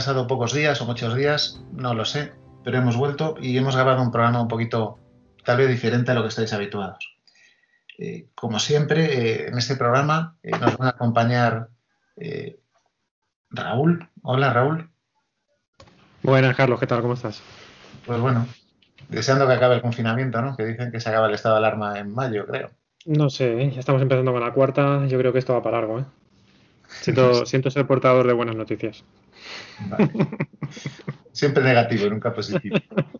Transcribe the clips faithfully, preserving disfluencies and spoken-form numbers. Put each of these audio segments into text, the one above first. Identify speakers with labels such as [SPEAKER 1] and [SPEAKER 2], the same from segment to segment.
[SPEAKER 1] pasado pocos días o muchos días, no lo sé, pero hemos vuelto y hemos grabado un programa un poquito, tal vez diferente a lo que estáis habituados. Eh, como siempre, eh, en este programa eh, nos van a acompañar eh, Raúl. Hola, Raúl.
[SPEAKER 2] Buenas, Carlos, ¿qué tal? ¿Cómo estás?
[SPEAKER 1] Pues bueno, deseando que acabe el confinamiento, ¿no? Que dicen que se acaba el estado de alarma en mayo, creo.
[SPEAKER 2] No sé, ¿eh? Ya estamos empezando con la cuarta, yo creo que esto va para largo, ¿eh?
[SPEAKER 1] No sé.
[SPEAKER 2] Siento, siento ser portador de buenas noticias.
[SPEAKER 1] Vale. Siempre negativo, nunca positivo.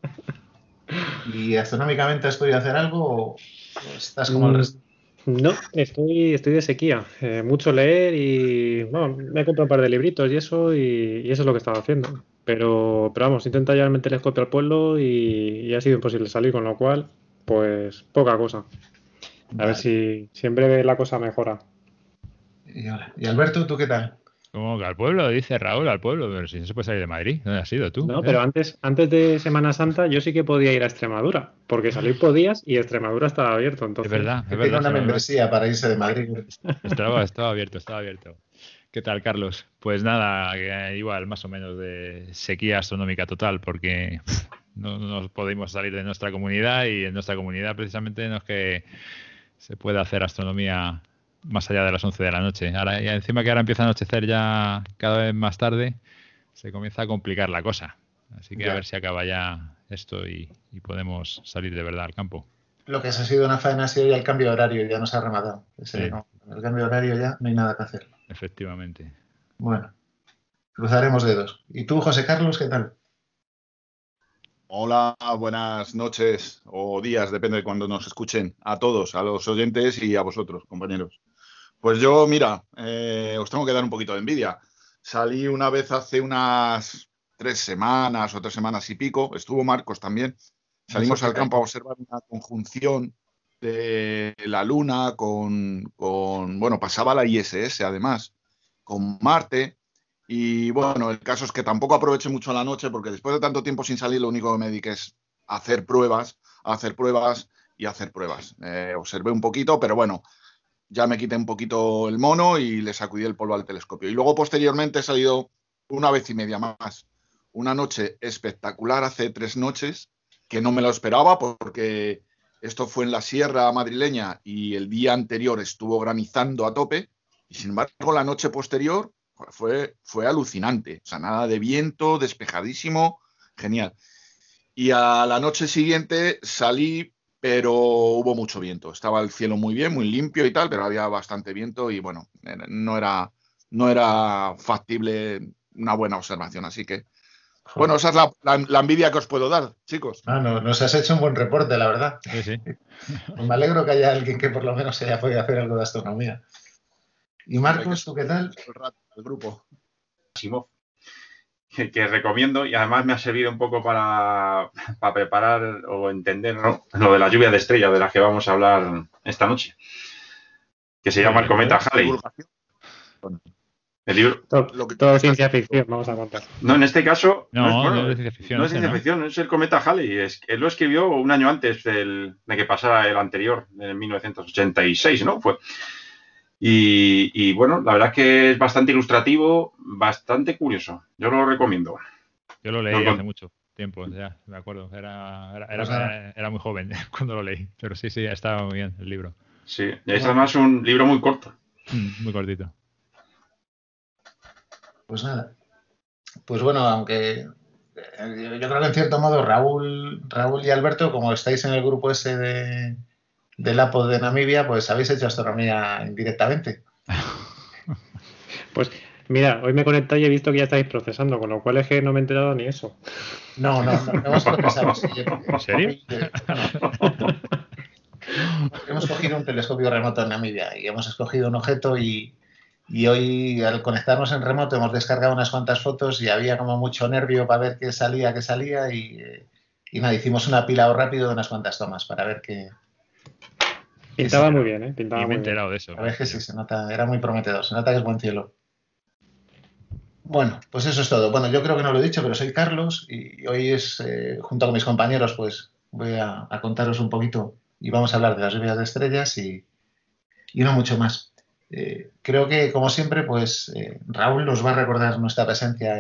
[SPEAKER 1] ¿Y astronómicamente has podido hacer algo o, o estás como el
[SPEAKER 2] Mm,
[SPEAKER 1] resto?
[SPEAKER 2] no, estoy, estoy de sequía. Eh, mucho leer y, bueno, me he comprado un par de libritos y eso, y, y eso es lo que he estado haciendo. Pero, pero vamos, intento llevarme el telescopio al pueblo y, y ha sido imposible salir, con lo cual, pues poca cosa. A ver
[SPEAKER 1] Vale.
[SPEAKER 2] si, si en breve la cosa mejora.
[SPEAKER 1] Y, hola. ¿Y Alberto, tú qué tal?
[SPEAKER 3] ¿Cómo que al pueblo? Dice Raúl, al pueblo. Pero si no se puede salir de Madrid. ¿Dónde has ido tú?
[SPEAKER 2] No,
[SPEAKER 3] ¿Eh?
[SPEAKER 2] pero antes, antes de Semana Santa yo sí que podía ir a Extremadura, porque salir podías y Extremadura estaba abierto,
[SPEAKER 3] Es
[SPEAKER 2] entonces.
[SPEAKER 3] verdad,
[SPEAKER 1] Que
[SPEAKER 3] es
[SPEAKER 1] tiene
[SPEAKER 3] verdad.
[SPEAKER 1] una
[SPEAKER 3] Se me olvidó.
[SPEAKER 1] membresía para irse de Madrid.
[SPEAKER 3] Estaba, estaba abierto, estaba abierto. ¿Qué tal, Carlos? Pues nada, que igual, más o menos de sequía astronómica total, porque pff, no, no nos podemos salir de nuestra comunidad y en nuestra comunidad precisamente no es que se pueda hacer astronomía más allá de las once de la noche. Ahora, y encima que ahora empieza a anochecer ya cada vez más tarde, se comienza a complicar la cosa. Así que a
[SPEAKER 1] Ya.
[SPEAKER 3] ver si acaba ya esto y, y podemos salir de verdad al campo.
[SPEAKER 1] Lo que se ha sido una faena ha sido ya el cambio de horario, ya nos ha rematado. Ese,
[SPEAKER 3] Sí,
[SPEAKER 1] no, con el cambio de horario ya no hay nada que hacer.
[SPEAKER 3] efectivamente.
[SPEAKER 1] Bueno, cruzaremos dedos. ¿Y tú, José Carlos, qué tal?
[SPEAKER 4] Hola, buenas noches o días, depende de cuando nos escuchen, a todos, a los oyentes y a vosotros, compañeros. Pues yo, mira, eh, os tengo que dar un poquito de envidia. Salí una vez hace unas tres semanas o tres semanas y pico, estuvo Marcos también. Salimos al campo a observar una conjunción de la Luna con, con, bueno, pasaba la I S S además, con Marte. Y bueno, el caso es que tampoco aproveché mucho la noche porque después de tanto tiempo sin salir, lo único que me dediqué es hacer pruebas, hacer pruebas y hacer pruebas. Eh, observé un poquito, pero bueno, ya me quité un poquito el mono y le sacudí el polvo al telescopio. Y luego posteriormente he salido una vez y media más. Una noche espectacular hace tres noches, que no me lo esperaba porque esto fue en la sierra madrileña y el día anterior estuvo granizando a tope. Y sin embargo, la noche posterior fue, fue alucinante. O sea, nada de viento, despejadísimo, genial. Y a la noche siguiente salí, pero hubo mucho viento. Estaba el cielo muy bien, muy limpio y tal, pero había bastante viento y bueno, no era, no era factible una buena observación. Así que, bueno, esa es la, la, la envidia que os puedo dar, chicos.
[SPEAKER 1] Ah, no, nos has hecho un buen reporte, la verdad.
[SPEAKER 3] Sí, sí.
[SPEAKER 1] Pues me alegro que haya alguien que por lo menos haya podido hacer algo de astronomía. ¿Y Marcos, tú qué tal?
[SPEAKER 4] El rato, el grupo.
[SPEAKER 5] Asimov, que, que recomiendo y además me ha servido un poco para, para preparar o entender, ¿no?, lo de la lluvia de estrellas de las que vamos a hablar esta noche, que se llama el cometa Halley. El libro,
[SPEAKER 2] Todo,
[SPEAKER 4] lo que-
[SPEAKER 2] todo ciencia ficción, vamos a contar.
[SPEAKER 5] no, en este caso
[SPEAKER 3] No,
[SPEAKER 5] no es, bueno,
[SPEAKER 3] no es ciencia ficción,
[SPEAKER 5] no es
[SPEAKER 3] ese,
[SPEAKER 5] ciencia
[SPEAKER 3] ¿no?
[SPEAKER 5] ficción, es el cometa Halley. Es, él lo escribió un año antes del, de que pasara el anterior, en mil novecientos ochenta y seis, ¿no? Fue. Y, y bueno, la verdad es que es bastante ilustrativo, bastante curioso. Yo lo recomiendo.
[SPEAKER 3] Yo lo leí
[SPEAKER 5] No, con-
[SPEAKER 3] hace mucho tiempo, ya, me acuerdo. Era, era,
[SPEAKER 1] Pues
[SPEAKER 3] era,
[SPEAKER 1] nada.
[SPEAKER 3] era- era muy joven cuando lo leí, pero sí, sí, estaba muy bien el libro.
[SPEAKER 5] Sí, y es además un libro muy corto.
[SPEAKER 3] Mm, Muy cortito.
[SPEAKER 1] Pues nada. Pues bueno, aunque eh, yo creo que en cierto modo Raúl, Raúl y Alberto, como estáis en el grupo ese de, del APO de Namibia, pues habéis hecho astronomía indirectamente.
[SPEAKER 2] Pues mira, hoy me he conectado y he visto que ya estáis procesando, con lo cual es que no me he enterado ni eso.
[SPEAKER 1] No, no, no, no hemos procesado. Sí,
[SPEAKER 3] ¿En serio?
[SPEAKER 1] Bueno, hemos cogido un telescopio remoto en Namibia y hemos escogido un objeto y, y hoy al conectarnos en remoto hemos descargado unas cuantas fotos y había como mucho nervio para ver qué salía, qué salía y, eh, y nada, hicimos un apilado rápido de unas cuantas tomas para ver qué...
[SPEAKER 2] Pintaba
[SPEAKER 1] sí,
[SPEAKER 2] muy bien, ¿eh? Pintaba
[SPEAKER 3] Y me he
[SPEAKER 2] muy bien.
[SPEAKER 3] enterado de eso.
[SPEAKER 1] A ver que sí,
[SPEAKER 3] yo.
[SPEAKER 1] se nota, era muy prometedor, se nota que es buen cielo. Bueno, pues eso es todo. Bueno, yo creo que no lo he dicho, pero soy Carlos y hoy es, eh, junto con mis compañeros, pues voy a, a contaros un poquito y vamos a hablar de las lluvias de estrellas y, y no mucho más. Eh, creo que, como siempre, pues eh, Raúl nos va a recordar nuestra presencia en,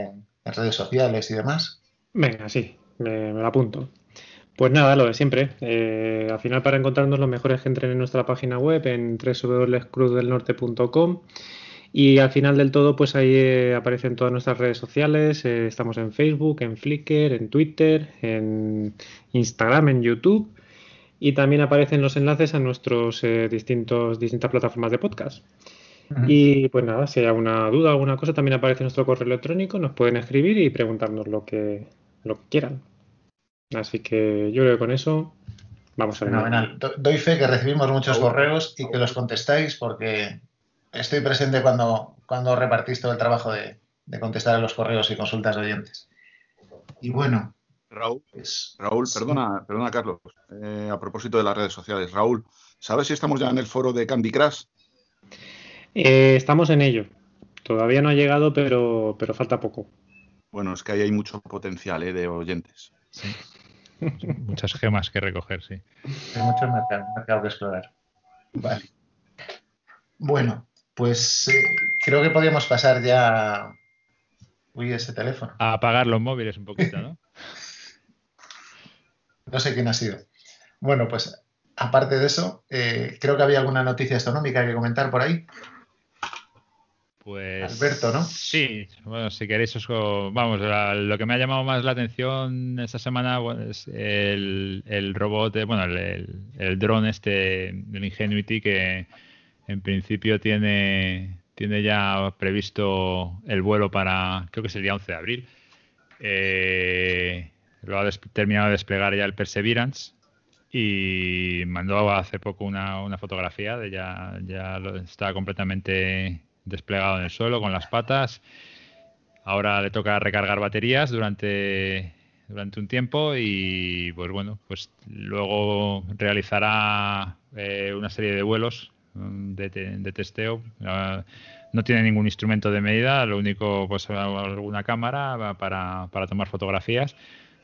[SPEAKER 1] en redes sociales y demás.
[SPEAKER 2] Venga, sí, me, me lo apunto. Pues nada, lo de siempre. Eh, al final, para encontrarnos, lo mejor es que entren en nuestra página web en doble u doble u doble u punto cruz del norte punto com y al final del todo, pues ahí eh, aparecen todas nuestras redes sociales. Eh, estamos en Facebook, en Flickr, en Twitter, en Instagram, en YouTube y también aparecen los enlaces a nuestros eh, distintos distintas plataformas de podcast.
[SPEAKER 1] Ujú.
[SPEAKER 2] Y pues nada, si hay alguna duda, alguna cosa, también aparece nuestro correo electrónico, nos pueden escribir y preguntarnos lo que, lo que quieran. Así que yo creo que con eso vamos a ver.
[SPEAKER 1] Fenomenal. Do- Doy fe que recibimos muchos
[SPEAKER 4] Raúl.
[SPEAKER 1] correos y que los contestáis porque estoy presente cuando, cuando repartís todo el trabajo de, de contestar a los correos y consultas de oyentes. Y bueno,
[SPEAKER 4] Raúl,
[SPEAKER 1] pues,
[SPEAKER 4] Raúl,
[SPEAKER 1] sí.
[SPEAKER 4] perdona, perdona Carlos, eh, a propósito de las redes sociales. Raúl, ¿sabes si estamos ya en el foro de Candy Crush?
[SPEAKER 2] Eh, estamos en ello. Todavía no ha llegado, pero, pero falta poco.
[SPEAKER 4] Bueno, es que ahí hay mucho potencial eh, de oyentes.
[SPEAKER 3] Sí. Muchas gemas que recoger, sí.
[SPEAKER 1] Hay mucho mercado, mercado que explorar. Vale. Bueno, pues eh, creo que podríamos pasar ya. Uy, ese teléfono.
[SPEAKER 3] A apagar los móviles un poquito, ¿no?
[SPEAKER 1] No sé quién ha sido. Bueno, pues aparte de eso, eh, creo que había alguna noticia astronómica que comentar por ahí.
[SPEAKER 3] Pues
[SPEAKER 1] Alberto, ¿no?
[SPEAKER 3] Sí, bueno, si queréis os co- vamos, la- lo que me ha llamado más la atención esta semana bueno, es el, el robot, eh, bueno, el, el, el dron este, el Ingenuity, que en principio tiene, tiene ya previsto el vuelo para, creo que es el día once de abril. Eh, lo ha des- terminado de desplegar ya el Perseverance y mandó hace poco una, una fotografía de ya, ya lo, está completamente desplegado en el suelo con las patas. Ahora le toca recargar baterías durante, durante un tiempo y pues bueno, pues luego realizará eh, una serie de vuelos mm, de, te- de testeo. Ah, no tiene ningún instrumento de medida, lo único pues alguna cámara para, para tomar fotografías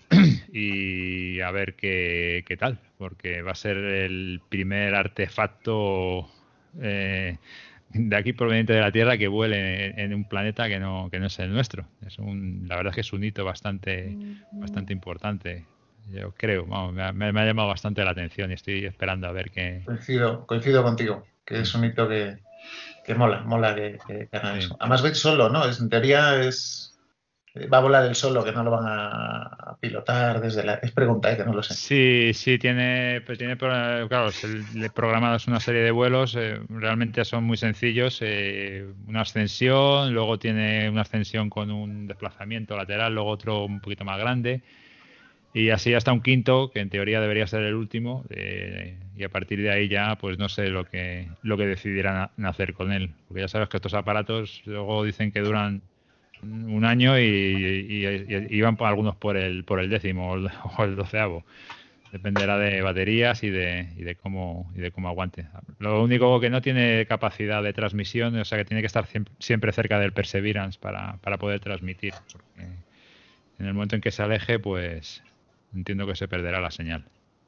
[SPEAKER 3] y a ver qué, qué tal, porque va a ser el primer artefacto eh, de aquí proveniente de la Tierra que vuele en, en un planeta que no, que no es el nuestro. Es un, la verdad es que es un hito bastante, bastante importante. Yo creo, vamos, me, ha, me ha llamado bastante la atención y estoy esperando a ver qué.
[SPEAKER 1] Coincido, coincido contigo, que es un hito que, que mola, mola que, que- que hagan
[SPEAKER 3] Sí.
[SPEAKER 1] eso. Además, va a ir solo, ¿no? Es, en teoría es. Va a volar el solo, que no lo van a pilotar desde la. Es pregunta, ¿eh? Que no lo sé.
[SPEAKER 3] Sí, sí, tiene, pero tiene pro- claro, se le programados una serie de vuelos, eh, realmente son muy sencillos, eh, una ascensión, luego tiene una ascensión con un desplazamiento lateral, luego otro un poquito más grande, y así hasta un quinto, que en teoría debería ser el último, eh, y a partir de ahí ya, pues no sé lo que, lo que decidirán a- hacer con él, porque ya sabes que estos aparatos luego dicen que duran un año y, y, y- y van por algunos por el por el décimo o el, o el doceavo. Dependerá de baterías y de, y de cómo y de cómo aguante. Lo único que no tiene capacidad de transmisión, o sea que tiene que estar siempre, siempre cerca del Perseverance para, para poder transmitir. Porque en el momento en que se aleje, pues entiendo que se perderá la señal.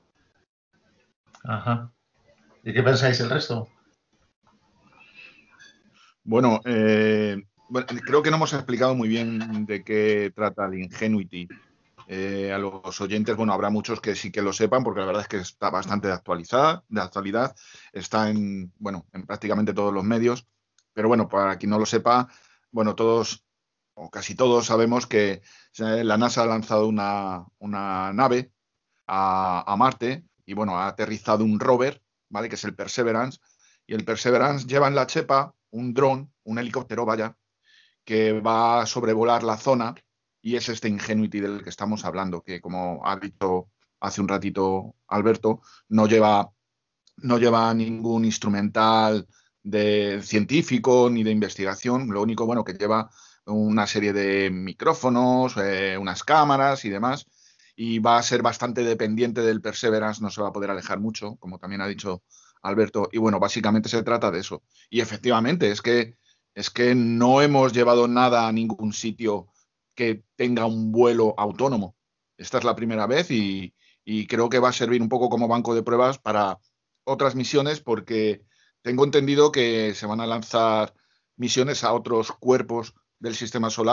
[SPEAKER 1] Ajá. ¿Y qué pensáis el resto?
[SPEAKER 4] Bueno, eh, bueno, creo que no hemos explicado muy bien de qué trata el Ingenuity. Eh, a los oyentes, bueno, habrá muchos que sí que lo sepan, porque la verdad es que está bastante de actualizada, de actualidad, está en, bueno, en prácticamente todos los medios, pero bueno, para quien no lo sepa, bueno, todos o casi todos sabemos que eh, la NASA ha lanzado una, una nave a, a Marte y bueno, ha aterrizado un rover, ¿vale? Que es el Perseverance, y el Perseverance lleva en la chepa un dron, un helicóptero, vaya, que va a sobrevolar la zona y es este Ingenuity del que estamos hablando, que como ha dicho hace un ratito Alberto, no lleva, no lleva ningún instrumental de científico ni de investigación, lo único bueno que lleva una serie de micrófonos, eh, unas cámaras y demás, y va a ser bastante dependiente del Perseverance, no se va a poder alejar mucho, como también ha dicho Alberto, y bueno, básicamente se trata de eso. Y efectivamente, es que, es que no hemos llevado nada a ningún sitio que tenga un vuelo autónomo. Esta es la primera vez y, y creo que va a servir un poco como banco de pruebas para otras misiones, porque tengo entendido que se van a lanzar misiones a otros cuerpos del sistema solar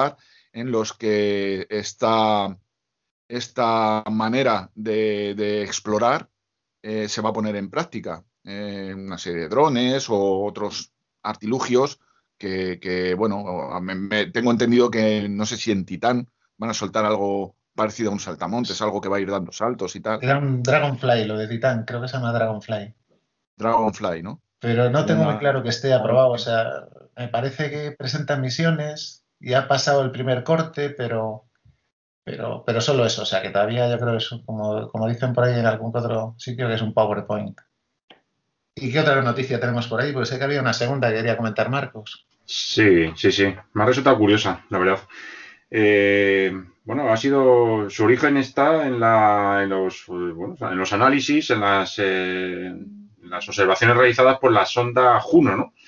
[SPEAKER 4] en los que esta, esta manera de, de explorar eh, se va a poner en práctica. Eh, una serie de drones o otros artilugios que, que bueno, me, me, tengo entendido que no sé si en Titán van a soltar algo parecido a un saltamontes, algo que va a ir dando saltos y tal.
[SPEAKER 1] Era un Dragonfly, lo de Titán, creo que se llama Dragonfly.
[SPEAKER 4] Dragonfly, ¿no?
[SPEAKER 1] Pero no tengo
[SPEAKER 4] Una...
[SPEAKER 1] muy claro que esté aprobado. O sea, me parece que presentan misiones y ha pasado el primer corte, pero, pero, pero solo eso. O sea, que todavía yo creo que es como, como dicen por ahí en algún otro sitio, que es un PowerPoint. ¿Y qué otra noticia tenemos por ahí? Pues sé que había una segunda que quería comentar Marcos.
[SPEAKER 5] Sí, sí, sí. Me ha resultado curiosa, la verdad. Eh, bueno, ha sido, su origen está en, la, en, los, bueno, en los análisis, en las, eh, en las observaciones realizadas por la sonda Juno, ¿no?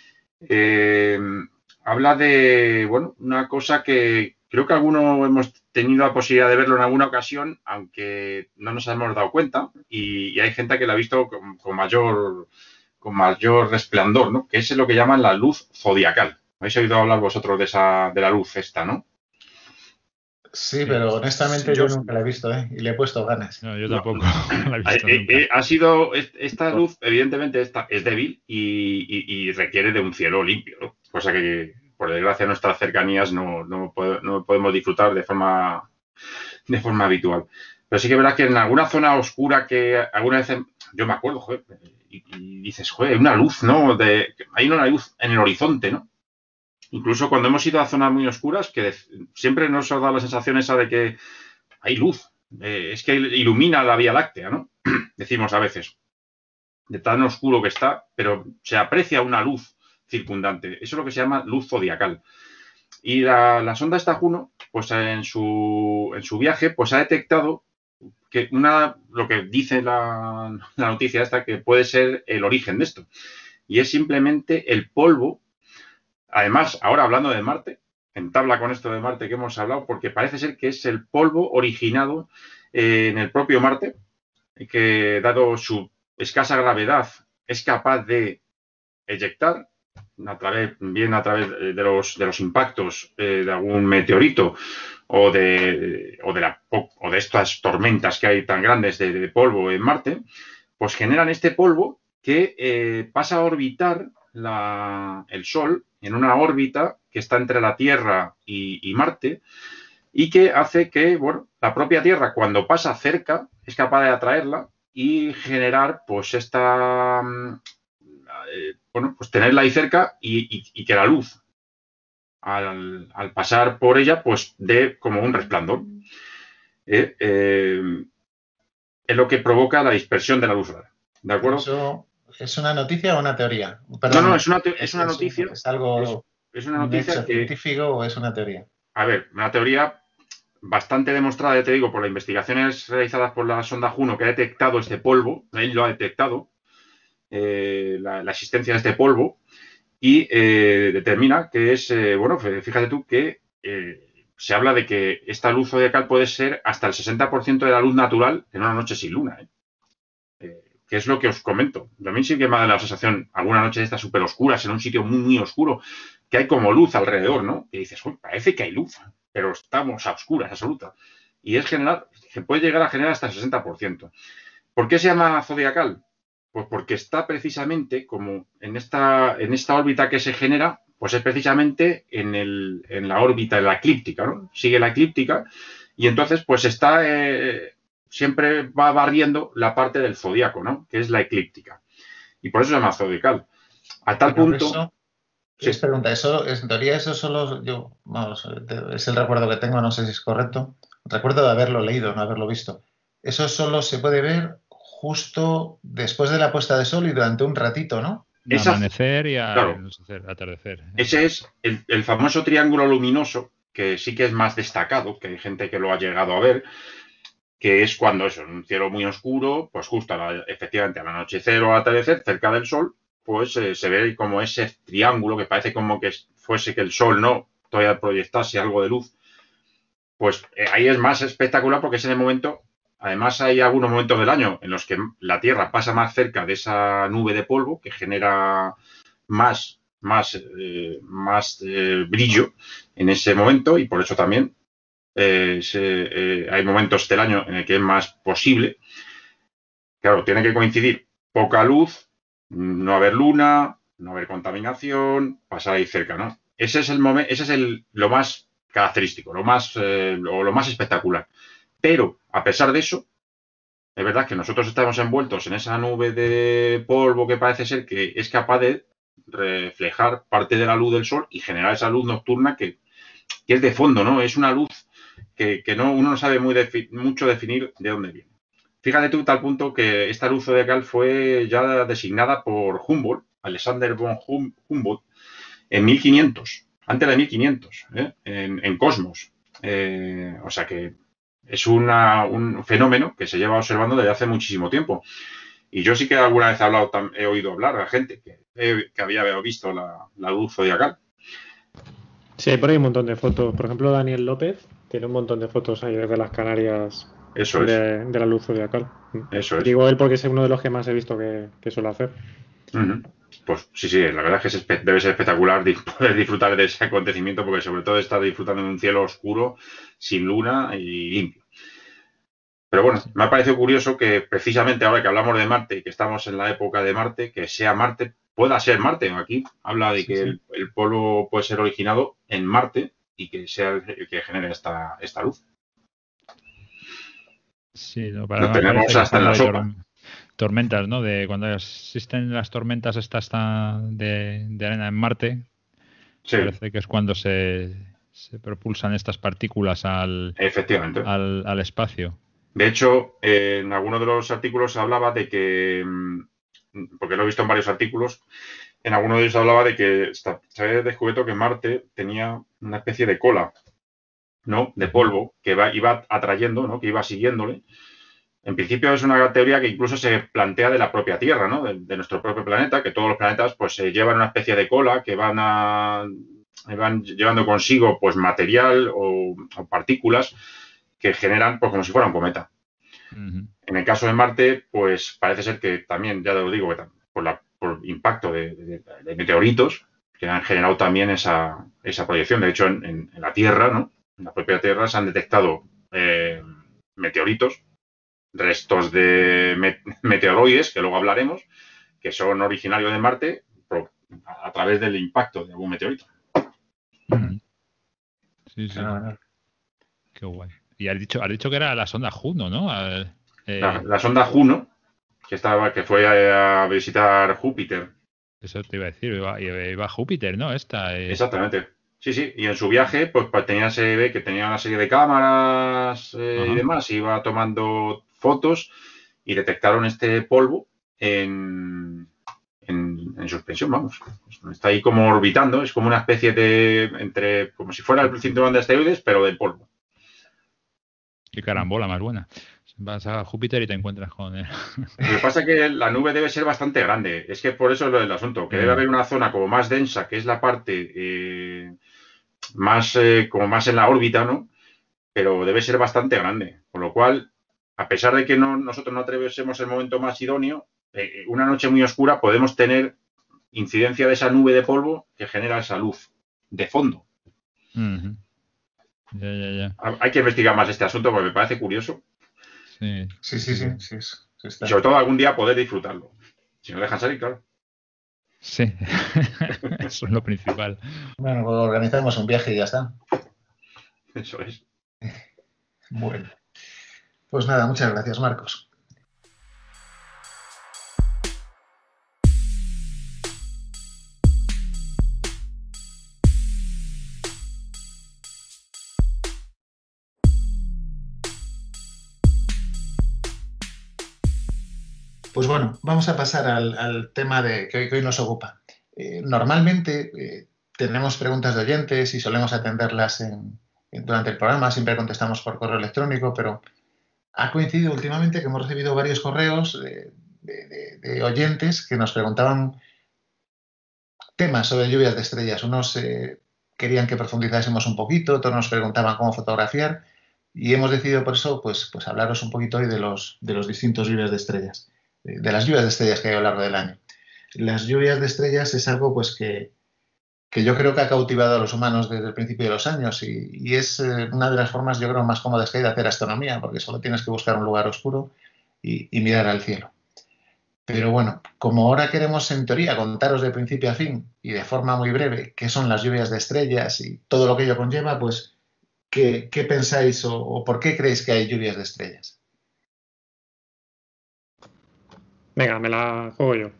[SPEAKER 5] Eh, habla de, bueno, una cosa que creo que algunos hemos tenido la posibilidad de verlo en alguna ocasión, aunque no nos hemos dado cuenta, y, y hay gente que la ha visto con, con mayor con mayor resplandor, ¿no? Que es lo que llaman la luz zodiacal. ¿Habéis oído hablar vosotros de esa de la luz esta, no?
[SPEAKER 1] Sí, pero honestamente sí, yo, yo nunca la he visto, ¿eh? Y le he puesto ganas.
[SPEAKER 3] No, yo tampoco no. la he visto
[SPEAKER 5] eh,
[SPEAKER 3] nunca.
[SPEAKER 5] Eh, ha sido, esta luz, evidentemente, esta es débil y, y, y requiere de un cielo limpio, ¿no? Cosa que, por desgracia, en nuestras cercanías no, no, no podemos disfrutar de forma, de forma habitual. Pero sí que verás que en alguna zona oscura que alguna vez, yo me acuerdo, joder, y, y dices, joder, hay una luz, ¿no? De, hay una luz en el horizonte, ¿no? Incluso cuando hemos ido a zonas muy oscuras, que de, siempre nos ha dado la sensación esa de que hay luz, eh, es que ilumina la Vía Láctea, ¿no? Decimos a veces, de tan oscuro que está, pero se aprecia una luz circundante. Eso es lo que se llama luz zodiacal. Y la, la sonda esta Juno, pues en su, en su viaje, pues ha detectado que una, lo que dice la, la noticia esta, que puede ser el origen de esto. Y es simplemente el polvo. Además, ahora hablando de Marte, entabla con esto de Marte que hemos hablado, porque parece ser que es el polvo originado eh, en el propio Marte, que dado su escasa gravedad es capaz de eyectar, a través, bien a través de los, de los impactos eh, de algún meteorito o de, o, de la, o de estas tormentas que hay tan grandes de, de polvo en Marte, pues generan este polvo que eh, pasa a orbitar la, el Sol en una órbita que está entre la Tierra y, y Marte y que hace que, bueno, la propia Tierra cuando pasa cerca es capaz de atraerla y generar pues esta, eh, bueno, pues tenerla ahí cerca y, y, y que la luz al, al pasar por ella pues dé como un resplandor. Eh, eh, es lo que provoca la dispersión de la luz solar. ¿De acuerdo?
[SPEAKER 1] ¿Eso es una noticia o una teoría?
[SPEAKER 5] Perdón, no, no, es una, te- es una noticia.
[SPEAKER 1] ¿Es algo
[SPEAKER 5] es, es una
[SPEAKER 1] un
[SPEAKER 5] noticia
[SPEAKER 1] hecho
[SPEAKER 5] que,
[SPEAKER 1] científico o es una teoría?
[SPEAKER 5] A ver, una teoría bastante demostrada, ya te digo, por las investigaciones realizadas por la sonda Juno, que ha detectado este polvo, él lo ha detectado, eh, la, la existencia de este polvo, y eh, determina que es, eh, bueno, fíjate tú que eh, se habla de que esta luz zodiacal puede ser hasta el sesenta por ciento de la luz natural en una noche sin luna, ¿eh? Eh, que es lo que os comento. A mí sí que me da la sensación, alguna noche de estas súper oscuras, en un sitio muy, muy oscuro, que hay como luz alrededor, ¿no? Y dices, uy, parece que hay luz, pero estamos a oscuras, absoluta. Y es generar, se puede llegar a generar hasta el sesenta por ciento. ¿Por qué se llama zodiacal? Pues porque está precisamente como en esta, en esta órbita que se genera, pues es precisamente en, el, en la órbita de la eclíptica, ¿no? Sigue la eclíptica y entonces pues está, eh, siempre va barriendo la parte del zodiaco, ¿no? Que es la eclíptica. Y por eso se llama zodiacal. A tal
[SPEAKER 1] Pero
[SPEAKER 5] punto...
[SPEAKER 1] Eso,
[SPEAKER 5] sí.
[SPEAKER 1] es pregunta, eso, en teoría eso solo, yo, vamos, es el recuerdo que tengo, no sé si es correcto. Recuerdo de haberlo leído, no haberlo visto. Eso solo se puede ver justo después de la puesta de sol y durante un ratito, ¿no?
[SPEAKER 3] Esa, amanecer y a,
[SPEAKER 5] claro,
[SPEAKER 3] atardecer.
[SPEAKER 5] Ese es el, el famoso triángulo luminoso, que sí que es más destacado, que hay gente que lo ha llegado a ver, que es cuando eso, en un cielo muy oscuro, pues justo a la, efectivamente al anochecer o al atardecer, cerca del sol, pues eh, se ve como ese triángulo que parece como que fuese que el sol no todavía proyectase algo de luz. Pues eh, ahí es más espectacular porque es en el momento, además hay algunos momentos del año en los que la Tierra pasa más cerca de esa nube de polvo que genera más, más, eh, más eh, brillo en ese momento y por eso también eh, se, eh, hay momentos del año en el que es más posible. Claro, tiene que coincidir poca luz, no haber luna, no haber contaminación, pasar ahí cerca, ¿no? Ese es el momento, ese es el, lo más característico, lo más, eh, lo, lo más espectacular. Pero, a pesar de eso, es verdad que nosotros estamos envueltos en esa nube de polvo que parece ser que es capaz de reflejar parte de la luz del sol y generar esa luz nocturna que, que es de fondo, ¿no? Es una luz que, que no, uno no sabe muy defi- mucho definir de dónde viene. Fíjate tú, tal punto que esta luz zodiacal fue ya designada por Humboldt, Alexander von Hum- Humboldt, en mil quinientos, antes de mil quinientos, ¿eh? en, en Cosmos. Eh, o sea que es una, un fenómeno que se lleva observando desde hace muchísimo tiempo. Y yo sí que alguna vez he, hablado, he oído hablar a gente que, que había visto la, la luz zodiacal.
[SPEAKER 2] Sí, hay por ahí un montón de fotos. Por ejemplo, Daniel López tiene un montón de fotos ahí desde las Canarias.
[SPEAKER 5] Eso
[SPEAKER 2] de,
[SPEAKER 5] es.
[SPEAKER 2] de la luz zodiacal.
[SPEAKER 5] Eso es.
[SPEAKER 2] Digo él porque es uno de los que más he visto que, que suele hacer.
[SPEAKER 5] Uh-huh. Pues sí, sí, la verdad es que es, debe ser espectacular poder disfrutar de ese acontecimiento porque sobre todo está disfrutando de un cielo oscuro, sin luna y limpio. Pero bueno, me ha parecido curioso que precisamente ahora que hablamos de Marte y que estamos en la época de Marte, que sea Marte, pueda ser Marte. Aquí habla de que sí, sí. El, el polvo puede ser originado en Marte y que sea el que genere esta, esta luz.
[SPEAKER 3] Sí, no, para,
[SPEAKER 5] lo tenemos hasta en la sopa.
[SPEAKER 3] Tormentas, ¿no? De cuando existen las tormentas estas de, de arena en Marte, sí. Parece que es cuando se, se propulsan estas partículas al,
[SPEAKER 5] Efectivamente.
[SPEAKER 3] al, al espacio.
[SPEAKER 5] De hecho, eh, en alguno de los artículos hablaba de que, porque lo he visto en varios artículos, en alguno de ellos hablaba de que se había descubierto que Marte tenía una especie de cola, ¿no? De polvo que va, iba atrayendo, ¿no? Que iba siguiéndole. En principio es una teoría que incluso se plantea de la propia Tierra, ¿no? De, de nuestro propio planeta, que todos los planetas pues se llevan una especie de cola que van a van llevando consigo pues material o, o partículas que generan pues como si fuera un cometa. Uh-huh. En el caso de Marte, pues parece ser que también, ya lo digo, por, la, por impacto de, de, de meteoritos que han generado también esa, esa proyección. De hecho, en, en, en la Tierra, ¿no? En la propia Tierra se han detectado eh, meteoritos, restos de met meteoroides, que luego hablaremos, que son originarios de Marte por, a, a través del impacto de algún meteorito.
[SPEAKER 3] Mm. Sí, sí. Ah, qué guay. Y has dicho, has dicho que era la sonda Juno, ¿no? Eh...
[SPEAKER 5] La, la sonda Juno, que, estaba, que fue a, a visitar Júpiter.
[SPEAKER 3] Eso te iba a decir, iba, iba a Júpiter, ¿no? Esta, eh...
[SPEAKER 5] Exactamente. Sí, sí, y en su viaje, pues, pues tenía, se ve que tenía una serie de cámaras eh, y demás, iba tomando fotos y detectaron este polvo en, en, en suspensión, vamos. Está ahí como orbitando, es como una especie de, entre, como si fuera el cinturón de asteroides, pero de polvo.
[SPEAKER 3] Qué carambola más buena. Vas a Júpiter y te encuentras con él.
[SPEAKER 5] Lo que pasa es que la nube debe ser bastante grande. Es que por eso es lo del asunto, que debe haber una zona como más densa, que es la parte eh, más eh, como más en la órbita, ¿no? Pero debe ser bastante grande. Con lo cual, a pesar de que no, nosotros no atravesemos el momento más idóneo, eh, una noche muy oscura podemos tener incidencia de esa nube de polvo que genera esa luz de fondo.
[SPEAKER 3] Uh-huh. Ya, ya, ya.
[SPEAKER 5] Hay que investigar más este asunto porque me parece curioso.
[SPEAKER 3] Sí,
[SPEAKER 1] sí, sí. sí, sí, sí, sí está.
[SPEAKER 5] Y sobre todo algún día poder disfrutarlo. Si nos dejan salir, claro.
[SPEAKER 3] Sí, eso es lo principal.
[SPEAKER 1] Bueno, pues organizamos un viaje y ya está.
[SPEAKER 5] Eso es.
[SPEAKER 1] Bueno, pues nada, muchas gracias, Marcos. Pues bueno, vamos a pasar al, al tema de, que, hoy, que hoy nos ocupa. Eh, normalmente eh, tenemos preguntas de oyentes y solemos atenderlas en, en, durante el programa, siempre contestamos por correo electrónico, pero ha coincidido últimamente que hemos recibido varios correos de, de, de, de oyentes que nos preguntaban temas sobre lluvias de estrellas. Unos eh, querían que profundizásemos un poquito, otros nos preguntaban cómo fotografiar y hemos decidido por eso pues, pues hablaros un poquito hoy de los, de los distintos lluvias de estrellas. De las lluvias de estrellas que hay a lo largo del año. Las lluvias de estrellas es algo pues que, que yo creo que ha cautivado a los humanos desde el principio de los años y, y es eh, una de las formas, yo creo, más cómodas que hay de hacer astronomía, porque solo tienes que buscar un lugar oscuro y, y mirar al cielo. Pero bueno, como ahora queremos en teoría contaros de principio a fin y de forma muy breve qué son las lluvias de estrellas y todo lo que ello conlleva, pues ¿qué, qué pensáis o, o por qué creéis que hay lluvias de estrellas?
[SPEAKER 2] Venga, me la juego yo.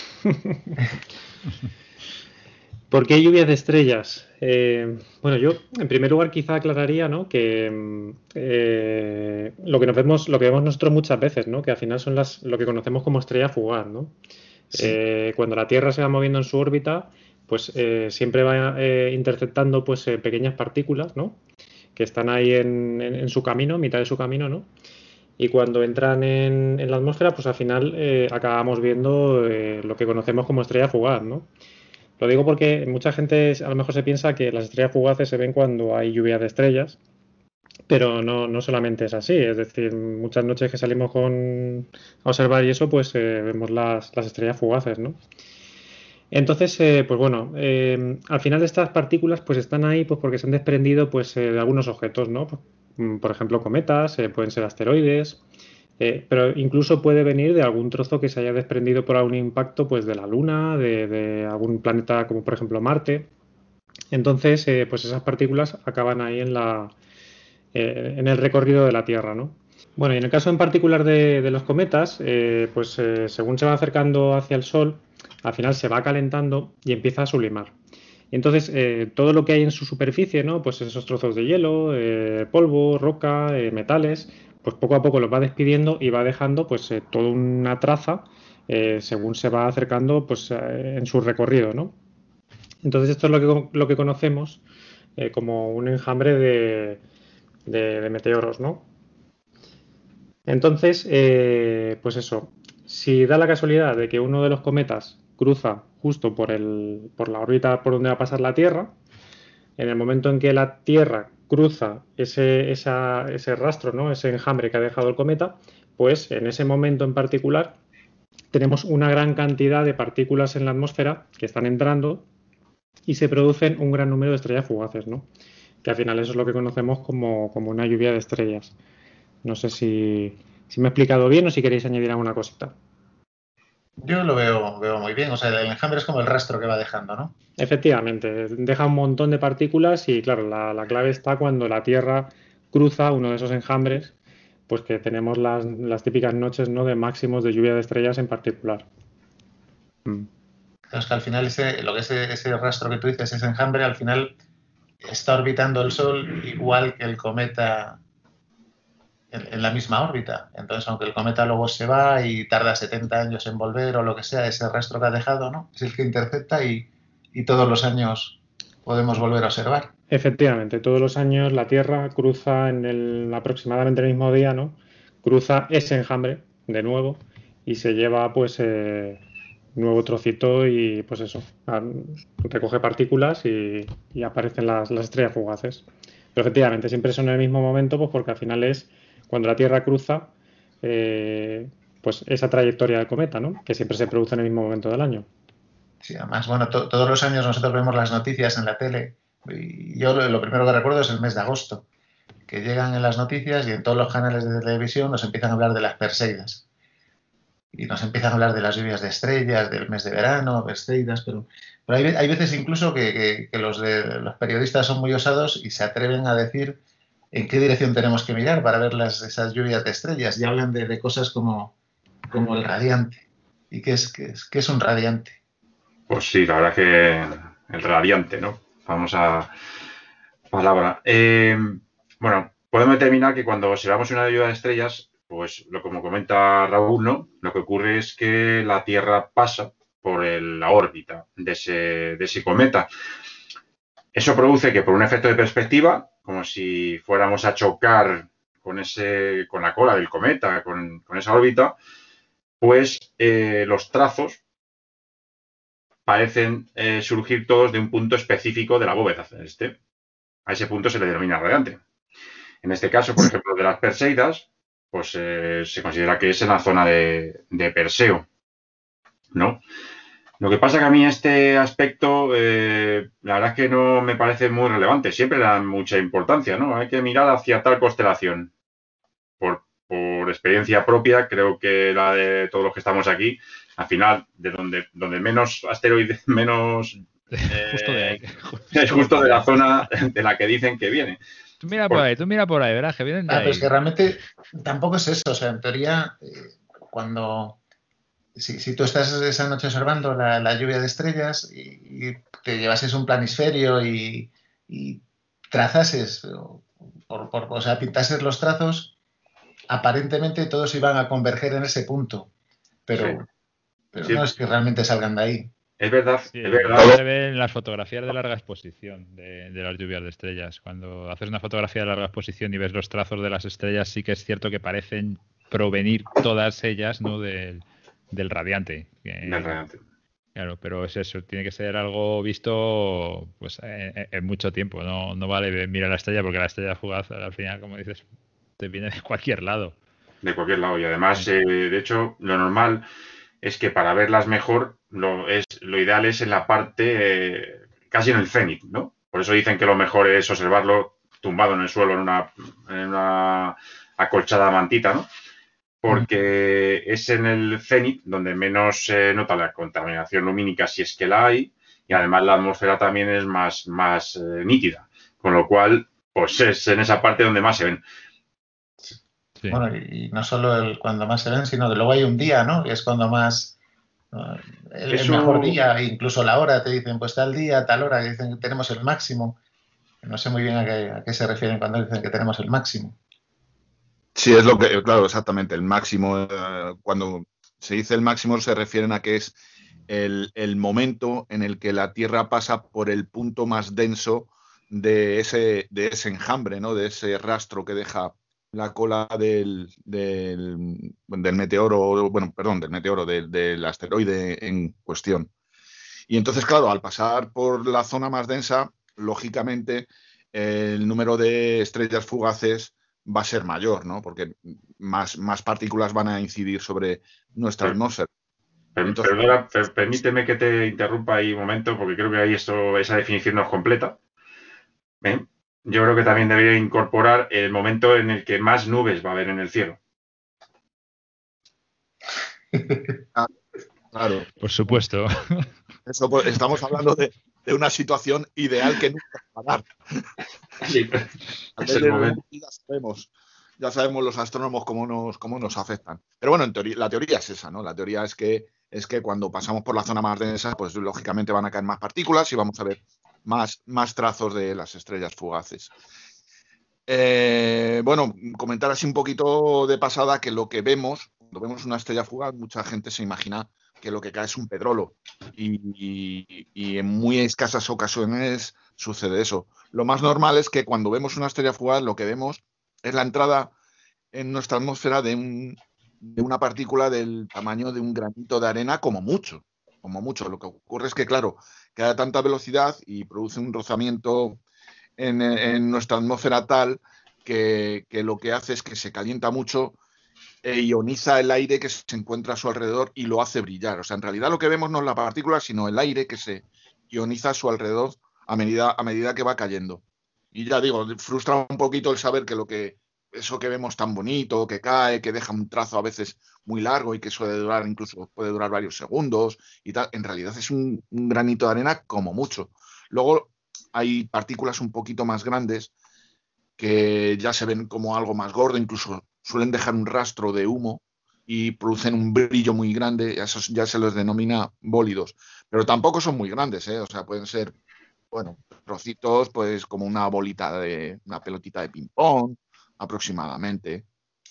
[SPEAKER 2] ¿Por qué lluvias de estrellas? Eh, bueno, yo en primer lugar quizá aclararía, ¿no? que eh, lo que nos vemos, lo que vemos nosotros muchas veces, ¿no? Que al final son las, lo que conocemos como estrella fugaz, ¿no? Sí. Eh, cuando la Tierra se va moviendo en su órbita, pues eh, siempre va eh, interceptando pues eh, pequeñas partículas, ¿no? Que están ahí en, en, en su camino, mitad de su camino, ¿no? Y cuando entran en, en la atmósfera, pues al final eh, acabamos viendo eh, lo que conocemos como estrella fugaz, ¿no? Lo digo porque mucha gente a lo mejor se piensa que las estrellas fugaces se ven cuando hay lluvia de estrellas, pero no, no solamente es así. Es decir, muchas noches que salimos con, a observar y eso, pues eh, vemos las, las estrellas fugaces, ¿no? Entonces, eh, pues bueno, eh, al final estas partículas pues están ahí pues porque se han desprendido pues eh, de algunos objetos, ¿no? Por ejemplo, cometas, eh, pueden ser asteroides, eh, pero incluso puede venir de algún trozo que se haya desprendido por algún impacto pues de la Luna, de, de algún planeta como por ejemplo Marte. Entonces, eh, pues esas partículas acaban ahí en, la, eh, en el recorrido de la Tierra, ¿no? Bueno, y en el caso en particular de, de los cometas, eh, pues eh, según se va acercando hacia el Sol, al final se va calentando y empieza a sublimar. Y entonces, eh, todo lo que hay en su superficie, ¿no? Pues esos trozos de hielo, eh, polvo, roca, eh, metales, pues poco a poco los va despidiendo y va dejando pues eh, toda una traza eh, según se va acercando pues eh, en su recorrido, ¿no? Entonces esto es lo que, lo que conocemos eh, como un enjambre de, de, de meteoros, ¿no? Entonces, eh, pues eso, si da la casualidad de que uno de los cometas cruza justo por, el, por la órbita por donde va a pasar la Tierra, en el momento en que la Tierra cruza ese, esa, ese rastro, ¿no? Ese enjambre que ha dejado el cometa, pues en ese momento en particular tenemos una gran cantidad de partículas en la atmósfera que están entrando y se producen un gran número de estrellas fugaces, ¿no? Que al final eso es lo que conocemos como, como una lluvia de estrellas. No sé si, si me he explicado bien o si queréis añadir alguna cosita.
[SPEAKER 1] Yo lo veo, veo muy bien. O sea, el enjambre es como el rastro que va dejando, ¿no?
[SPEAKER 2] Efectivamente, deja un montón de partículas y claro, la, la clave está cuando la Tierra cruza uno de esos enjambres, pues que tenemos las, las típicas noches, ¿no? De máximos de lluvia de estrellas en particular.
[SPEAKER 1] Mm. Es que al final ese, lo que es ese rastro que tú dices, ese enjambre, al final está orbitando el Sol igual que el cometa en, en la misma órbita. Entonces, aunque el cometa luego se va y tarda setenta años en volver o lo que sea, ese rastro que ha dejado, ¿no? Es el que intercepta y, y todos los años podemos volver a observar.
[SPEAKER 2] Efectivamente, todos los años la Tierra cruza en el, aproximadamente el mismo día, ¿no? Cruza ese enjambre de nuevo y se lleva pues eh, nuevo trocito y pues eso, recoge partículas y, y aparecen las, las estrellas fugaces. Pero efectivamente siempre son en el mismo momento pues porque al final es cuando la Tierra cruza eh, pues esa trayectoria del cometa, ¿no? Que siempre se produce en el mismo momento del año.
[SPEAKER 1] Sí, además, bueno, to todos los años nosotros vemos las noticias en la tele y yo lo, lo primero que recuerdo es el mes de agosto, que llegan en las noticias y en todos los canales de televisión nos empiezan a hablar de las Perseidas. Y nos empiezan a hablar de las lluvias de estrellas, del mes de verano, Perseidas, pero, pero hay, hay veces incluso que, que, que los, de, los periodistas son muy osados y se atreven a decir en qué dirección tenemos que mirar para ver las, esas lluvias de estrellas y hablan de, de cosas como, como el radiante. ¿Y qué es, qué, es, qué es un radiante?
[SPEAKER 5] Pues sí, la verdad que el radiante, ¿no? Famosa palabra. Eh, bueno, podemos determinar que cuando observamos una lluvia de estrellas, pues lo como comenta Raúl, ¿no? Lo que ocurre es que la Tierra pasa por el, la órbita de ese, de ese cometa. Eso produce que por un efecto de perspectiva, como si fuéramos a chocar con, ese, con la cola del cometa, con, con esa órbita, pues eh, los trazos parecen eh, surgir todos de un punto específico de la bóveda celeste. A ese punto se le denomina radiante. En este caso, por ejemplo, de las Perseidas, pues eh, se considera que es en la zona de, de Perseo, ¿no? Lo que pasa que a mí este aspecto, eh, la verdad es que no me parece muy relevante. Siempre le dan mucha importancia, ¿no? Hay que mirar hacia tal constelación. Por, por experiencia propia, creo que la de todos los que estamos aquí, al final, de donde, donde menos asteroides, menos... Eh,
[SPEAKER 3] justo de ahí.
[SPEAKER 5] Es justo de la zona de la que dicen que viene.
[SPEAKER 3] Tú mira por, por ahí, tú mira por ahí, verás que vienen de
[SPEAKER 1] ah,
[SPEAKER 3] ahí.
[SPEAKER 1] Pero es que realmente tampoco es eso. O sea, en teoría, eh, cuando... Si, si tú estás esa noche observando la, la lluvia de estrellas y, y te llevases un planisferio y, y trazases, por, por, o sea, pintases los trazos, aparentemente todos iban a converger en ese punto, pero, sí. pero sí. no es que realmente salgan de ahí.
[SPEAKER 5] Es verdad,
[SPEAKER 3] sí,
[SPEAKER 5] es verdad.
[SPEAKER 3] Se ve en las fotografías de larga exposición de, de las lluvias de estrellas. Cuando haces una fotografía de larga exposición y ves los trazos de las estrellas, sí que es cierto que parecen provenir todas ellas, ¿no?, del, del radiante.
[SPEAKER 5] Del radiante.
[SPEAKER 3] Claro, pero es eso, tiene que ser algo visto pues en, en mucho tiempo. No, no vale mirar la estrella porque la estrella fugaz al final, como dices, te viene de cualquier lado.
[SPEAKER 5] De cualquier lado. Y además, eh, de hecho, lo normal es que para verlas mejor, lo, es, lo ideal es en la parte, eh, casi en el cénit, ¿no? Por eso dicen que lo mejor es observarlo tumbado en el suelo, en una, en una acolchada mantita, ¿no? Porque es en el cénit donde menos se eh, nota la contaminación lumínica, si es que la hay, y además la atmósfera también es más, más eh, nítida, con lo cual, pues es en esa parte donde más se ven.
[SPEAKER 1] Sí. Bueno, y no solo el cuando más se ven, sino que luego hay un día, ¿no? Que es cuando más... Uh, el, Eso... el mejor día, incluso la hora, te dicen, pues tal día, tal hora, que dicen que tenemos el máximo. No sé muy bien a qué, a qué se refieren cuando dicen que tenemos el máximo.
[SPEAKER 4] Sí, es lo que, claro, exactamente, el máximo, eh, cuando se dice el máximo se refieren a que es el, el momento en el que la Tierra pasa por el punto más denso de ese, de ese enjambre, ¿no?, de ese rastro que deja la cola del, del, del meteoro, bueno, perdón, del meteoro, del, del asteroide en cuestión. Y entonces, claro, al pasar por la zona más densa, lógicamente, el número de estrellas fugaces va a ser mayor, ¿no? Porque más, más partículas van a incidir sobre nuestra
[SPEAKER 5] sí.
[SPEAKER 4] atmósfera.
[SPEAKER 5] Entonces, Perdona, per, permíteme que te interrumpa ahí un momento, porque creo que ahí eso, esa definición no es completa. ¿Eh? Yo creo que también debería incorporar el momento en el que más nubes va a haber en el cielo.
[SPEAKER 4] Ah, claro.
[SPEAKER 3] Por supuesto.
[SPEAKER 4] Eso, pues, estamos hablando de, de una situación ideal que nunca va a dar.
[SPEAKER 5] Sí, es el momento.
[SPEAKER 4] Ya sabemos, ya sabemos los astrónomos cómo nos, cómo nos afectan. Pero bueno, en teoría, la teoría es esa, ¿no? La teoría es que, es que cuando pasamos por la zona más densa, pues lógicamente van a caer más partículas y vamos a ver más, más trazos de las estrellas fugaces. Eh, bueno, comentar así un poquito de pasada que lo que vemos, cuando vemos una estrella fugaz, mucha gente se imagina que lo que cae es un pedrolo y, y, y en muy escasas ocasiones sucede eso. Lo más normal es que cuando vemos una estrella fugaz lo que vemos es la entrada en nuestra atmósfera de, un, de una partícula del tamaño de un granito de arena como mucho, como mucho. Lo que ocurre es que, claro, que a tanta velocidad y produce un rozamiento en, en nuestra atmósfera tal que, que lo que hace es que se calienta mucho e ioniza el aire que se encuentra a su alrededor y lo hace brillar. O sea, en realidad lo que vemos no es la partícula, sino el aire que se ioniza a su alrededor a medida, a medida que va cayendo. Y ya digo, frustra un poquito el saber que lo que eso que vemos tan bonito, que cae, que deja un trazo a veces muy largo y que suele durar, incluso puede durar varios segundos y tal, en realidad es un, un granito de arena como mucho. Luego hay partículas un poquito más grandes que ya se ven como algo más gordo, incluso suelen dejar un rastro de humo y producen un brillo muy grande, a esos ya se los denomina bólidos, pero tampoco son muy grandes, ¿eh? O sea, pueden ser, bueno, trocitos, pues como una bolita de, una pelotita de ping-pong, aproximadamente.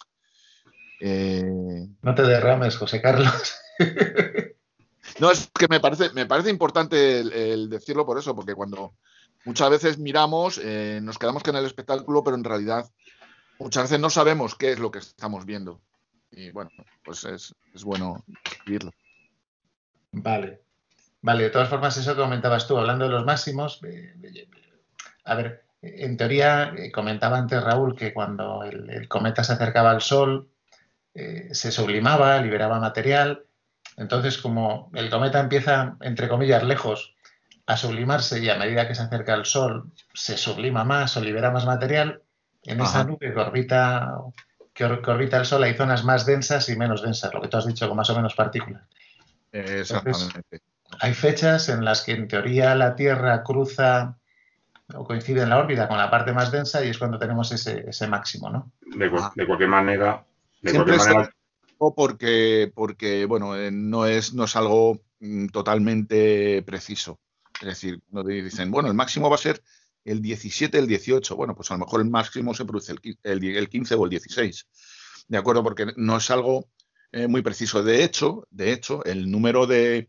[SPEAKER 4] Eh...
[SPEAKER 1] No te derrames, José Carlos.
[SPEAKER 4] No, es que me parece, me parece importante el, el decirlo por eso, porque cuando muchas veces miramos, eh, nos quedamos con el espectáculo, pero en realidad muchas veces no sabemos qué es lo que estamos viendo. Y bueno, pues es, es bueno escribirlo.
[SPEAKER 1] Vale. Vale, de todas formas, eso que comentabas tú, hablando de los máximos, eh, eh, a ver, en teoría, eh, comentaba antes Raúl que cuando el, el cometa se acercaba al Sol, eh, se sublimaba, liberaba material, Entonces, como el cometa empieza, entre comillas, lejos, a sublimarse y a medida que se acerca al Sol se sublima más o libera más material, en esa
[SPEAKER 4] Ajá.
[SPEAKER 1] nube que orbita, que, or- que orbita el Sol hay zonas más densas y menos densas, lo que tú has dicho, con más o menos partículas. Entonces,
[SPEAKER 4] Exactamente.
[SPEAKER 1] hay fechas en las que en teoría la Tierra cruza o coincide en la órbita con la parte más densa y es cuando tenemos ese, ese máximo, ¿no?
[SPEAKER 5] De, cu-
[SPEAKER 4] Ajá.
[SPEAKER 5] de cualquier manera, de
[SPEAKER 4] Siempre
[SPEAKER 5] cualquier
[SPEAKER 4] se
[SPEAKER 5] manera,
[SPEAKER 4] dijo porque, porque bueno, eh, no es, no es algo mm, totalmente preciso. Es decir, no te dicen, bueno, el máximo va a ser el diecisiete, el dieciocho. Bueno, pues a lo mejor el máximo se produce el, qui- el, die- el quince o el dieciséis. ¿De acuerdo? Porque no es algo eh, muy preciso. De hecho, de hecho, el número de,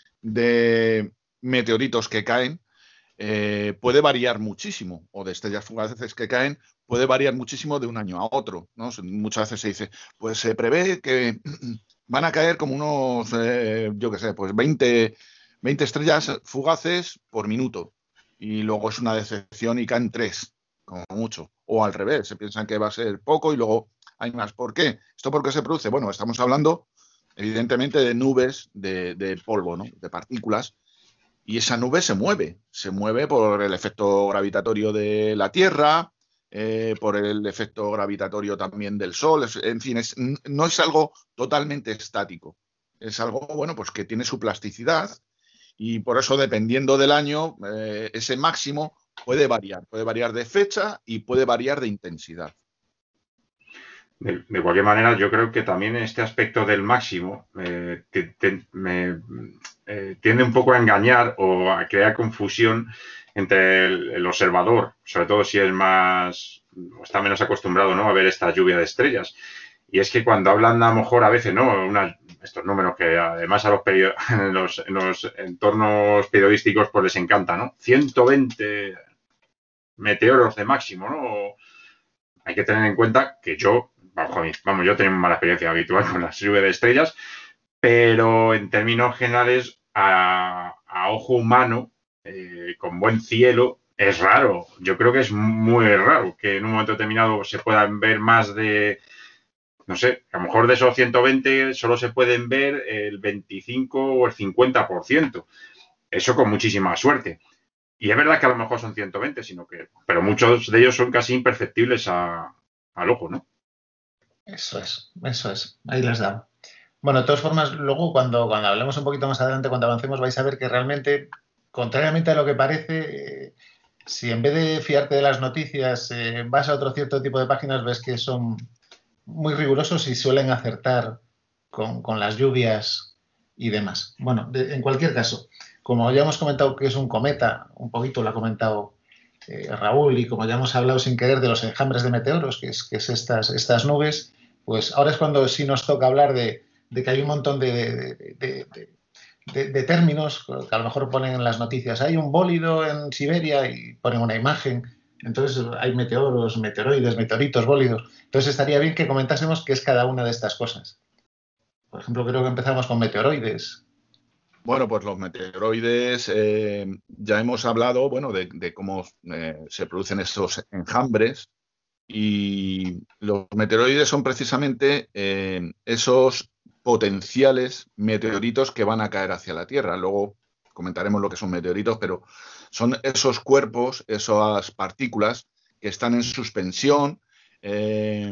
[SPEAKER 4] de meteoritos que caen eh, puede variar muchísimo, o de estrellas fugaces que caen, puede variar muchísimo de un año a otro, ¿no? Muchas veces se dice, pues se prevé que van a caer como unos, eh, yo qué sé, pues veinte, veinte estrellas fugaces por minuto, y luego es una decepción y caen tres, como mucho, o al revés, se piensan que va a ser poco y luego hay más. ¿Por qué? ¿Esto por qué se produce? Bueno, estamos hablando evidentemente de nubes de, de polvo, ¿no? De partículas, y esa nube se mueve, se mueve por el efecto gravitatorio de la Tierra, eh, por el efecto gravitatorio también del Sol, es, en fin, es, no es algo totalmente estático, es algo, bueno, pues que tiene su plasticidad y por eso, dependiendo del año, eh, ese máximo puede variar, puede variar de fecha y puede variar de intensidad.
[SPEAKER 5] de, de cualquier manera, yo creo que también este aspecto del máximo eh, te, te, me, eh, tiende un poco a engañar o a crear confusión entre el, el observador, sobre todo si es más, o está menos acostumbrado, ¿no?, a ver esta lluvia de estrellas. Y es que cuando hablan a lo mejor a veces, ¿no?, Una, estos números que además a los, en los, en los entornos periodísticos pues les encanta, ¿no? ciento veinte meteoros de máximo, ¿no? Hay que tener en cuenta que yo, vamos, yo tengo una mala experiencia habitual con las lluvias de estrellas, pero en términos generales, a, a ojo humano, eh, con buen cielo, es raro. Yo creo que es muy raro que en un momento determinado se puedan ver más de, no sé, a lo mejor de esos ciento veinte solo se pueden ver el veinticinco o el cincuenta por ciento. Eso con muchísima suerte. Y es verdad que a lo mejor son ciento veinte, sino que, pero muchos de ellos son casi imperceptibles a, al ojo, ¿no?
[SPEAKER 1] Eso es, eso es, ahí les da. Bueno, de todas formas, luego cuando, cuando hablemos un poquito más adelante, cuando avancemos, vais a ver que realmente, contrariamente a lo que parece, eh, si en vez de fiarte de las noticias eh, vas a otro cierto tipo de páginas, ves que son muy rigurosos y suelen acertar con, con las lluvias y demás. Bueno, de, en cualquier caso, como ya hemos comentado que es un cometa, un poquito lo ha comentado eh, Raúl, y como ya hemos hablado sin querer de los enjambres de meteoros, que es, que es estas, estas nubes, pues ahora es cuando sí nos toca hablar de, de que hay un montón de, de, de, de de, de, términos que a lo mejor ponen en las noticias. Hay un bólido en Siberia y ponen una imagen. Entonces hay meteoros, meteoroides, meteoritos, bólidos. Entonces estaría bien que comentásemos qué es cada una de estas cosas. Por ejemplo, creo que empezamos con meteoroides.
[SPEAKER 4] Bueno, pues los meteoroides, eh, ya hemos hablado, bueno, de, de cómo eh, se producen estos enjambres, y los meteoroides son precisamente eh, esos potenciales meteoritos que van a caer hacia la Tierra. Luego comentaremos lo que son meteoritos, pero son esos cuerpos, esas partículas que están en suspensión, eh,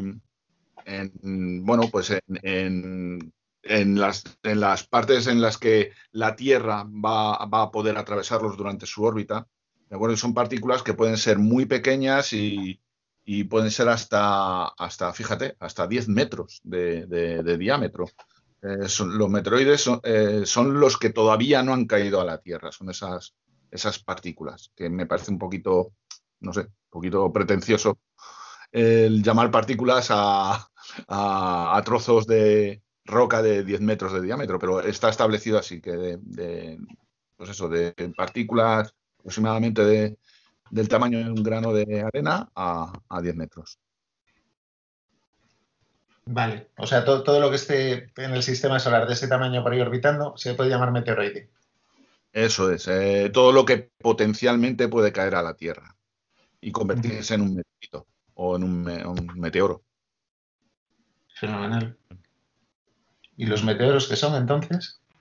[SPEAKER 4] en, bueno, pues en, en, en, las, en las partes en las que la Tierra va, va a poder atravesarlos durante su órbita. ¿De acuerdo? Son partículas que pueden ser muy pequeñas y, y pueden ser hasta, hasta, fíjate, hasta diez metros de, de, de diámetro. Eh, son, los meteoroides son, eh, son los que todavía no han caído a la Tierra, son esas, esas partículas, que me parece un poquito, no sé, un poquito pretencioso el llamar partículas a, a, a trozos de roca de diez metros de diámetro, pero está establecido así, que de, de pues eso, de partículas aproximadamente de, del tamaño de un grano de arena a, a diez metros.
[SPEAKER 1] Vale, o sea, todo, todo lo que esté en el sistema solar de ese tamaño por ahí orbitando se puede llamar meteoroide.
[SPEAKER 4] Eso es, eh, todo lo que potencialmente puede caer a la Tierra y convertirse en un meteorito o en un, un meteoro.
[SPEAKER 1] Fenomenal. ¿Y los meteoros qué son entonces?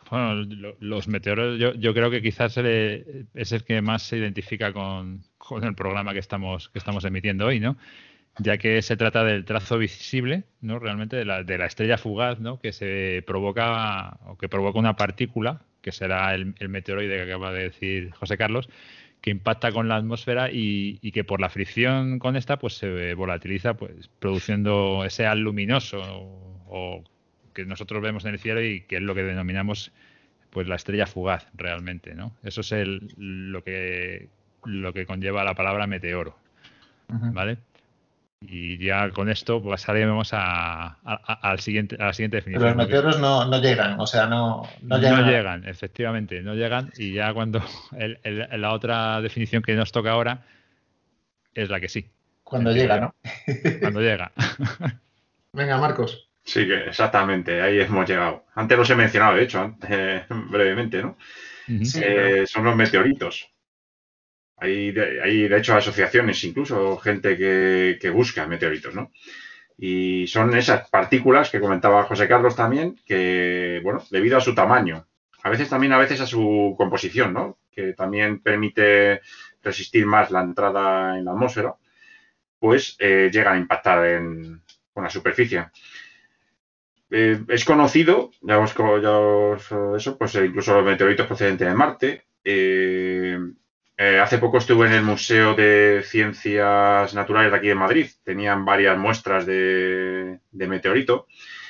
[SPEAKER 3] Bueno, lo, los meteoros yo, yo creo que quizás el, es el que más se identifica con, con el programa que estamos, que estamos emitiendo hoy, ¿no? Ya que se trata del trazo visible, ¿no? Realmente de la, de la estrella fugaz, ¿no? Que se provoca o que provoca una partícula, que será el, el meteoroide que acaba de decir José Carlos, que impacta con la atmósfera y, y que por la fricción con esta pues se volatiliza, pues produciendo ese haz luminoso o, o que nosotros vemos en el cielo y que es lo que denominamos pues la estrella fugaz realmente, ¿no? Eso es el, lo que lo que conlleva la palabra meteoro, uh-huh. ¿Vale? Y ya con esto pasaremos a, a, a, al siguiente, a la siguiente definición.
[SPEAKER 1] Pero los meteoros que... no, no llegan, o sea, no, no
[SPEAKER 3] llegan.
[SPEAKER 1] No
[SPEAKER 3] a... llegan, efectivamente, no llegan. Y ya cuando el, el, la otra definición que nos toca ahora es la que sí.
[SPEAKER 1] Cuando llega, ¿no?
[SPEAKER 3] Cuando llega.
[SPEAKER 1] Venga, Marcos.
[SPEAKER 5] Sí, que exactamente, ahí hemos llegado. Antes los he mencionado, de hecho, eh, brevemente, ¿no? Uh-huh. Sí, eh, claro. Son los meteoritos. Hay de, hay, de hecho, asociaciones, incluso gente que, que busca meteoritos, ¿no? Y son esas partículas que comentaba José Carlos también, que, bueno, debido a su tamaño, a veces también a veces a su composición, ¿no? Que también permite resistir más la entrada en la atmósfera, pues eh, llegan a impactar en, con la superficie. Eh, es conocido, ya os, ya os eso, pues incluso los meteoritos procedentes de Marte. Eh, eh, hace poco estuve en el Museo de Ciencias Naturales de aquí de Madrid. Tenían varias muestras de, de meteorito.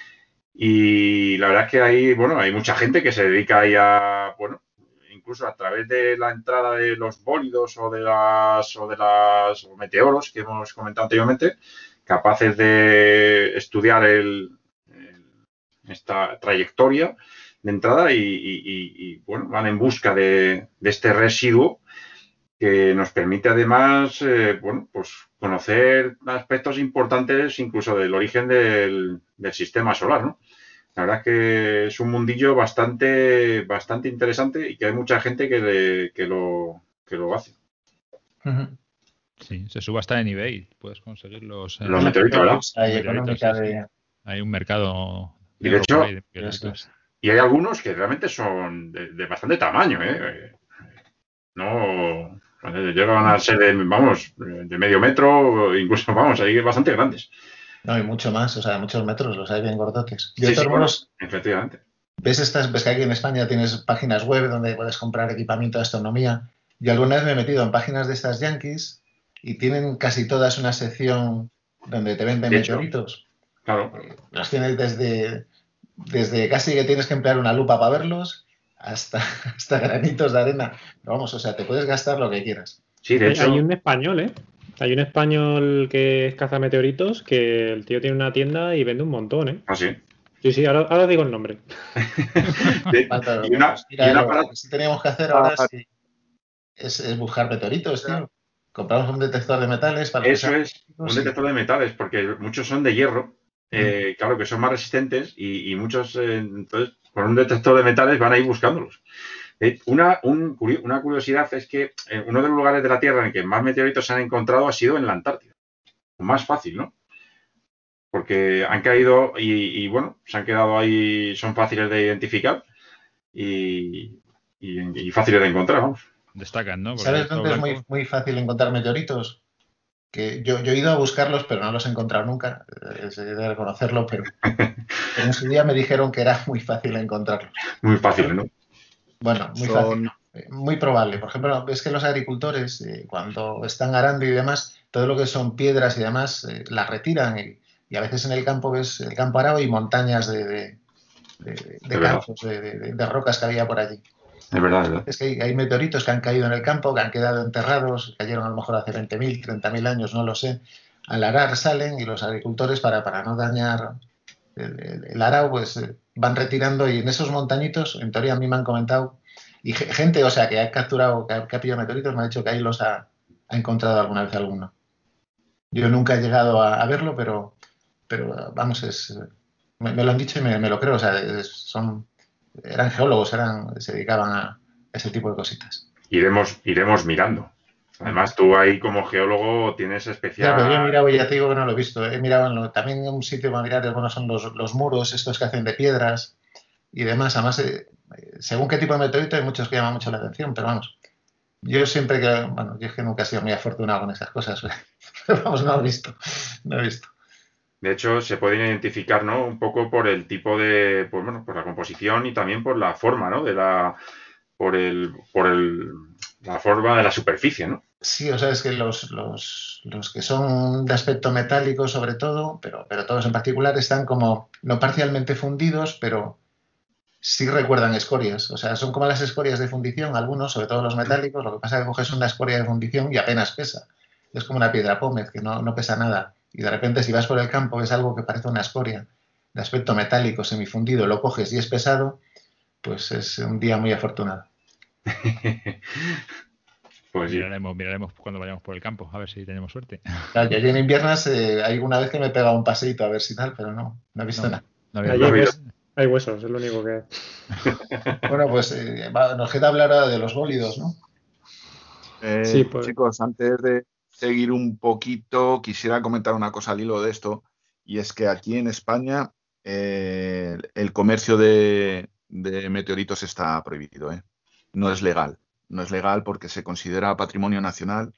[SPEAKER 5] Y la verdad es que hay, bueno, hay mucha gente que se dedica ahí a, bueno, incluso a través de la entrada de los bólidos o de las o de las o meteoros que hemos comentado anteriormente, capaces de estudiar el, el, esta trayectoria de entrada y, y, y, y bueno, van en busca de, de este residuo que nos permite además, eh, bueno, pues conocer aspectos importantes incluso del origen del, del sistema solar, ¿no? La verdad es que es un mundillo bastante, bastante interesante y que hay mucha gente que, le, que, lo, que lo hace.
[SPEAKER 3] Sí, se subasta en eBay, puedes conseguirlos.
[SPEAKER 5] Los meteoritos, ¿verdad?
[SPEAKER 1] Hay económica de...
[SPEAKER 3] Hay un mercado...
[SPEAKER 5] Y de hecho, y hay algunos que realmente son de, de bastante tamaño, ¿eh? No... Llegan a ser de, vamos, de medio metro, incluso, vamos, hay bastante grandes.
[SPEAKER 1] No, hay mucho más, o sea, muchos metros, los hay bien gordotes.
[SPEAKER 5] Sí, sí, bueno, efectivamente.
[SPEAKER 1] ¿Ves estas? ¿Ves que aquí en España tienes páginas web donde puedes comprar equipamiento de astronomía? Yo alguna vez me he metido en páginas de estas yankees y tienen casi todas una sección donde te venden
[SPEAKER 5] de hecho,
[SPEAKER 1] meteoritos.
[SPEAKER 5] Claro.
[SPEAKER 1] Eh, los tienes desde, desde casi que tienes que emplear una lupa para verlos hasta, hasta granitos de arena. Pero vamos, o sea, te puedes gastar lo que quieras.
[SPEAKER 5] Sí, de
[SPEAKER 2] hay,
[SPEAKER 5] hecho.
[SPEAKER 2] Hay un español, ¿eh? Hay un español que es cazameteoritos que el tío tiene una tienda y vende un montón, ¿eh?
[SPEAKER 5] ¿Ah, sí?
[SPEAKER 2] Sí, sí, ahora, ahora digo el nombre.
[SPEAKER 5] Sí. Y una,
[SPEAKER 1] Mira,
[SPEAKER 5] y una
[SPEAKER 1] lo
[SPEAKER 5] para...
[SPEAKER 1] que sí teníamos que hacer ahora sí, es, es buscar meteoritos, tío. Compramos un detector de metales para...
[SPEAKER 5] Eso es, un detector de metales, porque muchos son de hierro, eh, mm. claro que son más resistentes y, y muchos, eh, entonces, con un detector de metales van a ir buscándolos. Eh, una, un, una curiosidad es que eh, uno de los lugares de la Tierra en que más meteoritos se han encontrado ha sido en la Antártida. Más fácil, ¿no? Porque han caído y, y bueno, se han quedado ahí, son fáciles de identificar y, y, y fáciles de encontrar, vamos.
[SPEAKER 3] Destacan, ¿no? Porque
[SPEAKER 1] ¿sabes dónde es muy, muy fácil encontrar meteoritos? Que yo, yo he ido a buscarlos, pero no los he encontrado nunca. Eh, he de reconocerlo, pero en su día me dijeron que era muy fácil encontrarlos.
[SPEAKER 5] Muy fácil, ¿no?
[SPEAKER 1] Bueno, muy Son... fácil. Muy probable. Por ejemplo, es que los agricultores, eh, cuando están arando y demás, todo lo que son piedras y demás, eh, las retiran. Y, y a veces en el campo ves el campo arado y montañas de, de, de, de campos, de, de, de rocas que había por allí.
[SPEAKER 5] Es verdad, es verdad.
[SPEAKER 1] Es que hay, hay meteoritos que han caído en el campo, que han quedado enterrados, cayeron a lo mejor hace veinte mil, treinta mil años, no lo sé. Al arar salen y los agricultores, para, para no dañar el, el, el arao, pues eh, van retirando y en esos montañitos, en teoría a mí me han comentado, y gente, o sea, que ha capturado, que ha, que ha pillado meteoritos, me ha dicho que ahí los ha, ha encontrado alguna vez alguno. Yo nunca he llegado a, a verlo, pero, pero vamos, es, me, me lo han dicho y me, me lo creo, o sea, es, son... eran geólogos, eran, se dedicaban a ese tipo de cositas.
[SPEAKER 5] Iremos, iremos mirando. Además, tú ahí como geólogo tienes especial...
[SPEAKER 1] Claro, yo he mirado, ya te digo que no lo he visto. He mirado en lo, también en un sitio para mirar, bueno, son los, los muros, estos que hacen de piedras. y demás. Además, eh, según qué tipo de meteorito, hay muchos que llaman mucho la atención, pero vamos, yo siempre que, bueno, yo es que nunca he sido muy afortunado con esas cosas, pero vamos, no he visto, no he visto.
[SPEAKER 5] De hecho, se pueden identificar, ¿no? Un poco por el tipo de, pues bueno, por la composición y también por la forma, ¿no? De la, por el, por el, la forma de la superficie, ¿no?
[SPEAKER 1] Sí, o sea, es que los, los, los que son de aspecto metálico sobre todo, pero, pero todos en particular, están como no parcialmente fundidos, pero sí recuerdan escorias. O sea, son como las escorias de fundición, algunos, sobre todo los metálicos. Lo que pasa es que coges una escoria de fundición y apenas pesa. Es como una piedra pómez que no, no pesa nada. Y de repente, si vas por el campo, ves algo que parece una escoria de aspecto metálico, semifundido, lo coges y es pesado, pues es un día muy afortunado.
[SPEAKER 5] Pues sí.
[SPEAKER 3] Miraremos, miraremos cuando vayamos por el campo, a ver si tenemos suerte.
[SPEAKER 1] Claro, yo en inviernas eh, hay una vez que me he pegado un paseíto a ver si tal, pero no, no he visto
[SPEAKER 3] No,
[SPEAKER 1] nada.
[SPEAKER 3] no había
[SPEAKER 2] Allí
[SPEAKER 5] no
[SPEAKER 2] hay,
[SPEAKER 5] había-
[SPEAKER 2] hues- hay huesos, es lo único que hay.
[SPEAKER 1] Bueno, pues eh, va, nos queda hablar ahora de los bólidos, ¿no?
[SPEAKER 4] Eh,
[SPEAKER 2] Sí, pues.
[SPEAKER 4] Chicos, antes de seguir un poquito, quisiera comentar una cosa al hilo de esto, y es que aquí en España eh, el comercio de, de meteoritos está prohibido, ¿eh? No es legal, no es legal porque se considera patrimonio nacional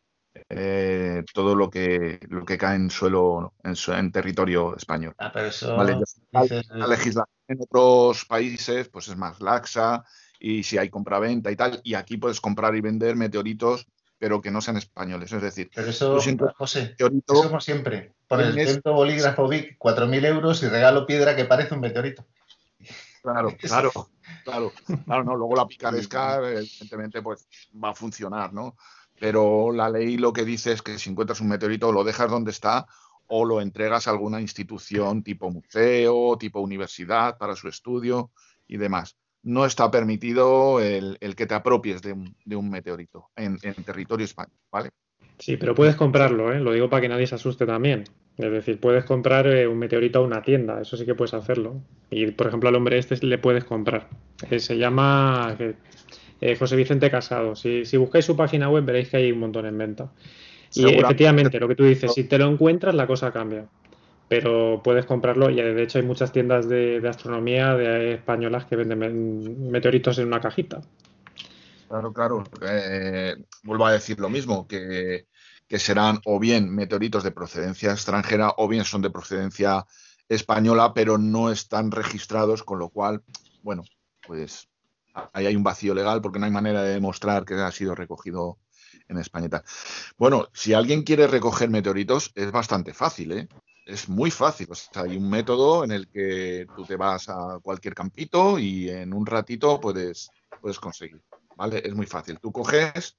[SPEAKER 4] eh, todo lo que, lo que cae en suelo, en, su- en territorio español.
[SPEAKER 1] Ah, pero eso
[SPEAKER 4] Vale, yo sé que la,
[SPEAKER 1] dices,
[SPEAKER 4] la
[SPEAKER 1] eh,
[SPEAKER 4] legislación en otros países pues es más laxa y si hay compraventa y tal, y aquí puedes comprar y vender meteoritos, pero que no sean españoles. Es decir,
[SPEAKER 1] pero
[SPEAKER 4] tú
[SPEAKER 1] eso,
[SPEAKER 4] si encuentras
[SPEAKER 1] José,
[SPEAKER 4] un
[SPEAKER 1] eso
[SPEAKER 4] meteorito,
[SPEAKER 1] como siempre. Por el
[SPEAKER 4] tienes,
[SPEAKER 1] cento bolígrafo Vic, cuatro mil euros y regalo piedra que parece un meteorito.
[SPEAKER 4] claro, claro, claro, claro, no, luego la picaresca, evidentemente, pues va a funcionar, ¿no? Pero la ley lo que dice es que si encuentras un meteorito, lo dejas donde está o lo entregas a alguna institución tipo museo, tipo universidad para su estudio y demás. No está permitido el, el que te apropies de un, de un meteorito en, en territorio español, ¿vale?
[SPEAKER 2] Sí, pero puedes comprarlo, ¿eh? Lo digo para que nadie se asuste también. Es decir, puedes comprar eh, un meteorito a una tienda, eso sí que puedes hacerlo. Y, por ejemplo, al hombre este le puedes comprar. Eh, se llama eh, eh, José Vicente Casado. Si, si buscáis su página web veréis que hay un montón en venta. Y
[SPEAKER 4] Seguramente.
[SPEAKER 2] efectivamente, lo que tú dices, si te lo encuentras, la cosa cambia. Pero puedes comprarlo y de hecho hay muchas tiendas de, de astronomía de españolas que venden men- meteoritos en una cajita.
[SPEAKER 4] Claro, claro. Eh, vuelvo a decir lo mismo, que, que serán o bien meteoritos de procedencia extranjera o bien son de procedencia española, pero no están registrados, con lo cual, bueno, pues ahí hay un vacío legal porque no hay manera de demostrar que ha sido recogido en España y tal. Bueno, si alguien quiere recoger meteoritos, es bastante fácil, ¿eh? Es muy fácil. O sea, hay un método en el que tú te vas a cualquier campito y en un ratito puedes, puedes conseguir. ¿Vale? Es muy fácil. Tú coges,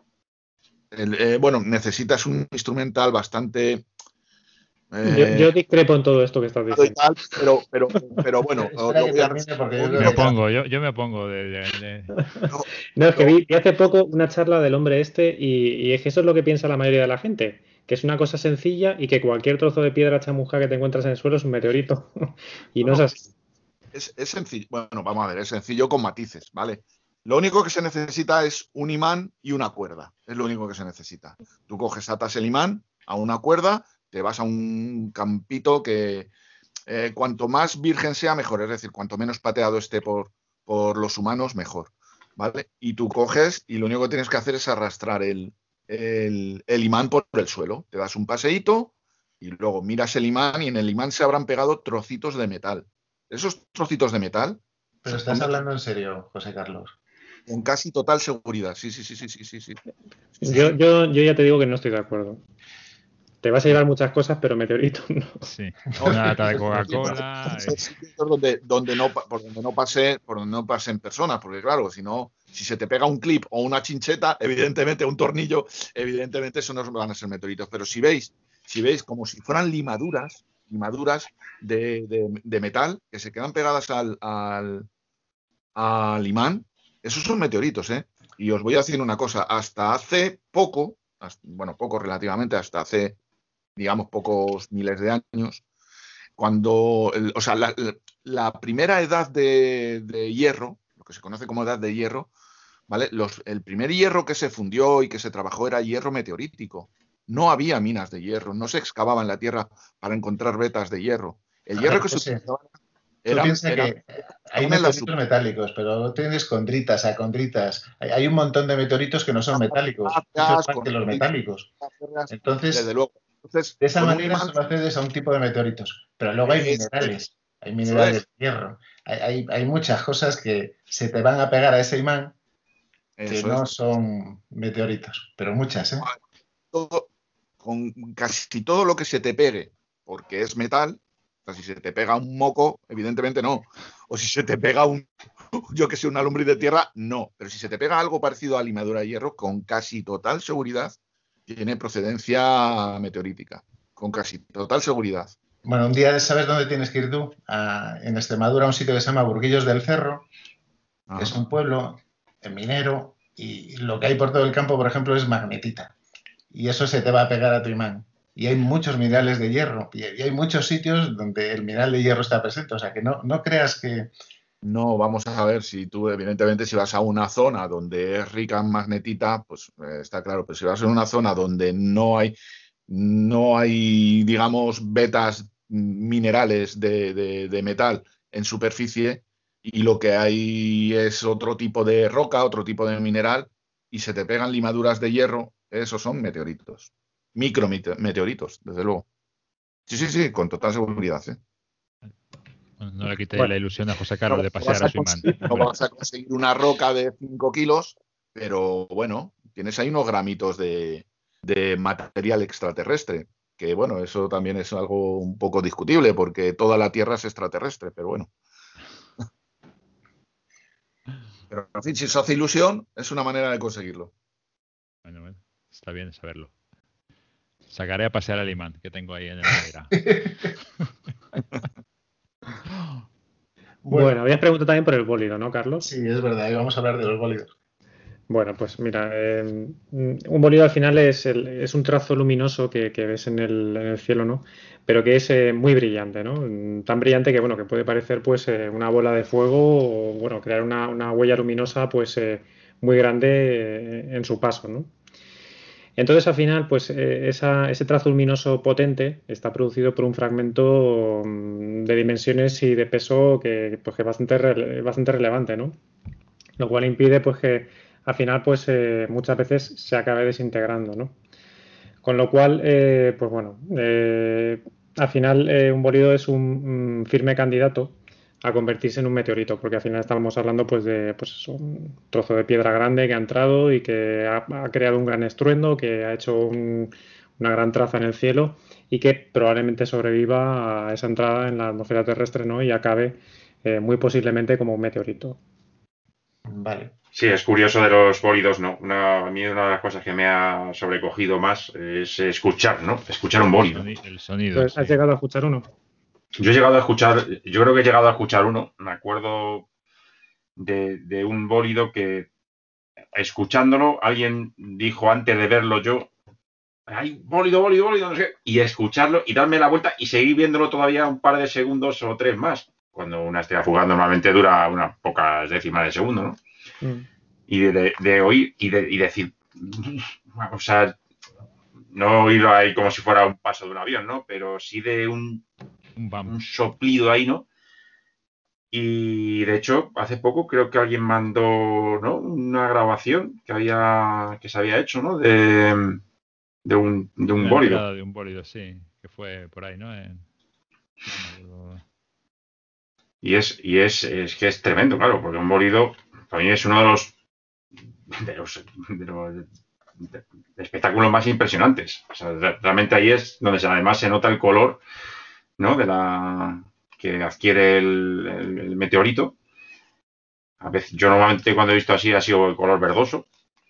[SPEAKER 4] el, eh, bueno, necesitas un instrumental bastante...
[SPEAKER 2] Yo,
[SPEAKER 4] Eh,
[SPEAKER 2] yo discrepo en todo esto que estás diciendo.
[SPEAKER 4] tal, pero, pero, pero bueno,
[SPEAKER 1] Espera
[SPEAKER 4] lo
[SPEAKER 1] que
[SPEAKER 4] voy a
[SPEAKER 1] termine porque yo
[SPEAKER 4] resumir.
[SPEAKER 1] creo
[SPEAKER 3] Me
[SPEAKER 1] que
[SPEAKER 3] opongo, yo, yo me opongo de, de- de-
[SPEAKER 4] No,
[SPEAKER 2] No, es que
[SPEAKER 4] no,
[SPEAKER 2] vi, vi hace poco una charla del hombre este y, y es que eso es lo que piensa la mayoría de la gente, que es una cosa sencilla y que cualquier trozo de piedra chamusca que te encuentras en el suelo es un meteorito. Y no es
[SPEAKER 4] no,
[SPEAKER 2] así.
[SPEAKER 4] es, es sencillo. Bueno, vamos a ver, es sencillo con matices, ¿vale? Lo único que se necesita es un imán y una cuerda. Es lo único que se necesita. Tú coges, atas el imán a una cuerda, te vas a un campito que eh, cuanto más virgen sea, mejor. Es decir, cuanto menos pateado esté por, por los humanos, mejor. ¿Vale? Y tú coges y lo único que tienes que hacer es arrastrar el, el, el imán por el suelo. Te das un paseíto y luego miras el imán y en el imán se habrán pegado trocitos de metal. Esos trocitos de metal
[SPEAKER 1] Pero
[SPEAKER 4] son
[SPEAKER 1] estás hablando en serio, José Carlos.
[SPEAKER 4] con casi total seguridad. Sí, sí, sí, sí, sí, sí, sí. Sí, sí,
[SPEAKER 2] Yo,
[SPEAKER 4] sí.
[SPEAKER 2] yo, yo ya te digo que no estoy de acuerdo. Te vas a llevar muchas cosas, pero meteorito no.
[SPEAKER 3] sí,
[SPEAKER 4] No,
[SPEAKER 3] una lata de
[SPEAKER 1] eso es cierto.
[SPEAKER 3] Coca-Cola.
[SPEAKER 4] Son sitios donde, donde no, pa- por donde no pase, por donde no pasen personas, porque claro, si no, si se te pega un clip o una chincheta, evidentemente un tornillo, evidentemente eso no van a ser meteoritos. Pero si veis, si veis como si fueran limaduras, limaduras de, de- de metal que se quedan pegadas al, al, al imán, esos son meteoritos, ¿eh? Y os voy a decir una cosa, hasta hace poco, hasta- bueno, poco relativamente, hasta hace, digamos, pocos miles de años, cuando, el- o sea, la, la- la primera edad de, de hierro, lo que se conoce como edad de hierro, ¿vale? Los, el primer hierro que se fundió y que se trabajó era hierro meteorítico. No había minas de hierro, no se excavaba en la tierra para encontrar vetas de hierro. El
[SPEAKER 1] A
[SPEAKER 4] hierro
[SPEAKER 1] ver,
[SPEAKER 4] que se
[SPEAKER 1] José,
[SPEAKER 4] utilizaba
[SPEAKER 1] tú
[SPEAKER 4] eran,
[SPEAKER 1] piensas
[SPEAKER 4] eran
[SPEAKER 1] que Hay meteoritos metálicos, pero tienes condritas, acondritas. Hay, hay un montón de meteoritos que no son metálicos, muchos más que los metálicos. Entonces,
[SPEAKER 4] desde luego. Entonces,
[SPEAKER 1] de esa
[SPEAKER 4] con un
[SPEAKER 1] manera
[SPEAKER 4] imán-
[SPEAKER 1] solo accedes a un tipo de meteoritos. Pero luego hay
[SPEAKER 4] Eso
[SPEAKER 1] minerales, hay
[SPEAKER 4] Eso
[SPEAKER 1] minerales
[SPEAKER 4] es.
[SPEAKER 1] de hierro. Hay, hay, hay muchas cosas que se te van a pegar a ese imán que
[SPEAKER 4] Eso
[SPEAKER 1] no
[SPEAKER 4] es.
[SPEAKER 1] son meteoritos, pero muchas, ¿eh?
[SPEAKER 4] Todo- con casi todo lo que se te pegue, porque es metal, o sea, si se te pega un moco, evidentemente no. O si se te pega un, yo que sé, una lombriz de tierra, no. Pero si se te pega algo parecido a limadura de hierro, con casi total seguridad, tiene procedencia meteorítica. Con casi total seguridad.
[SPEAKER 1] Bueno, un día sabes dónde tienes que ir tú. A- en Extremadura, un sitio que se llama Burguillos del Cerro, que es
[SPEAKER 4] Ajá.
[SPEAKER 1] un pueblo eh, minero, y lo que hay por todo el campo, por ejemplo, es magnetita. Y eso se te va a pegar a tu imán. Y hay muchos minerales de hierro, y y hay muchos sitios donde el mineral de hierro está presente. O sea, que no, no creas que...
[SPEAKER 4] No, vamos a ver si tú, evidentemente, si vas a una zona donde es rica en magnetita, pues eh, está claro, pero si vas a una zona donde no hay, no hay, digamos, vetas minerales de, de- de metal en superficie y lo que hay es otro tipo de roca, otro tipo de mineral y se te pegan limaduras de hierro, esos son meteoritos, micrometeoritos, desde luego. Sí, sí, sí, con total seguridad, ¿eh?
[SPEAKER 3] No le quitéis
[SPEAKER 2] Bueno.
[SPEAKER 3] la ilusión a José
[SPEAKER 4] No,
[SPEAKER 3] Carlos de
[SPEAKER 4] no
[SPEAKER 3] pasear
[SPEAKER 4] vas
[SPEAKER 3] a
[SPEAKER 4] a
[SPEAKER 3] su imán.
[SPEAKER 4] conseguir, no vas a conseguir una roca de cinco kilos, pero bueno, tienes ahí unos gramitos de, de material extraterrestre, que bueno, eso también es algo un poco discutible, porque toda la Tierra es extraterrestre, pero bueno. Pero en fin, si os hace ilusión, es una manera de conseguirlo.
[SPEAKER 3] Bueno, bueno, está bien saberlo. Sacaré a pasear al imán que tengo ahí en el nevera.
[SPEAKER 2] Bueno,
[SPEAKER 1] Bueno,
[SPEAKER 2] habías preguntado también por el bólido, ¿no, Carlos?
[SPEAKER 1] sí, es verdad, y vamos a hablar de los bólidos.
[SPEAKER 2] Bueno, pues mira, eh, un bólido al final es, el- es un trazo luminoso que, que ves en el, en el cielo, ¿no? Pero que es eh, muy brillante, ¿no? Mm, Tan brillante que, bueno, que puede parecer pues eh, una bola de fuego o, bueno, crear una, una huella luminosa pues eh, muy grande eh, en su paso, ¿no? Entonces, al final, pues eh, esa- ese trazo luminoso potente está producido por un fragmento mm, de dimensiones y de peso que, pues, que es bastante, rele- bastante relevante, ¿no? Lo cual impide pues que al final pues eh, muchas veces se acabe desintegrando, ¿no? Con lo cual, eh, pues bueno, eh, al final eh, un bólido es un, un firme candidato a convertirse en un meteorito, porque al final estamos hablando pues de pues eso, un trozo de piedra grande que ha entrado y que ha, ha creado un gran estruendo, que ha hecho un- una gran traza en el cielo y que probablemente sobreviva a esa entrada en la atmósfera terrestre, ¿no? Y acabe eh, muy posiblemente como un meteorito.
[SPEAKER 1] Vale.
[SPEAKER 5] Sí, es curioso de los bólidos, ¿no? Una, a mí una de las cosas que me ha sobrecogido más es escuchar, ¿no? Escuchar un
[SPEAKER 3] El,
[SPEAKER 5] bólido.
[SPEAKER 3] soni- el sonido,
[SPEAKER 2] ¿Has
[SPEAKER 3] sí.
[SPEAKER 2] llegado a escuchar uno?
[SPEAKER 5] Yo he llegado a escuchar, yo creo que he llegado a escuchar uno, me acuerdo de, de un bólido que escuchándolo, alguien dijo antes de verlo yo, ¡ay, bólido, bólido, bólido! No sé, y escucharlo y darme la vuelta y seguir viéndolo todavía un par de segundos o tres más. Cuando una estrella fugaz normalmente dura unas pocas décimas de segundo, ¿no?
[SPEAKER 2] Mm.
[SPEAKER 5] Y de, de oír y, de, y decir, o sea, no oírlo ahí como si fuera un paso de un avión, ¿no? Pero sí de un,
[SPEAKER 3] Un bam.
[SPEAKER 5] un soplido ahí, ¿no? Y de hecho, hace poco creo que alguien mandó, ¿no? Una grabación que había que se había hecho, ¿no? De, de un, de un
[SPEAKER 3] Una
[SPEAKER 5] bólido.
[SPEAKER 3] entrada de un bólido, sí, que fue por ahí, ¿no? En- no me acuerdo.
[SPEAKER 5] Y es, y es, es que es tremendo, claro, porque un bólido para mí es uno de los de los, de los de- de espectáculos más impresionantes. O sea, re- realmente ahí es donde se- además se nota el color, ¿no? De la que adquiere el, el- el meteorito. A veces, yo normalmente cuando he visto así ha sido el color verdoso.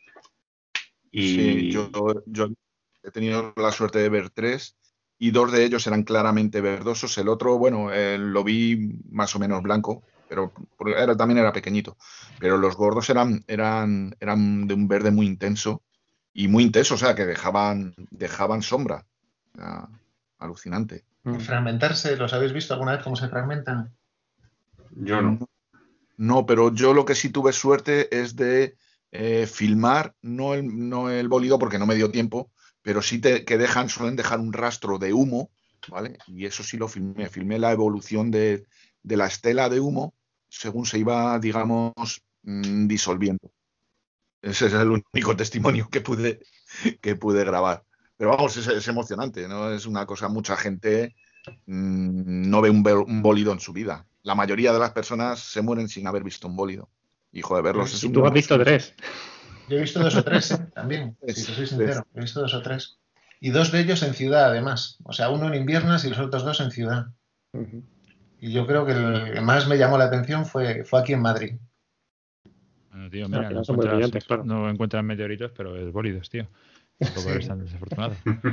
[SPEAKER 4] Sí,
[SPEAKER 5] Y
[SPEAKER 4] yo, yo he tenido la suerte de ver tres y dos de ellos eran claramente verdosos. El otro, bueno, eh, lo vi más o menos blanco, pero porque era, también era pequeñito. Pero los gordos eran, eran, eran de un verde muy intenso y muy intenso, o sea, que dejaban, dejaban sombra. O sea, alucinante.
[SPEAKER 2] Mm.
[SPEAKER 1] Fragmentarse, ¿los habéis visto alguna vez cómo se fragmentan?
[SPEAKER 5] yo no.
[SPEAKER 4] No, no, pero yo lo que sí tuve suerte es de eh, filmar, no el, no el bólido porque no me dio tiempo, pero sí te, que dejan, suelen dejar un rastro de humo, ¿vale? Y eso sí lo filmé, filmé la evolución de, de la estela de humo según se iba, digamos, mmm, disolviendo. Ese es el único testimonio que pude, que pude grabar. Pero vamos, es, es emocionante, ¿no? Es una cosa, mucha gente mmm, no ve un, un bólido en su vida. La mayoría de las personas se mueren sin haber visto un bólido. Hijo de verlos. Es
[SPEAKER 2] Y
[SPEAKER 4] un
[SPEAKER 2] tú has visto tres.
[SPEAKER 1] Yo he visto dos o tres, ¿eh? También, si te soy sincero. He visto dos o tres. Y dos de ellos en ciudad, además. O sea, uno en inviernas y los otros dos en ciudad. Uh-huh. Y yo creo que el que más me llamó la atención fue, fue aquí en Madrid.
[SPEAKER 3] Bueno, tío, mira, no, no, encuentras,
[SPEAKER 2] claro.
[SPEAKER 3] no encuentran meteoritos, pero es bólidos, tío. Tampoco sí. Eres tan desafortunado.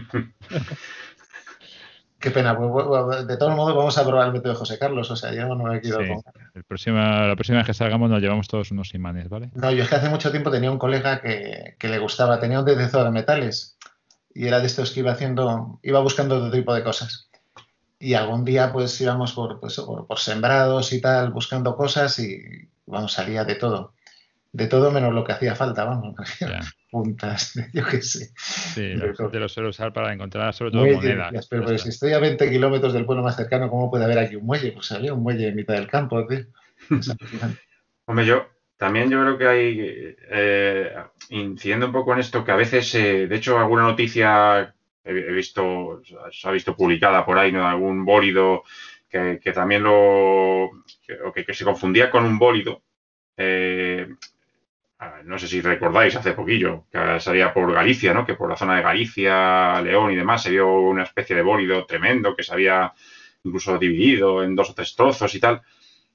[SPEAKER 1] Qué pena, pues, de todos modos vamos a probar el método de José Carlos, o sea, yo no me quiero
[SPEAKER 3] sí.
[SPEAKER 1] con...
[SPEAKER 3] el próximo, La próxima vez que salgamos nos llevamos todos unos imanes, ¿vale?
[SPEAKER 1] No, yo es que hace mucho tiempo tenía un colega que, que le gustaba, tenía un detector de metales y era de estos que iba haciendo, iba buscando otro tipo de cosas. Y algún día pues íbamos por, pues, por, por sembrados y tal, buscando cosas y vamos, salía de todo. De todo menos lo que hacía falta, vamos. Yeah. Puntas, yo qué sé.
[SPEAKER 3] Sí, la gente lo suele usar para encontrar sobre todo
[SPEAKER 1] muelle,
[SPEAKER 3] monedas.
[SPEAKER 1] Pero, pero si estoy a veinte kilómetros del pueblo más cercano, ¿cómo puede haber aquí un muelle? Pues había un muelle en mitad del campo, tío.
[SPEAKER 5] Hombre, yo también yo creo que hay, eh, incidiendo un poco en esto, que a veces, eh, de hecho, alguna noticia he, he visto, se ha visto publicada por ahí, ¿no? Algún bólido que, que también lo, que, que se confundía con un bólido. Eh, no sé si recordáis hace poquillo, que salía por Galicia, ¿no? Que por la zona de Galicia, León y demás, se vio una especie de bólido tremendo que se había incluso dividido en dos o tres trozos y tal.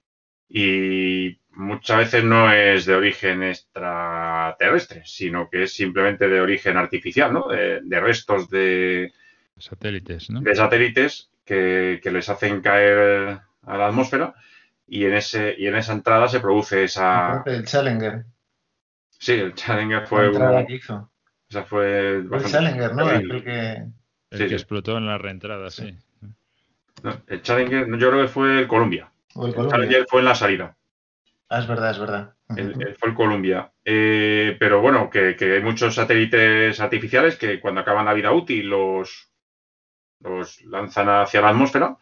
[SPEAKER 5] Y muchas veces no es de origen extraterrestre, sino que es simplemente de origen artificial, ¿no? De, de restos de
[SPEAKER 3] satélites, ¿no?
[SPEAKER 5] De satélites que, que les hacen caer a la atmósfera y en ese y en esa entrada se produce esa...
[SPEAKER 1] El Challenger.
[SPEAKER 5] Sí, el Challenger fue
[SPEAKER 1] la entrada
[SPEAKER 5] uno...
[SPEAKER 1] que hizo.
[SPEAKER 5] Esa fue
[SPEAKER 1] el Challenger, ¿no? Aquel que...
[SPEAKER 3] El
[SPEAKER 5] sí,
[SPEAKER 3] que
[SPEAKER 5] sí.
[SPEAKER 3] explotó en la reentrada, sí. sí.
[SPEAKER 5] No, el Challenger, yo creo que fue el Columbia.
[SPEAKER 1] O el,
[SPEAKER 5] el
[SPEAKER 1] Columbia.
[SPEAKER 5] Challenger fue en la salida.
[SPEAKER 1] Ah, es verdad, es verdad.
[SPEAKER 5] El, el, fue el Columbia. Eh, pero bueno, que, que hay muchos satélites artificiales que cuando acaban la vida útil los, los lanzan hacia la atmósfera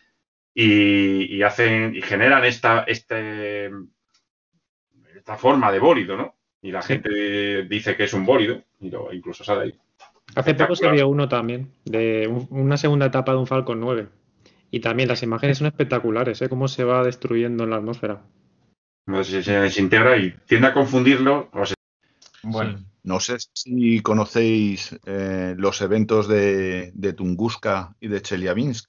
[SPEAKER 5] y, y hacen y generan esta, este, esta forma de bólido, ¿no? Y la sí. gente dice que es un bólido y lo incluso sale ahí.
[SPEAKER 2] Hace poco se vio uno también, de un, una segunda etapa de un Falcon nueve. Y también las imágenes son espectaculares, ¿eh? Cómo se va destruyendo en la atmósfera.
[SPEAKER 5] No sé si se desintegra y tiende a confundirlo. O sea,
[SPEAKER 4] bueno, sí. No sé si conocéis eh, los eventos de, de Tunguska y de Chelyabinsk.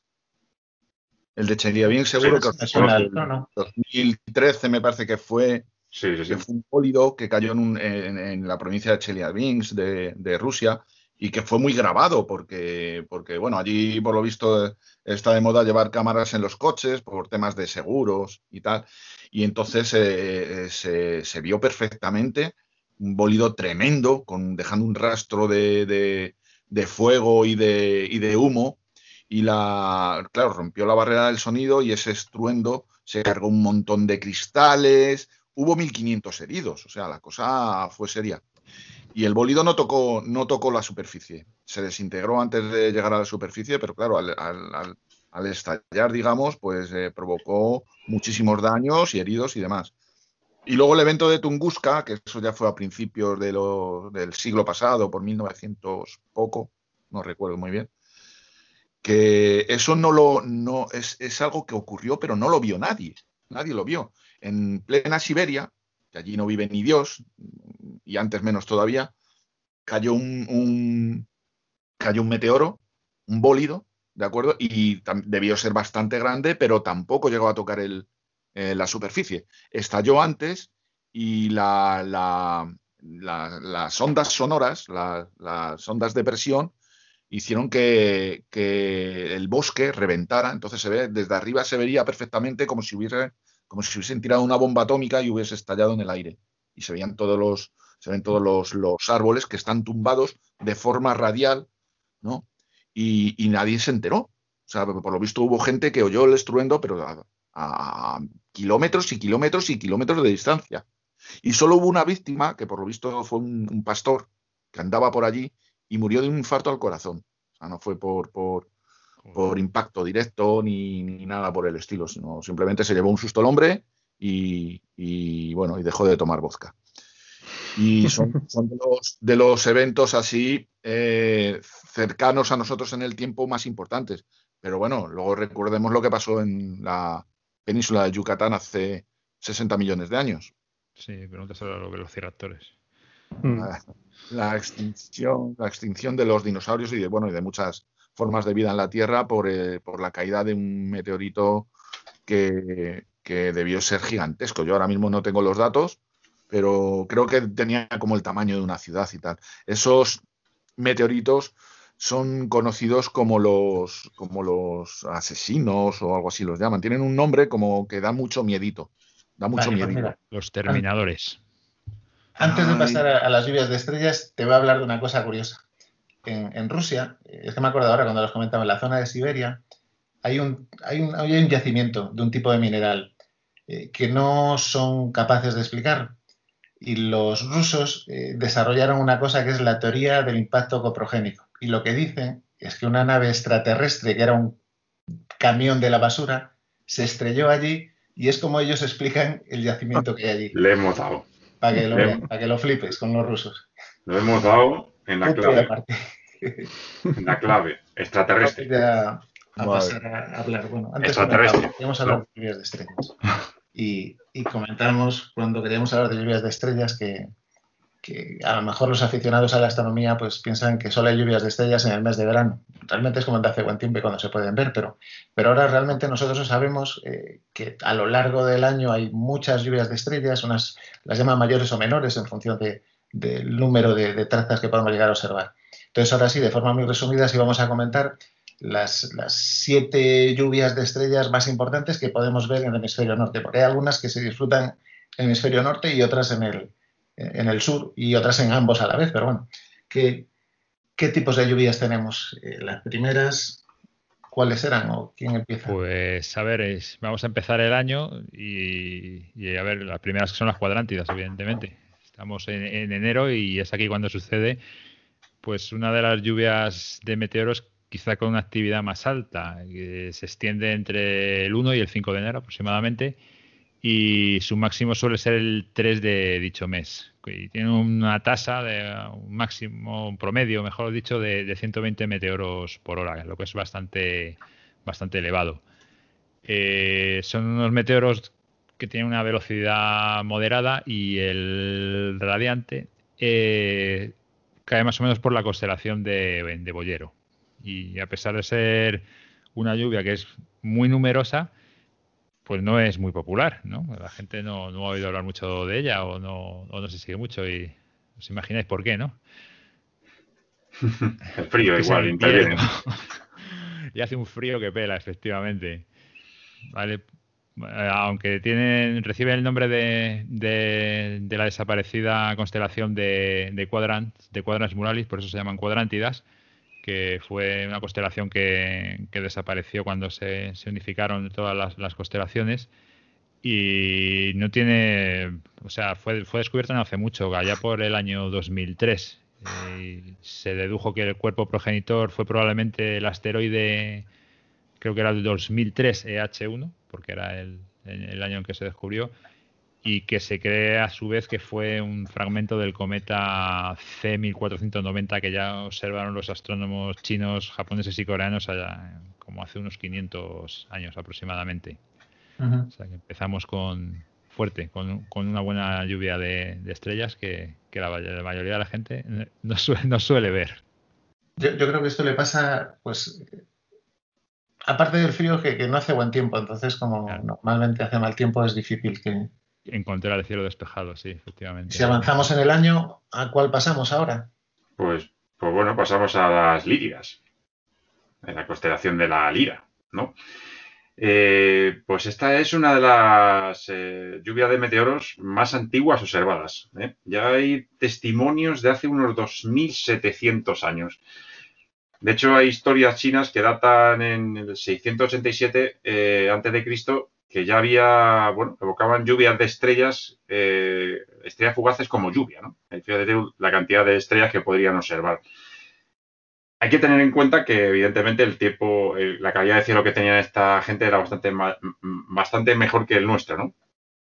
[SPEAKER 4] El de Chelyabinsk seguro sí, que os conoce. No, no. dos mil trece me parece que fue,
[SPEAKER 5] sí, sí, sí.
[SPEAKER 4] que fue un bólido que cayó en, un, en, en la provincia de Chelyabinsk de, de Rusia y que fue muy grabado porque, porque, bueno, allí por lo visto está de moda llevar cámaras en los coches por temas de seguros y tal. Y entonces eh, se, se vio perfectamente un bólido tremendo, con, dejando un rastro de, de, de fuego y de, y de humo. Y la, claro, rompió la barrera del sonido y ese estruendo se cargó un montón de cristales. Hubo mil quinientos heridos, o sea, la cosa fue seria. Y el bólido no tocó, no tocó la superficie. Se desintegró antes de llegar a la superficie, pero claro, al, al, al, al estallar, digamos, pues eh, provocó muchísimos daños y heridos y demás. Y luego el evento de Tunguska, que eso ya fue a principios de lo, del siglo pasado, por mil novecientos poco, no recuerdo muy bien, que eso no lo, no, es, es algo que ocurrió, pero no lo vio nadie. Nadie lo vio. En plena Siberia, que allí no vive ni Dios, y antes menos todavía, cayó un, un, cayó un meteoro, un bólido, ¿de acuerdo? Y debió ser bastante grande, pero tampoco llegó a tocar el, eh, la superficie. Estalló antes y la, la, la, las ondas sonoras, la, las ondas de presión, hicieron que, que el bosque reventara. Entonces se ve, desde arriba se vería perfectamente como si hubiese, como si hubiesen tirado una bomba atómica y hubiese estallado en el aire. Y se veían todos los, se ven todos los, los árboles que están tumbados de forma radial, ¿no? Y, y nadie se enteró. O sea, por lo visto hubo gente que oyó el estruendo, pero a, a kilómetros y kilómetros y kilómetros de distancia. Y solo hubo una víctima, que por lo visto fue un, un pastor que andaba por allí y murió de un infarto al corazón. O sea, no fue por, por, por impacto directo ni, ni nada por el estilo, sino simplemente se llevó un susto el hombre y, y, bueno, y dejó de tomar vodka. Y son, son de, los, de los eventos así eh, cercanos a nosotros en el tiempo más importantes. Pero bueno, luego recordemos lo que pasó en la península de Yucatán hace sesenta millones de años.
[SPEAKER 3] Sí, pregúntaselo a los velociraptores.
[SPEAKER 4] La, la extinción, la extinción de los dinosaurios y de, bueno, y de muchas formas de vida en la Tierra por, eh, por la caída de un meteorito que, que debió ser gigantesco. Yo ahora mismo no tengo los datos, pero creo que tenía como el tamaño de una ciudad y tal. Esos meteoritos son conocidos como los, como los asesinos o algo así los llaman. Tienen un nombre como que da mucho miedito. Da mucho
[SPEAKER 1] Vale, pues
[SPEAKER 4] miedito.
[SPEAKER 1] mira,
[SPEAKER 3] Los terminadores.
[SPEAKER 1] antes de
[SPEAKER 4] Ay.
[SPEAKER 1] pasar a, a las lluvias de estrellas, te voy a hablar de una cosa curiosa. En, en Rusia, es que me acuerdo ahora cuando los comentaba, en la zona de Siberia, hay un, hay un, hay un yacimiento de un tipo de mineral eh, que no son capaces de explicar. Y los rusos eh, desarrollaron una cosa que es la teoría del impacto coprogénico. Y lo que dicen es que una nave extraterrestre, que era un camión de la basura, se estrelló allí y es como ellos explican el yacimiento que hay allí.
[SPEAKER 5] Le hemos dado.
[SPEAKER 1] Para que lo
[SPEAKER 5] Le-
[SPEAKER 1] vean, para que lo flipes con los rusos.
[SPEAKER 5] Lo hemos dado en la
[SPEAKER 1] Punto y
[SPEAKER 5] clave.
[SPEAKER 1] aparte.
[SPEAKER 5] En la clave.
[SPEAKER 1] Vamos
[SPEAKER 5] Extraterrestre.
[SPEAKER 1] ya a
[SPEAKER 4] Vale.
[SPEAKER 1] pasar a hablar. Bueno, antes
[SPEAKER 5] Extraterrestre.
[SPEAKER 1] comentábamos, queríamos hablar
[SPEAKER 5] No.
[SPEAKER 1] de lluvias de estrellas. Y, y comentamos cuando queríamos hablar de lluvias de estrellas que, que a lo mejor los aficionados a la astronomía pues piensan que solo hay lluvias de estrellas en el mes de verano. Realmente es como de hace buen tiempo y cuando se pueden ver, pero, pero ahora realmente nosotros sabemos eh, que a lo largo del año hay muchas lluvias de estrellas, unas las llaman mayores o menores en función de, del número de, de trazas que podemos llegar a observar. Entonces ahora sí, de forma muy resumida, sí vamos a comentar las, las siete lluvias de estrellas más importantes que podemos ver en el hemisferio norte, porque hay algunas que se disfrutan en el hemisferio norte y otras en el, en el sur y otras en ambos a la vez, pero bueno, ¿qué, qué tipos de lluvias tenemos? Eh, las primeras, ¿cuáles eran o quién empieza?
[SPEAKER 3] Pues a ver, es- vamos a empezar el año y, y a ver, las primeras que son las cuadrántidas, evidentemente. Estamos en, en enero y es aquí cuando sucede pues una de las lluvias de meteoros quizá con una actividad más alta, que se extiende entre el uno y el cinco de enero aproximadamente y su máximo suele ser el tres de dicho mes. Y tiene una tasa de un máximo, un promedio, mejor dicho, de, de ciento veinte meteoros por hora, lo que es bastante, bastante elevado. Eh, son unos meteoros que tienen una velocidad moderada y el radiante eh, cae más o menos por la constelación de, de Boyero. Y a pesar de ser una lluvia que es muy numerosa, pues no es muy popular, ¿no? La gente no, no ha oído hablar mucho de ella o no, o no se sigue mucho y os imagináis por qué, ¿no?
[SPEAKER 5] El frío
[SPEAKER 3] Que es en
[SPEAKER 5] igual
[SPEAKER 3] invierno.
[SPEAKER 5] interviene.
[SPEAKER 3] Y hace un frío que pela, efectivamente. Vale. Eh, Aunque tienen, reciben el nombre de, de, de la desaparecida constelación de, de Quadrant, de Quadrans Muralis, por eso se llaman cuadrántidas, que fue una constelación que, que desapareció cuando se, se unificaron todas las, las constelaciones y no tiene, o sea, fue, fue descubierta no hace mucho, allá por el año dos mil tres. Y se dedujo que el cuerpo progenitor fue probablemente el asteroide, creo que era el dos mil tres E H uno, porque era el, el año en que se descubrió, y que se cree a su vez que fue un fragmento del cometa C mil cuatrocientos noventa que ya observaron los astrónomos chinos, japoneses y coreanos allá, como hace unos quinientos años aproximadamente.
[SPEAKER 1] Uh-huh.
[SPEAKER 3] O sea que empezamos con fuerte, con, con una buena lluvia de, de estrellas que, que la, la mayoría de la gente no suele, no suele ver.
[SPEAKER 1] Yo, yo creo que esto le pasa, pues, aparte del frío, que, que no hace buen tiempo, entonces como
[SPEAKER 3] Claro.
[SPEAKER 1] normalmente hace mal tiempo es difícil que...
[SPEAKER 3] Encontrar el cielo despejado, sí, efectivamente.
[SPEAKER 1] Si avanzamos en el año, ¿a cuál pasamos ahora?
[SPEAKER 5] Pues, pues bueno, pasamos a las Líridas, en la constelación de la Lira, ¿no? Eh, pues esta es una de las eh, lluvias de meteoros más antiguas observadas, ¿eh? Ya hay testimonios de hace unos dos mil setecientos años. De hecho, hay historias chinas que datan en el seiscientos ochenta y siete eh, antes de Cristo, que ya había, bueno, evocaban lluvias de estrellas, eh, estrellas fugaces como lluvia, ¿no? Fíjate la cantidad de estrellas que podrían observar. Hay que tener en cuenta que, evidentemente, el tiempo, el, la calidad de cielo que tenía esta gente era bastante, ma, bastante mejor que el nuestro, ¿no?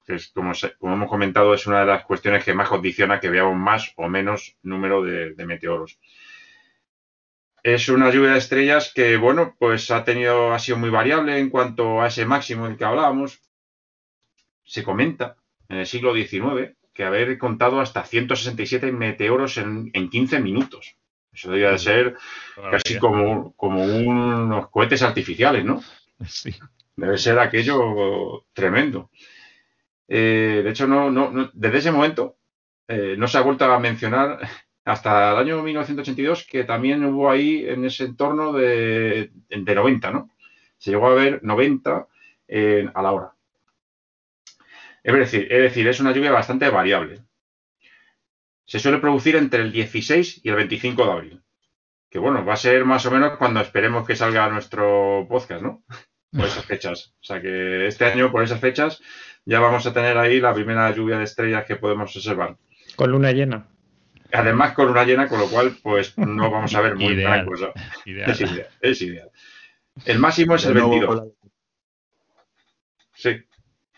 [SPEAKER 5] que es como, se, como hemos comentado, es una de las cuestiones que más condiciona que veamos más o menos número de, de meteoros. Es una lluvia de estrellas que, bueno, pues ha tenido, ha sido muy variable en cuanto a ese máximo del que hablábamos. Se comenta en el siglo diecinueve que haber contado hasta ciento sesenta y siete meteoros en, en quince minutos. Eso debía de ser casi como, como unos cohetes artificiales, ¿no?
[SPEAKER 3] Sí.
[SPEAKER 5] Debe ser aquello tremendo. Eh, de hecho, no, no, no, desde ese momento eh, no se ha vuelto a mencionar hasta el año mil novecientos ochenta y dos, que también hubo ahí en ese entorno de, de noventa, ¿no? Se llegó a ver noventa eh, a la hora. Es decir, es decir, es una lluvia bastante variable. Se suele producir entre el dieciséis y el veinticinco de abril. Que bueno, va a ser más o menos cuando esperemos que salga nuestro podcast, ¿no? Por esas fechas. O sea que este año, por esas fechas, ya vamos a tener ahí la primera lluvia de estrellas que podemos observar.
[SPEAKER 2] Con luna llena.
[SPEAKER 5] Además, con luna llena, con lo cual, pues no vamos a ver muy
[SPEAKER 3] ideal,
[SPEAKER 5] blancos, ¿no?
[SPEAKER 3] Ideal.
[SPEAKER 5] Es ideal, es ideal. El máximo es el veintidós. Sí.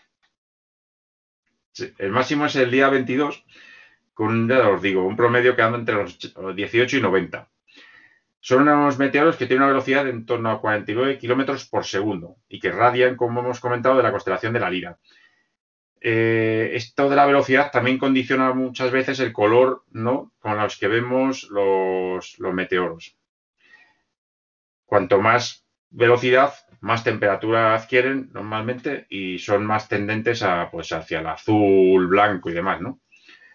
[SPEAKER 5] Sí. El máximo es el día veintidós, con, ya os digo, un promedio que anda entre los dieciocho y noventa. Son unos meteoros que tienen una velocidad de en torno a cuarenta y nueve kilómetros por segundo y que radian, como hemos comentado, de la constelación de la Lira. Eh, esto de la velocidad también condiciona muchas veces el color, ¿no?, con los que vemos los, los meteoros. Cuanto más velocidad, más temperatura adquieren normalmente y son más tendentes a, pues, hacia el azul, blanco y demás, ¿no?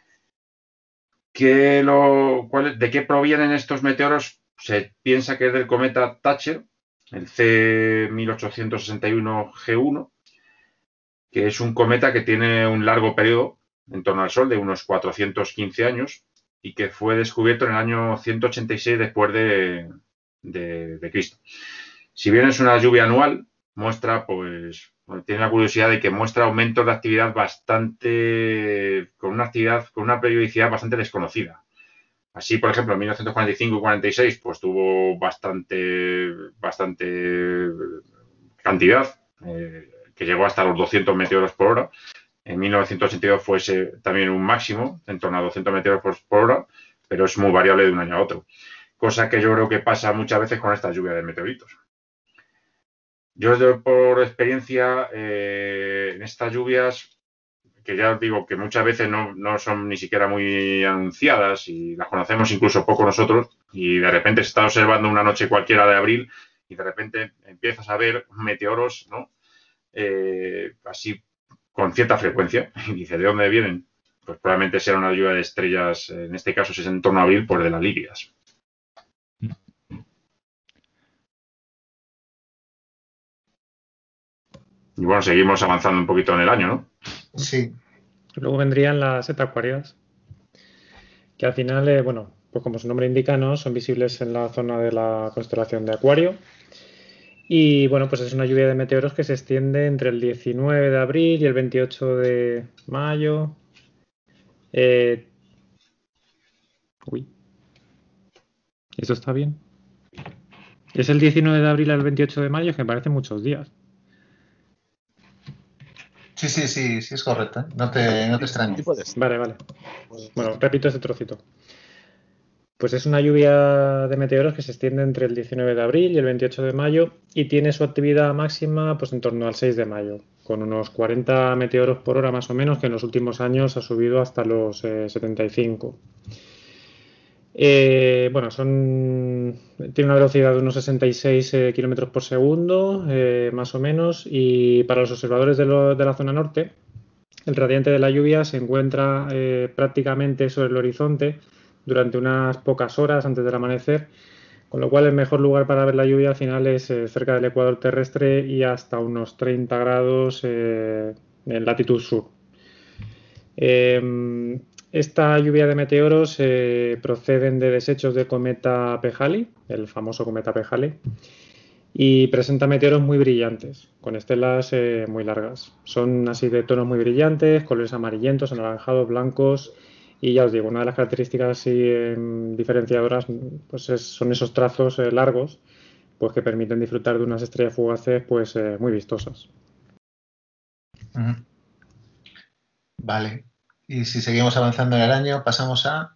[SPEAKER 5] ¿Qué lo, cuál, ¿De qué provienen estos meteoros? Se piensa que es del cometa Thatcher, el C mil ochocientos sesenta y uno G uno, que es un cometa que tiene un largo periodo en torno al Sol de unos cuatrocientos quince años y que fue descubierto en el año ciento ochenta y seis después de, de, de Cristo. Si bien es una lluvia anual, muestra, pues, tiene la curiosidad de que muestra aumentos de actividad bastante, con una actividad, con una periodicidad bastante desconocida. Así, por ejemplo, en mil novecientos cuarenta y cinco y cuarenta y seis, pues tuvo bastante, bastante cantidad, eh, que llegó hasta los doscientos meteoros por hora. En mil novecientos ochenta y dos fue ese, también un máximo, en torno a doscientos meteoros por, por hora, pero es muy variable de un año a otro. Cosa que yo creo que pasa muchas veces con esta lluvia de meteoritos. Yo, por experiencia, eh, en estas lluvias, que ya os digo que muchas veces no, no son ni siquiera muy anunciadas y las conocemos incluso poco nosotros, y de repente se está observando una noche cualquiera de abril y de repente empiezas a ver meteoros, ¿no? Eh, así con cierta frecuencia, y dices, ¿de dónde vienen? Pues probablemente será una lluvia de estrellas, en este caso si es en torno a abril, pues de las Líridas. Y bueno, seguimos avanzando un poquito en el año, ¿no?
[SPEAKER 1] Sí.
[SPEAKER 2] Luego vendrían las hetacuáridas, que al final, eh, bueno, pues como su nombre indica, ¿no?, son visibles en la zona de la constelación de Acuario. Y bueno, pues es una lluvia de meteoros que se extiende entre el diecinueve de abril y el veintiocho de mayo. Eh... Uy. ¿Eso está bien? Es el diecinueve de abril al veintiocho de mayo, que me parecen muchos días.
[SPEAKER 1] Sí, sí, sí, sí es correcto, ¿eh? No te, no te extrañes.
[SPEAKER 2] Vale, vale. Bueno, repito ese trocito. Pues es una lluvia de meteoros que se extiende entre el diecinueve de abril y el veintiocho de mayo y tiene su actividad máxima pues en torno al seis de mayo, con unos cuarenta meteoros por hora más o menos, que en los últimos años ha subido hasta los eh, setenta y cinco. Eh, bueno, son tiene una velocidad de unos sesenta y seis eh, kilómetros por segundo, eh, más o menos, y para los observadores de, lo, de la zona norte, el radiante de la lluvia se encuentra eh, prácticamente sobre el horizonte durante unas pocas horas antes del amanecer, con lo cual el mejor lugar para ver la lluvia al final es eh, cerca del ecuador terrestre y hasta unos treinta grados eh, en latitud sur. Eh, esta lluvia de meteoros eh, proceden de desechos del cometa Pejali, el famoso cometa Pejali, y presenta meteoros muy brillantes, con estelas eh, muy largas. Son así de tonos muy brillantes, colores amarillentos, anaranjados, blancos, y ya os digo, una de las características así, eh, diferenciadoras pues es, son esos trazos eh, largos, pues que permiten disfrutar de unas estrellas fugaces pues eh, muy vistosas.
[SPEAKER 1] Uh-huh. Vale. Y si seguimos avanzando en el año, pasamos a...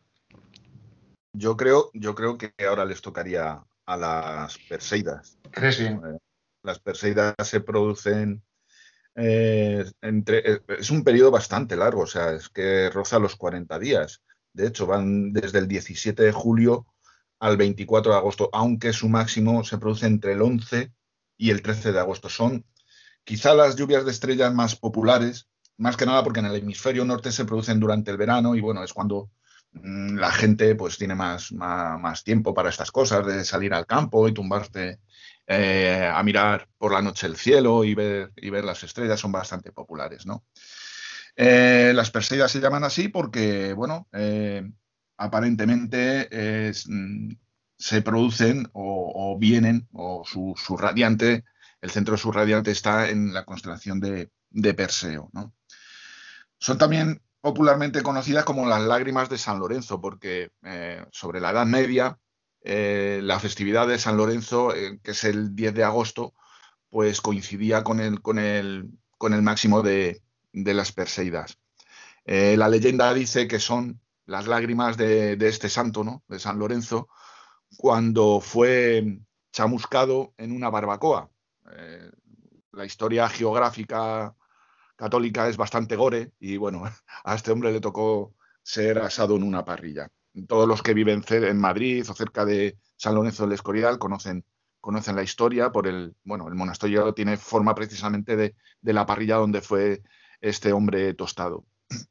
[SPEAKER 4] Yo creo, yo creo que ahora les tocaría a las Perseidas.
[SPEAKER 1] ¿Crees bien?
[SPEAKER 4] Eh, Las Perseidas se producen eh, entre... eh, Es un periodo bastante largo, o sea, es que roza los cuarenta días. De hecho, van desde el diecisiete de julio al veinticuatro de agosto, aunque su máximo se produce entre el once y el trece de agosto. Son quizá las lluvias de estrellas más populares, más que nada porque en el hemisferio norte se producen durante el verano y bueno, es cuando mmm, la gente pues tiene más, más, más, tiempo para estas cosas, de salir al campo y tumbarse eh, a mirar por la noche el cielo y ver, y ver las estrellas, son bastante populares, ¿no? Eh, las Perseidas se llaman así porque, bueno, eh, aparentemente es, mm, se producen o, o vienen, o su, su radiante, el centro de su radiante está en la constelación de, de Perseo, ¿no? Son también popularmente conocidas como las lágrimas de San Lorenzo, porque eh, sobre la Edad Media, eh, la festividad de San Lorenzo, eh, que es el diez de agosto, pues coincidía con el, con el, con el máximo de, de las Perseidas. Eh, la leyenda dice que son las lágrimas de, de este santo, ¿no? De San Lorenzo, cuando fue chamuscado en una barbacoa. Eh, la historia geográfica católica es bastante gore y bueno, a este hombre le tocó ser asado en una parrilla. Todos los que viven en Madrid o cerca de San Lorenzo del Escorial conocen, conocen la historia por el, bueno, el monasterio tiene forma precisamente de, de la parrilla donde fue este hombre tostado.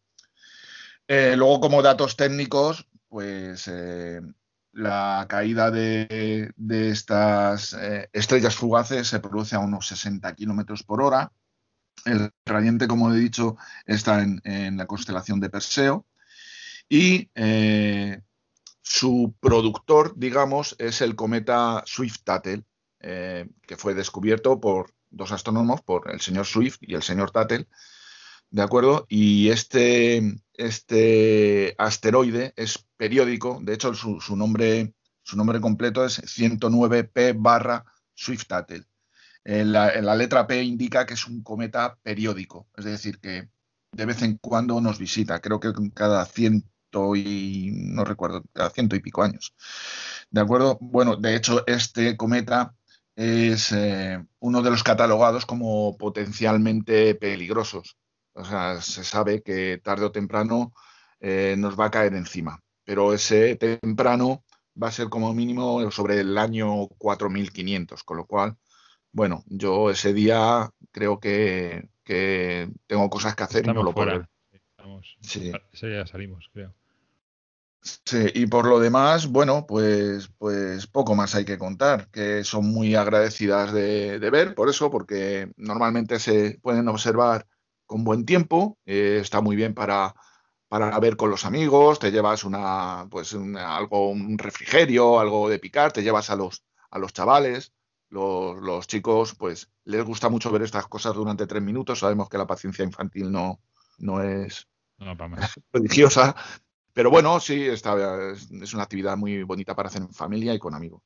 [SPEAKER 4] Eh, luego, como datos técnicos, pues eh, la caída de, de estas eh, estrellas fugaces se produce a unos sesenta kilómetros por hora. El radiante, como he dicho, está en, en la constelación de Perseo y eh, su productor, digamos, es el cometa Swift-Tuttle, eh, que fue descubierto por dos astrónomos, por el señor Swift y el señor Tuttle, ¿de acuerdo? Y este, este asteroide es periódico, de hecho su, su, nombre, su nombre completo es ciento nueve P barra Swift-Tuttle. En la, en la letra P indica que es un cometa periódico, es decir, que de vez en cuando nos visita, creo que cada ciento y, no recuerdo, cada ciento y pico años. ¿De acuerdo? Bueno, de hecho, este cometa es eh, uno de los catalogados como potencialmente peligrosos. O sea, se sabe que tarde o temprano eh, nos va a caer encima, pero ese temprano va a ser como mínimo sobre el año cuatro mil quinientos, con lo cual, bueno, yo ese día creo que, que tengo cosas que hacer y no
[SPEAKER 3] Estamos
[SPEAKER 4] lo
[SPEAKER 3] fuera.
[SPEAKER 4] podré.
[SPEAKER 3] Estamos,
[SPEAKER 4] Sí.
[SPEAKER 3] Ese día salimos, creo.
[SPEAKER 4] Sí, y por lo demás, bueno, pues, pues poco más hay que contar, que son muy agradecidas de, de ver, por eso, porque normalmente se pueden observar con buen tiempo, eh, está muy bien para, para ver con los amigos, te llevas una, pues una- algo, un refrigerio, algo de picar, te llevas a los, a los chavales, los, los chicos, pues les gusta mucho ver estas cosas durante tres minutos, sabemos que la paciencia infantil no, no es
[SPEAKER 3] No, para más.
[SPEAKER 4] prodigiosa. Pero bueno, sí, está, es, es una actividad muy bonita para hacer en familia y con amigos.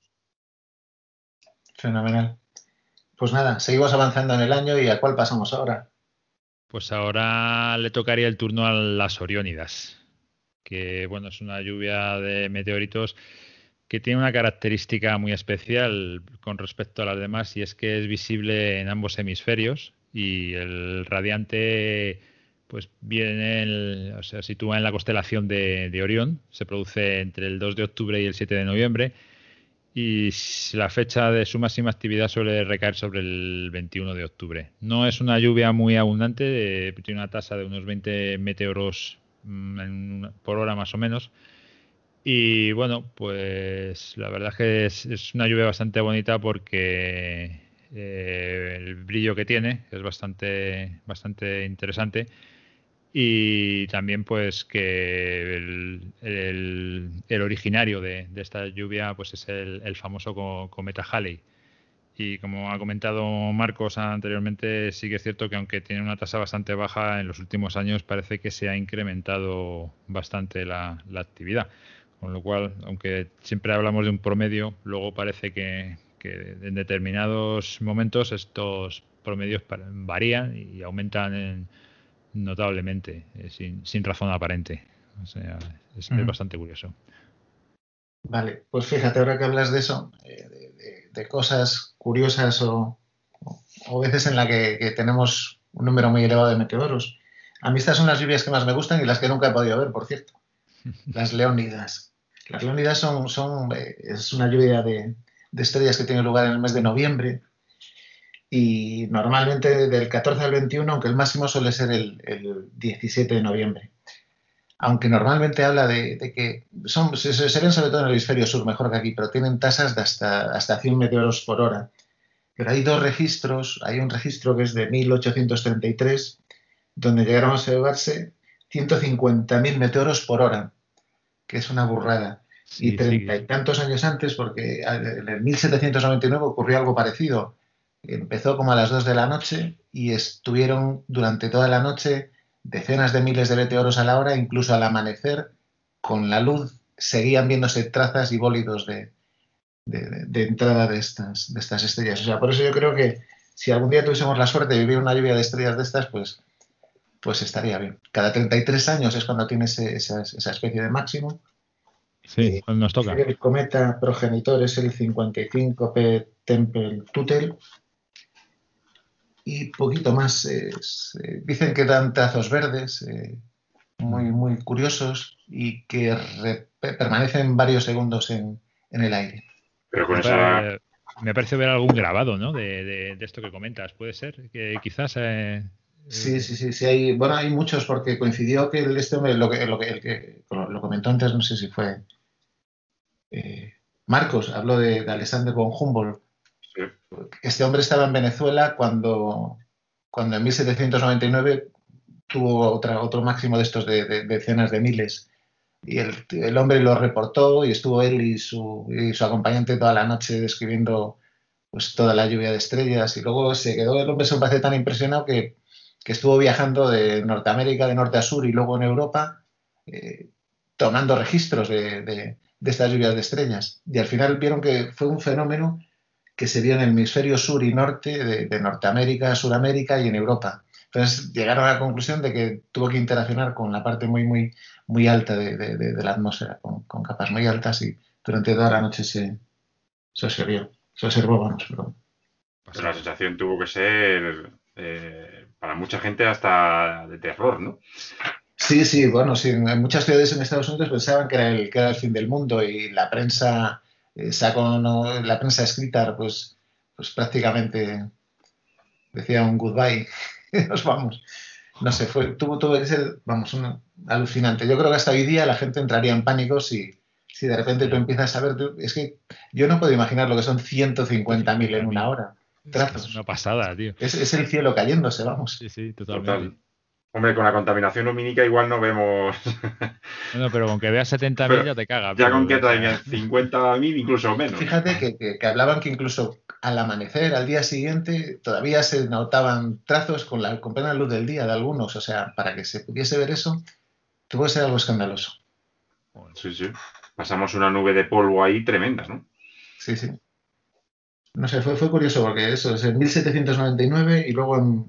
[SPEAKER 1] Fenomenal. Pues nada, seguimos avanzando en el año y ¿a cuál pasamos ahora?
[SPEAKER 3] Pues ahora le tocaría el turno a las Oriónidas, que bueno, es una lluvia de meteoritos que tiene una característica muy especial con respecto a las demás y es que es visible en ambos hemisferios y el radiante pues viene, el, o sea, sitúa en la constelación de, de Orión, se produce entre el dos de octubre y el siete de noviembre y la fecha de su máxima actividad suele recaer sobre el veintiuno de octubre. No es una lluvia muy abundante, eh, tiene una tasa de unos veinte meteoros mm, en, por hora más o menos. Y bueno, pues la verdad es que es, es una lluvia bastante bonita porque eh, el brillo que tiene es bastante, bastante interesante. Y también pues que el, el- el originario de, de esta lluvia pues es el, el famoso co- cometa Halley. Y como ha comentado Marcos anteriormente, sí que es cierto que aunque tiene una tasa bastante baja, en los últimos años parece que se ha incrementado bastante la, la actividad. Con lo cual, aunque siempre hablamos de un promedio, luego parece que, que en determinados momentos estos promedios pa- varían y aumentan en notablemente, eh, sin, sin razón aparente. O sea, es,
[SPEAKER 1] Ujú.
[SPEAKER 3] es bastante curioso.
[SPEAKER 1] Vale, pues fíjate, ahora que hablas de eso, eh, de, de- de cosas curiosas o, o- o veces en la que, que tenemos un número muy elevado de meteoros. A mí estas son las lluvias que más me gustan y las que nunca he podido ver, por cierto. Las leónidas. Las leónidas son, son eh, es una lluvia de, de estrellas que tiene lugar en el mes de noviembre y normalmente del catorce al veintiuno, aunque el máximo suele ser el, el diecisiete de noviembre. Aunque normalmente habla de, de que son, se, se ven sobre todo en el hemisferio sur, mejor que aquí, pero tienen tasas de hasta, hasta cien meteoros por hora. Pero hay dos registros, hay un registro que es de mil ochocientos treinta y tres, donde llegaron a observarse ciento cincuenta mil meteoros por hora, que es una burrada. Y
[SPEAKER 3] Sí, sí.
[SPEAKER 1] treinta y tantos años antes, porque en el mil setecientos noventa y nueve ocurrió algo parecido. Empezó como a las dos de la noche y estuvieron durante toda la noche decenas de miles de meteoros a la hora, incluso al amanecer, con la luz, seguían viéndose trazas y bólidos de, de, de entrada de estas, de estas estrellas. O sea, por eso yo creo que si algún día tuviésemos la suerte de vivir una lluvia de estrellas de estas, pues, pues estaría bien. Cada treinta y tres años es cuando tiene ese, esa, esa especie de máximo.
[SPEAKER 3] Sí,
[SPEAKER 1] Eh,
[SPEAKER 3] cuando nos toca.
[SPEAKER 1] el cometa progenitor es el cincuenta y cinco P Tempel-Tuttle y poquito más. Es, eh, dicen que dan trazos verdes eh, muy, muy curiosos y que re- permanecen varios segundos en, en el aire.
[SPEAKER 5] Pero con
[SPEAKER 3] Me,
[SPEAKER 5] esa...
[SPEAKER 3] pare- me parece ver algún grabado, ¿no? De, de- de esto que comentas. Puede ser que quizás. eh,
[SPEAKER 1] Sí,
[SPEAKER 3] eh,
[SPEAKER 1] sí, sí, sí, hay, bueno, hay muchos porque coincidió que el- este hombre, lo que, lo que, el que lo, lo comentó antes, no sé si fue eh, Marcos, habló de, de Alexander von Humboldt.
[SPEAKER 5] Sí.
[SPEAKER 1] Este hombre estaba en Venezuela cuando, cuando en mil setecientos noventa y nueve tuvo otra, otro máximo de estos de, de- de decenas de miles. Y el, el hombre lo reportó y estuvo él y su, y su acompañante toda la noche describiendo pues, toda la lluvia de estrellas. Y luego se quedó, el hombre se me parece tan impresionado que, que estuvo viajando de Norteamérica, de norte a sur y luego en Europa, eh, tomando registros de, de- de estas lluvias de estrellas. Y al final vieron que fue un fenómeno que se vio en el hemisferio sur y norte de, de Norteamérica, Suramérica y en Europa. Entonces llegaron a la conclusión de que tuvo que interaccionar con la parte muy, muy, muy alta de, de- de- de la atmósfera, con, con capas muy altas y durante toda la noche se, se observó, se observó, vamos, perdón.
[SPEAKER 5] Pues la sensación tuvo que ser eh, para mucha gente hasta de terror, ¿no?
[SPEAKER 1] Sí, sí, bueno, sí, en muchas ciudades en Estados Unidos pensaban que era el, que era el fin del mundo y la prensa eh, sacó, no, la prensa escrita, pues, pues prácticamente decía un goodbye, nos vamos. No sé, fue, tuvo, tuvo que ser, vamos, un, alucinante. Yo creo que hasta hoy día la gente entraría en pánico si, si de repente tú empiezas a ver, tú- es que yo no puedo imaginar lo que son ciento cincuenta mil en una hora,
[SPEAKER 3] Es que es una
[SPEAKER 1] trazos.
[SPEAKER 3] pasada, tío.
[SPEAKER 1] Es, es el cielo cayéndose, vamos.
[SPEAKER 3] Sí, sí, totalmente.
[SPEAKER 5] Total. Hombre, con la contaminación lumínica igual no vemos...
[SPEAKER 3] Bueno, pero con que veas setenta mil
[SPEAKER 5] Pero
[SPEAKER 3] ya te caga.
[SPEAKER 5] ya con
[SPEAKER 3] Pero,
[SPEAKER 5] que
[SPEAKER 3] o sea,
[SPEAKER 5] traigan cincuenta mil, incluso menos.
[SPEAKER 1] Fíjate que, que- que hablaban que incluso al amanecer, al día siguiente, todavía se notaban trazos con la con plena luz del día de algunos. O sea, para que se pudiese ver eso, tuvo que ser algo escandaloso.
[SPEAKER 5] Sí, sí. Pasamos una nube de polvo ahí tremenda, ¿no?
[SPEAKER 1] Sí, sí. No sé, fue, fue curioso porque eso es en mil setecientos noventa y nueve y luego en,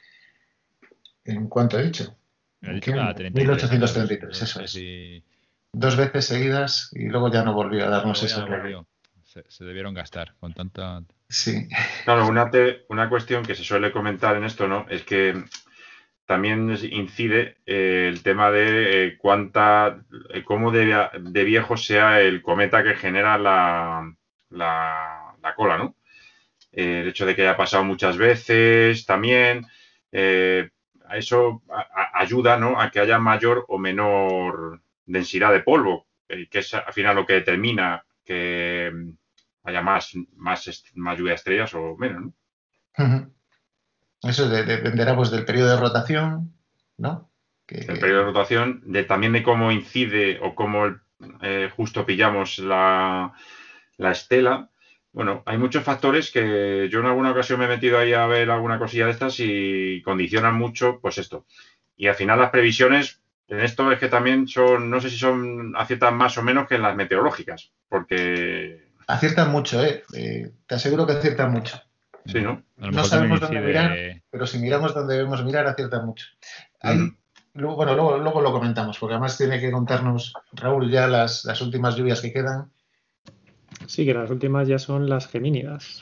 [SPEAKER 1] ¿en cuánto he dicho?
[SPEAKER 3] me ha
[SPEAKER 1] ¿En
[SPEAKER 3] dicho
[SPEAKER 1] qué
[SPEAKER 3] cada
[SPEAKER 1] año?
[SPEAKER 3] treinta y tres años.
[SPEAKER 1] mil ochocientos treinta y tres, eso
[SPEAKER 3] Sí,
[SPEAKER 1] es.
[SPEAKER 3] sí.
[SPEAKER 1] Dos veces seguidas y luego ya no volvió a darnos
[SPEAKER 3] Luego ya
[SPEAKER 1] ese
[SPEAKER 3] no
[SPEAKER 1] regalo.
[SPEAKER 3] volvió. Se, se debieron gastar con tanta.
[SPEAKER 1] Sí.
[SPEAKER 5] Claro, una, te- una cuestión que se suele comentar en esto, ¿no? Es que también incide eh, el tema de eh, cuánta, eh, cómo de, de viejo sea el cometa que genera la, la, la cola, ¿no? Eh, el hecho de que haya pasado muchas veces también, eh, a eso a- a- ayuda, ¿no? A que haya mayor o menor densidad de polvo, eh, que es al final lo que determina que mm, haya más, más, est- más lluvia de estrellas o menos, ¿no?
[SPEAKER 1] Ujú. Eso de- dependerá pues del periodo de rotación, ¿no? Que,
[SPEAKER 5] El
[SPEAKER 1] que-
[SPEAKER 5] periodo de rotación, de, también de cómo incide o cómo eh, justo pillamos la, la estela. Bueno, hay muchos factores que yo en alguna ocasión me he metido ahí a ver alguna cosilla de estas y condicionan mucho, pues esto. Y al final las previsiones en esto es que también son, no sé si son, aciertan más o menos que en las meteorológicas, porque
[SPEAKER 1] aciertan mucho, ¿eh? Eh, Te aseguro que aciertan mucho.
[SPEAKER 5] Sí, ¿no?
[SPEAKER 1] No sabemos dónde mirar, pero si miramos donde debemos mirar, acierta mucho. Hay, uh-huh. luego, bueno, luego, luego lo comentamos, porque además tiene que contarnos, Raúl, ya las, las últimas lluvias que quedan.
[SPEAKER 2] Sí, que las últimas ya son las gemínidas.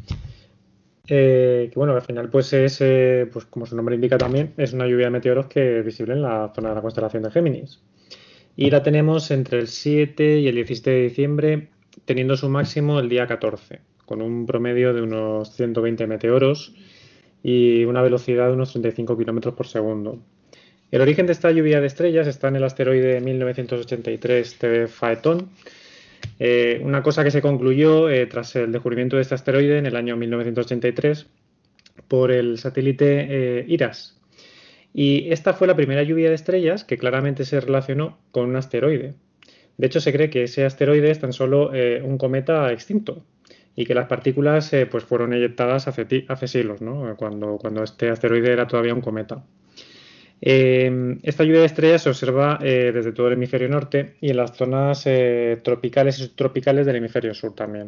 [SPEAKER 2] Eh, que bueno, al final, pues es, eh, pues como su nombre indica también, es una lluvia de meteoros que es visible en la zona de la constelación de Géminis. Y la tenemos entre el siete y el diecisiete de diciembre, teniendo su máximo el día catorce, con un promedio de unos ciento veinte meteoros y una velocidad de unos treinta y cinco kilómetros por segundo. El origen de esta lluvia de estrellas está en el asteroide mil novecientos ochenta y tres T B Phaeton, eh, una cosa que se concluyó eh, tras el descubrimiento de este asteroide en el año mil novecientos ochenta y tres por el satélite eh, IRAS. Y esta fue la primera lluvia de estrellas que claramente se relacionó con un asteroide. De hecho, se cree que ese asteroide es tan solo eh, un cometa extinto y que las partículas eh, pues fueron eyectadas hace, hace siglos, ¿no? cuando, cuando este asteroide era todavía un cometa. Eh, esta lluvia de estrellas se observa eh, desde todo el hemisferio norte y en las zonas eh, tropicales y subtropicales del hemisferio sur también.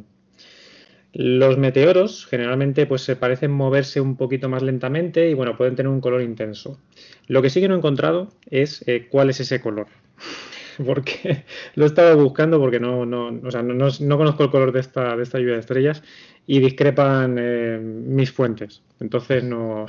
[SPEAKER 2] Los meteoros generalmente pues, se parecen moverse un poquito más lentamente y bueno, pueden tener un color intenso. Lo que sí que no he encontrado es eh, cuál es ese color. Porque lo he estado buscando porque no, no, o sea, no, no, no conozco el color de esta, de esta lluvia de estrellas y discrepan eh, mis fuentes. Entonces no...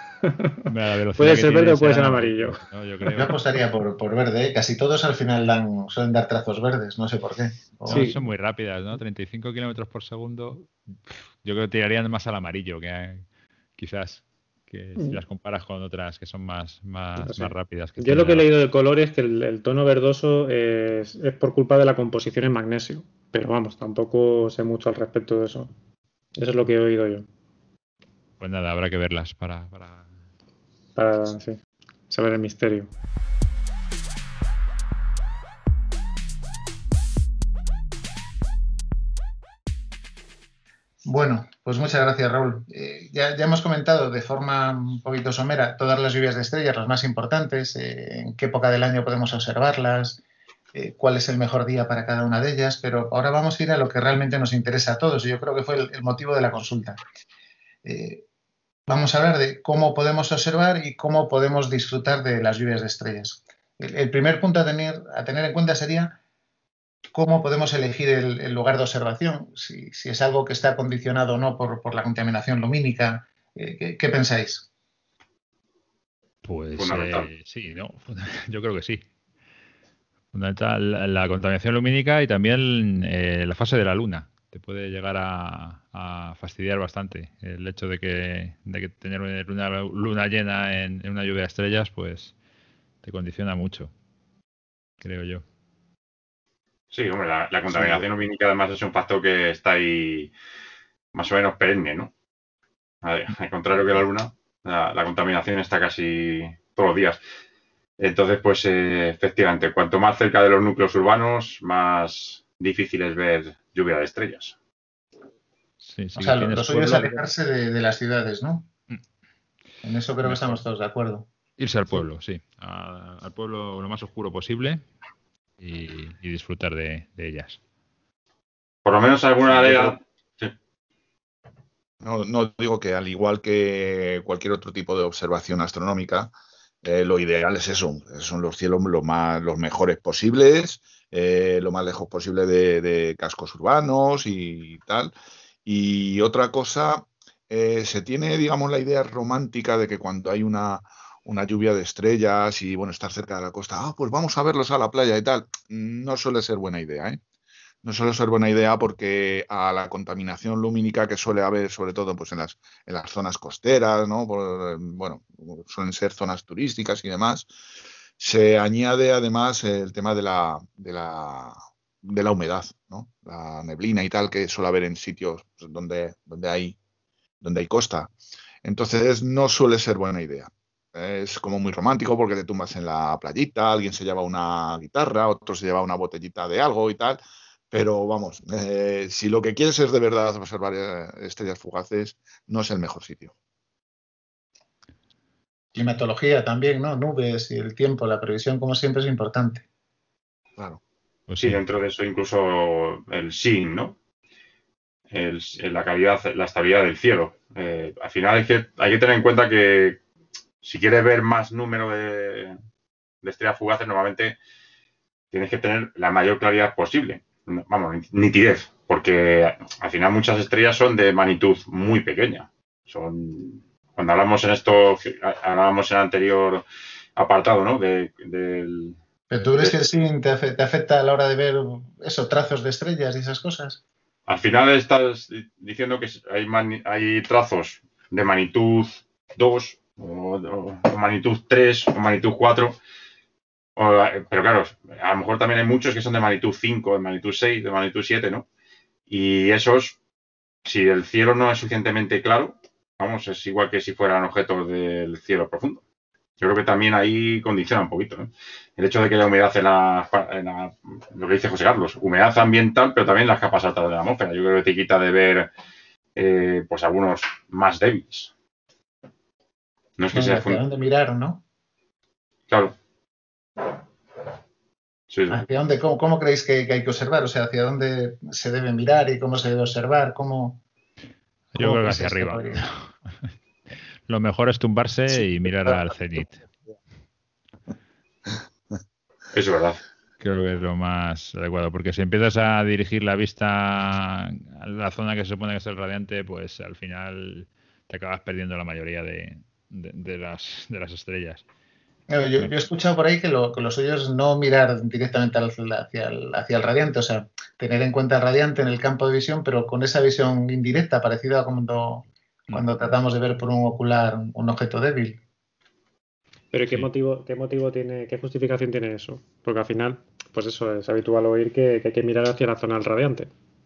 [SPEAKER 2] puede ser verde o puede ser amarillo.
[SPEAKER 1] No, yo, creo. Yo apostaría por, por verde, ¿eh? Casi todos al final dan, suelen dar trazos verdes, no sé por qué.
[SPEAKER 3] O... Sí, son muy rápidas, ¿no? treinta y cinco kilómetros por segundo. Yo creo que tirarían más al amarillo, que quizás que si las comparas con otras que son más, más, no sé. más rápidas. Que
[SPEAKER 2] yo lo que he leído de color es que el, el tono verdoso es, es por culpa de la composición en magnesio. Pero vamos, tampoco sé mucho al respecto de eso. Eso es lo que he oído yo.
[SPEAKER 3] Pues nada, habrá que verlas para... para...
[SPEAKER 2] para sí, saber el misterio.
[SPEAKER 1] Bueno, pues muchas gracias, Raúl. Eh, ya, ya hemos comentado de forma un poquito somera todas las lluvias de estrellas, las más importantes, eh, en qué época del año podemos observarlas, eh, cuál es el mejor día para cada una de ellas, pero ahora vamos a ir a lo que realmente nos interesa a todos y yo creo que fue el, el motivo de la consulta. Eh, Vamos a hablar de cómo podemos observar y cómo podemos disfrutar de las lluvias de estrellas. El, el primer punto a tener, a tener en cuenta sería cómo podemos elegir el, el lugar de observación, si, si es algo que está condicionado o no por, por la contaminación lumínica. Eh, ¿qué, ¿Qué pensáis?
[SPEAKER 3] Pues eh, sí, no, yo creo que sí. Fundamental la, la contaminación lumínica y también eh, la fase de la luna. Te puede llegar a, a fastidiar bastante el hecho de que, de que tener una luna llena en, en una lluvia de estrellas, pues te condiciona mucho, creo yo.
[SPEAKER 5] Sí, hombre, la, la contaminación lumínica además es un factor que está ahí más o menos perenne, ¿no? Ver, al contrario que la luna, la, la contaminación está casi todos los días. Entonces, pues eh, efectivamente, cuanto más cerca de los núcleos urbanos, más difícil es ver lluvia de estrellas.
[SPEAKER 1] Sí, sí, o sea, lo, lo suyo es alejarse de, de las ciudades, ¿no? Mm. En eso creo Mejor. que estamos todos de acuerdo.
[SPEAKER 3] Irse al pueblo, sí. sí. A, al pueblo lo más oscuro posible y, y disfrutar de, de ellas.
[SPEAKER 5] Por lo menos alguna de ellas... Sí.
[SPEAKER 4] No, no digo que al igual que cualquier otro tipo de observación astronómica, eh, lo ideal es eso, son los cielos lo más, los mejores posibles, eh, lo más lejos posible de, de cascos urbanos y tal. Y otra cosa, eh, se tiene, digamos, la idea romántica de que cuando hay una, una lluvia de estrellas y, bueno, estar cerca de la costa, ah, pues vamos a verlos a la playa y tal. No suele ser buena idea, ¿eh? No suele ser buena idea porque a la contaminación lumínica que suele haber, sobre todo pues en las, en las zonas costeras, ¿no? Por, bueno, suelen ser zonas turísticas y demás, se añade además el tema de la, de la, de la humedad, ¿no? La neblina y tal que suele haber en sitios donde, donde, hay, donde hay costa. Entonces no suele ser buena idea. Es como muy romántico porque te tumbas en la playita, alguien se lleva una guitarra, otro se lleva una botellita de algo y tal. Pero vamos, eh, si lo que quieres es de verdad observar eh, estrellas fugaces, no es el mejor sitio.
[SPEAKER 1] Climatología también, ¿no? Nubes y el tiempo, la previsión, como siempre, es importante.
[SPEAKER 5] Claro. Pues sí, dentro de eso incluso el S I N, ¿no? el, la calidad, la estabilidad del cielo. Eh, al final hay que, hay que tener en cuenta que si quieres ver más número de, de estrellas fugaces, normalmente tienes que tener la mayor claridad posible. Vamos, nitidez, porque al final muchas estrellas son de magnitud muy pequeña. Son, cuando hablamos en esto, hablábamos en el anterior apartado, ¿no? De, del,
[SPEAKER 1] ¿Pero tú crees
[SPEAKER 5] de,
[SPEAKER 1] que sí te afecta, te afecta a la hora de ver eso, trazos de estrellas y esas cosas?
[SPEAKER 5] Al final estás diciendo que hay, man, hay trazos de magnitud dos o, o, o magnitud tres o magnitud cuatro. O, pero claro, a lo mejor también hay muchos que son de magnitud cinco, de magnitud seis, de magnitud siete, ¿no? Y esos, si el cielo no es suficientemente claro, vamos, es igual que si fueran objetos del cielo profundo. Yo creo que también ahí condiciona un poquito, ¿no? El hecho de que haya humedad en la, en la, lo que dice José Carlos, humedad ambiental, pero también las capas altas de la atmósfera. Yo creo que te quita de ver, eh, pues, algunos más débiles. No es que
[SPEAKER 1] Bueno,
[SPEAKER 5] sea...
[SPEAKER 1] ¿hacia dónde mirar, no?
[SPEAKER 5] Claro.
[SPEAKER 1] Sí, sí. ¿Hacia dónde? ¿Cómo, cómo creéis que, que hay que observar? O sea, ¿hacia dónde se debe mirar y cómo se debe observar? ¿Cómo,
[SPEAKER 3] Yo
[SPEAKER 1] cómo
[SPEAKER 3] creo que hacia arriba. Lo mejor es tumbarse sí, y mirar al cenit.
[SPEAKER 5] Eso es verdad.
[SPEAKER 3] Creo que es lo más adecuado, porque si empiezas a dirigir la vista a la zona que se supone que es el radiante, pues al final te acabas perdiendo la mayoría de, de, de, las, de las estrellas.
[SPEAKER 1] Yo, yo he escuchado por ahí que lo, que lo suyo es no mirar directamente hacia el, hacia el radiante, o sea, tener en cuenta el radiante en el campo de visión, pero con esa visión indirecta, parecida a cuando, cuando tratamos de ver por un ocular un objeto débil.
[SPEAKER 2] Pero ¿qué, sí. motivo, qué motivo tiene, qué justificación tiene eso? Porque al final, pues eso, es habitual oír que, que hay que mirar hacia la zona del radiante.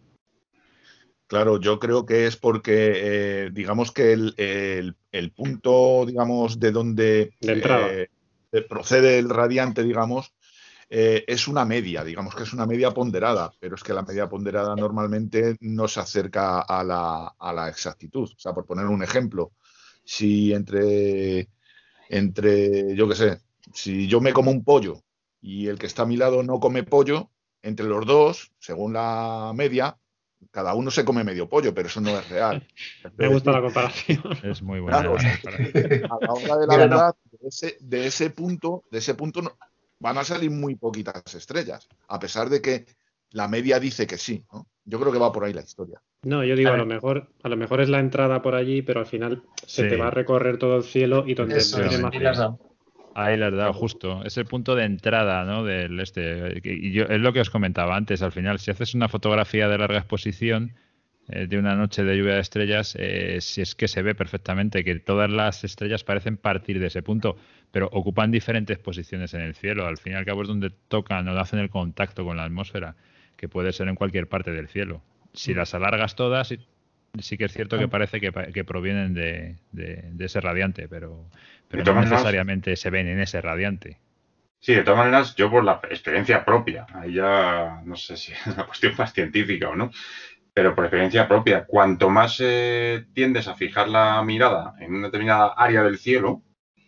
[SPEAKER 4] Claro, yo creo que es porque, eh, digamos que el, el, el punto, digamos, de donde
[SPEAKER 2] de entrada.
[SPEAKER 4] Eh, procede el radiante, digamos, eh, es una media, digamos que es una media ponderada, pero es que la media ponderada normalmente no se acerca a la, a la exactitud. O sea, por poner un ejemplo, si entre, entre, yo qué sé, si yo me como un pollo y el que está a mi lado no come pollo, entre los dos, según la media, cada uno se come medio pollo, pero eso no es real.
[SPEAKER 2] Me gusta la comparación.
[SPEAKER 3] Es muy buena.
[SPEAKER 4] Claro,
[SPEAKER 3] la comparación.
[SPEAKER 4] A la hora de la Mira, verdad, no. de, ese, de ese punto, de ese punto no, van a salir muy poquitas estrellas, a pesar de que la media dice que sí, ¿no? Yo creo que va por ahí la historia.
[SPEAKER 2] No, yo digo, a, a lo mejor, a lo mejor es la entrada por allí, pero al final se sí. te va a recorrer todo el cielo y donde
[SPEAKER 1] Eso,
[SPEAKER 2] tiene
[SPEAKER 1] sí,
[SPEAKER 2] más.
[SPEAKER 1] Sí.
[SPEAKER 3] Ahí le has dado justo. Es el punto de entrada, ¿no? Del este. Y yo, es lo que os comentaba antes. Al final, si haces una fotografía de larga exposición eh, de una noche de lluvia de estrellas, eh, si es que se ve perfectamente que todas las estrellas parecen partir de ese punto, pero ocupan diferentes posiciones en el cielo. Al fin y al cabo es donde tocan o hacen el contacto con la atmósfera, que puede ser en cualquier parte del cielo. Si las alargas todas, sí que es cierto que parece que, que provienen de, de, de ese radiante, pero, pero no maneras, necesariamente se ven en ese radiante.
[SPEAKER 5] Sí, de todas maneras, yo por la experiencia propia, ahí ya no sé si es una cuestión más científica o no, pero por experiencia propia, cuanto más eh, tiendes a fijar la mirada en una determinada área del cielo,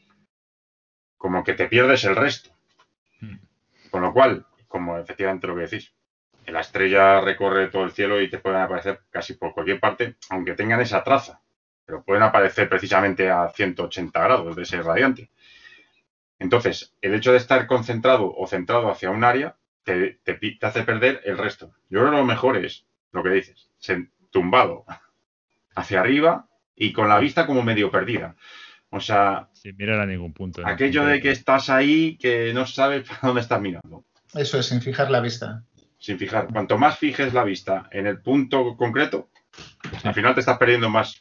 [SPEAKER 5] como que te pierdes el resto. Hmm. Con lo cual, como efectivamente lo que decís, la estrella recorre todo el cielo y te pueden aparecer casi por cualquier parte, aunque tengan esa traza, pero pueden aparecer precisamente a ciento ochenta grados de ese radiante. Entonces, el hecho de estar concentrado o centrado hacia un área te, te, te hace perder el resto. Yo creo que lo mejor es lo que dices, tumbado hacia arriba y con la vista como medio perdida. O sea,
[SPEAKER 3] sin mirar a ningún punto.
[SPEAKER 5] Aquello punto de, de que estás ahí que no sabes para dónde estás mirando.
[SPEAKER 1] Eso es, sin fijar la vista.
[SPEAKER 5] Sin fijar. Cuanto más fijes la vista en el punto concreto, sí. Al final te estás perdiendo más.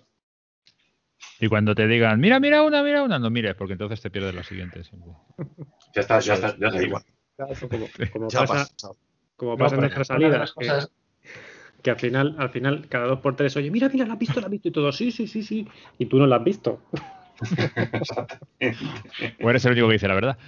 [SPEAKER 3] Y cuando te digan, mira, mira una, mira una, no mires, porque entonces te pierdes la siguiente. Siempre.
[SPEAKER 5] Ya está, ya está, ya está.
[SPEAKER 2] Como, como ya pasa, como pasa no, en nuestra salida, cosas... que, que al final, al final, cada dos por tres, oye, mira, mira, la has visto, la has visto, y todo, sí, sí, sí, sí, y tú no la has visto.
[SPEAKER 3] O eres el único que dice la verdad.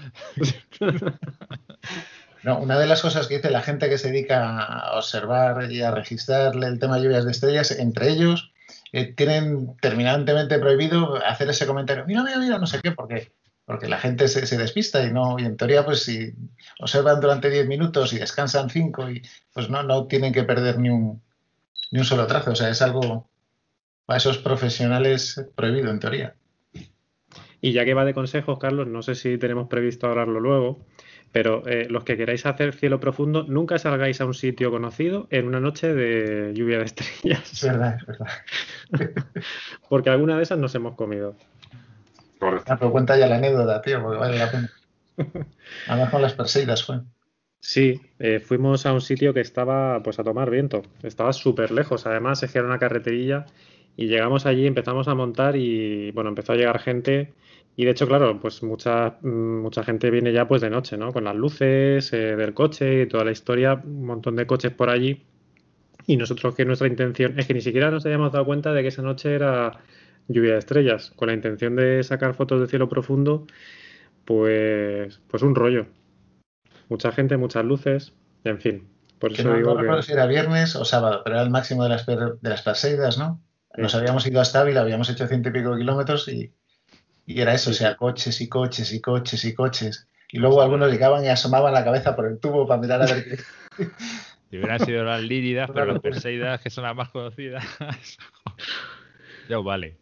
[SPEAKER 1] No, una de las cosas que dice la gente que se dedica a observar y a registrar el tema de lluvias de estrellas, entre ellos, eh, tienen terminantemente prohibido hacer ese comentario, mira, mira, mira, no sé qué, porque, porque la gente se, se despista y no, y en teoría, pues si observan durante diez minutos y descansan cinco, y, pues no, no tienen que perder ni un, ni un solo trazo. O sea, es algo para esos profesionales prohibido en teoría.
[SPEAKER 2] Y ya que va de consejos, Carlos, no sé si tenemos previsto hablarlo luego, pero eh, los que queráis hacer cielo profundo, nunca salgáis a un sitio conocido en una noche de lluvia de estrellas.
[SPEAKER 1] Es verdad, es verdad.
[SPEAKER 2] Porque alguna de esas nos hemos comido.
[SPEAKER 5] Correcto.
[SPEAKER 1] Ah, pero cuenta ya la anécdota, tío, porque vale la pena. Además con las Perseidas fue.
[SPEAKER 2] Sí, eh, fuimos a un sitio que estaba pues a tomar viento, estaba súper lejos, además es que era una carreterilla y llegamos allí, empezamos a montar y bueno, empezó a llegar gente y de hecho, claro, pues mucha, mm, mucha gente viene ya pues de noche, ¿no? Con las luces eh, del coche y toda la historia, un montón de coches por allí y nosotros que nuestra intención es que ni siquiera nos habíamos dado cuenta de que esa noche era lluvia de estrellas, con la intención de sacar fotos de cielo profundo, pues, pues un rollo. Mucha gente, muchas luces, en fin. Por
[SPEAKER 1] Que
[SPEAKER 2] eso
[SPEAKER 1] no, no
[SPEAKER 2] digo
[SPEAKER 1] recuerdo
[SPEAKER 2] que
[SPEAKER 1] si era viernes o sábado, pero era el máximo de las, per- de las Perseidas, ¿no? Nos
[SPEAKER 2] sí,
[SPEAKER 1] habíamos ido hasta Ávila, habíamos hecho ciento y pico de kilómetros y, y era eso, o
[SPEAKER 2] sí,
[SPEAKER 1] sea,
[SPEAKER 2] sí.
[SPEAKER 1] coches y coches y coches y coches. Y luego algunos llegaban y asomaban la cabeza por el tubo para mirar a ver qué.
[SPEAKER 3] Si hubieran sido las líridas,
[SPEAKER 1] Una
[SPEAKER 3] pero las
[SPEAKER 1] locura.
[SPEAKER 3] perseidas, que son las más conocidas, ya os vale.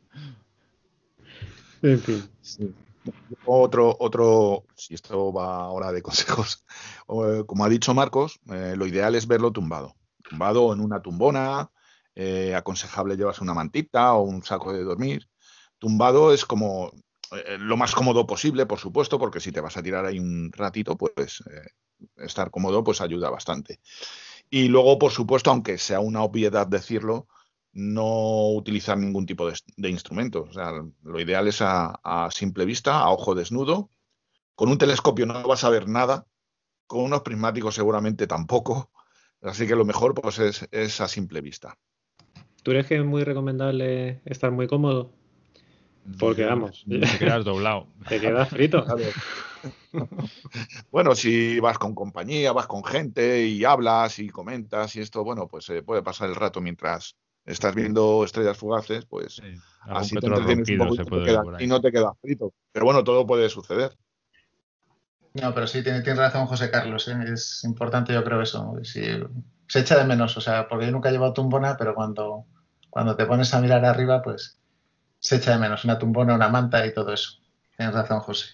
[SPEAKER 2] En fin.
[SPEAKER 4] Sí. Otro, otro, si esto va ahora de consejos, o, como ha dicho Marcos, eh, lo ideal es verlo tumbado. Tumbado en una tumbona, eh, aconsejable llevarse una mantita o un saco de dormir. Tumbado es como eh, lo más cómodo posible, por supuesto, porque si te vas a tirar ahí un ratito, pues eh, estar cómodo pues ayuda bastante. Y luego, por supuesto, aunque sea una obviedad decirlo, no utilizar ningún tipo de, de instrumento. O sea, lo ideal es a, a simple vista, a ojo desnudo. Con un telescopio no vas a ver nada, con unos prismáticos seguramente tampoco. Así que lo mejor pues es, es a simple vista.
[SPEAKER 2] ¿Tú crees que es muy recomendable estar muy cómodo? Porque vamos,
[SPEAKER 3] Te quedas doblado.
[SPEAKER 2] te quedas frito.
[SPEAKER 4] Claro. Bueno, si vas con compañía, vas con gente y hablas y comentas y esto, bueno, pues se eh, puede pasar el rato mientras estás viendo estrellas fugaces, pues
[SPEAKER 3] Sí, algún
[SPEAKER 4] así
[SPEAKER 3] que
[SPEAKER 4] te
[SPEAKER 3] otro
[SPEAKER 4] entretienes un
[SPEAKER 3] ronquido
[SPEAKER 4] poco y
[SPEAKER 3] se
[SPEAKER 4] no te
[SPEAKER 3] puede ver
[SPEAKER 4] quedas,
[SPEAKER 3] por
[SPEAKER 4] y
[SPEAKER 3] ahí.
[SPEAKER 4] no te quedas frito. Pero bueno, todo puede suceder.
[SPEAKER 1] No, pero sí, tiene, tiene razón José Carlos, ¿eh? Es importante yo creo eso. Sí, se echa de menos, o sea, porque yo nunca he llevado tumbona, pero cuando, cuando te pones a mirar arriba, pues se echa de menos una tumbona, una manta y todo eso. Tienes razón, José.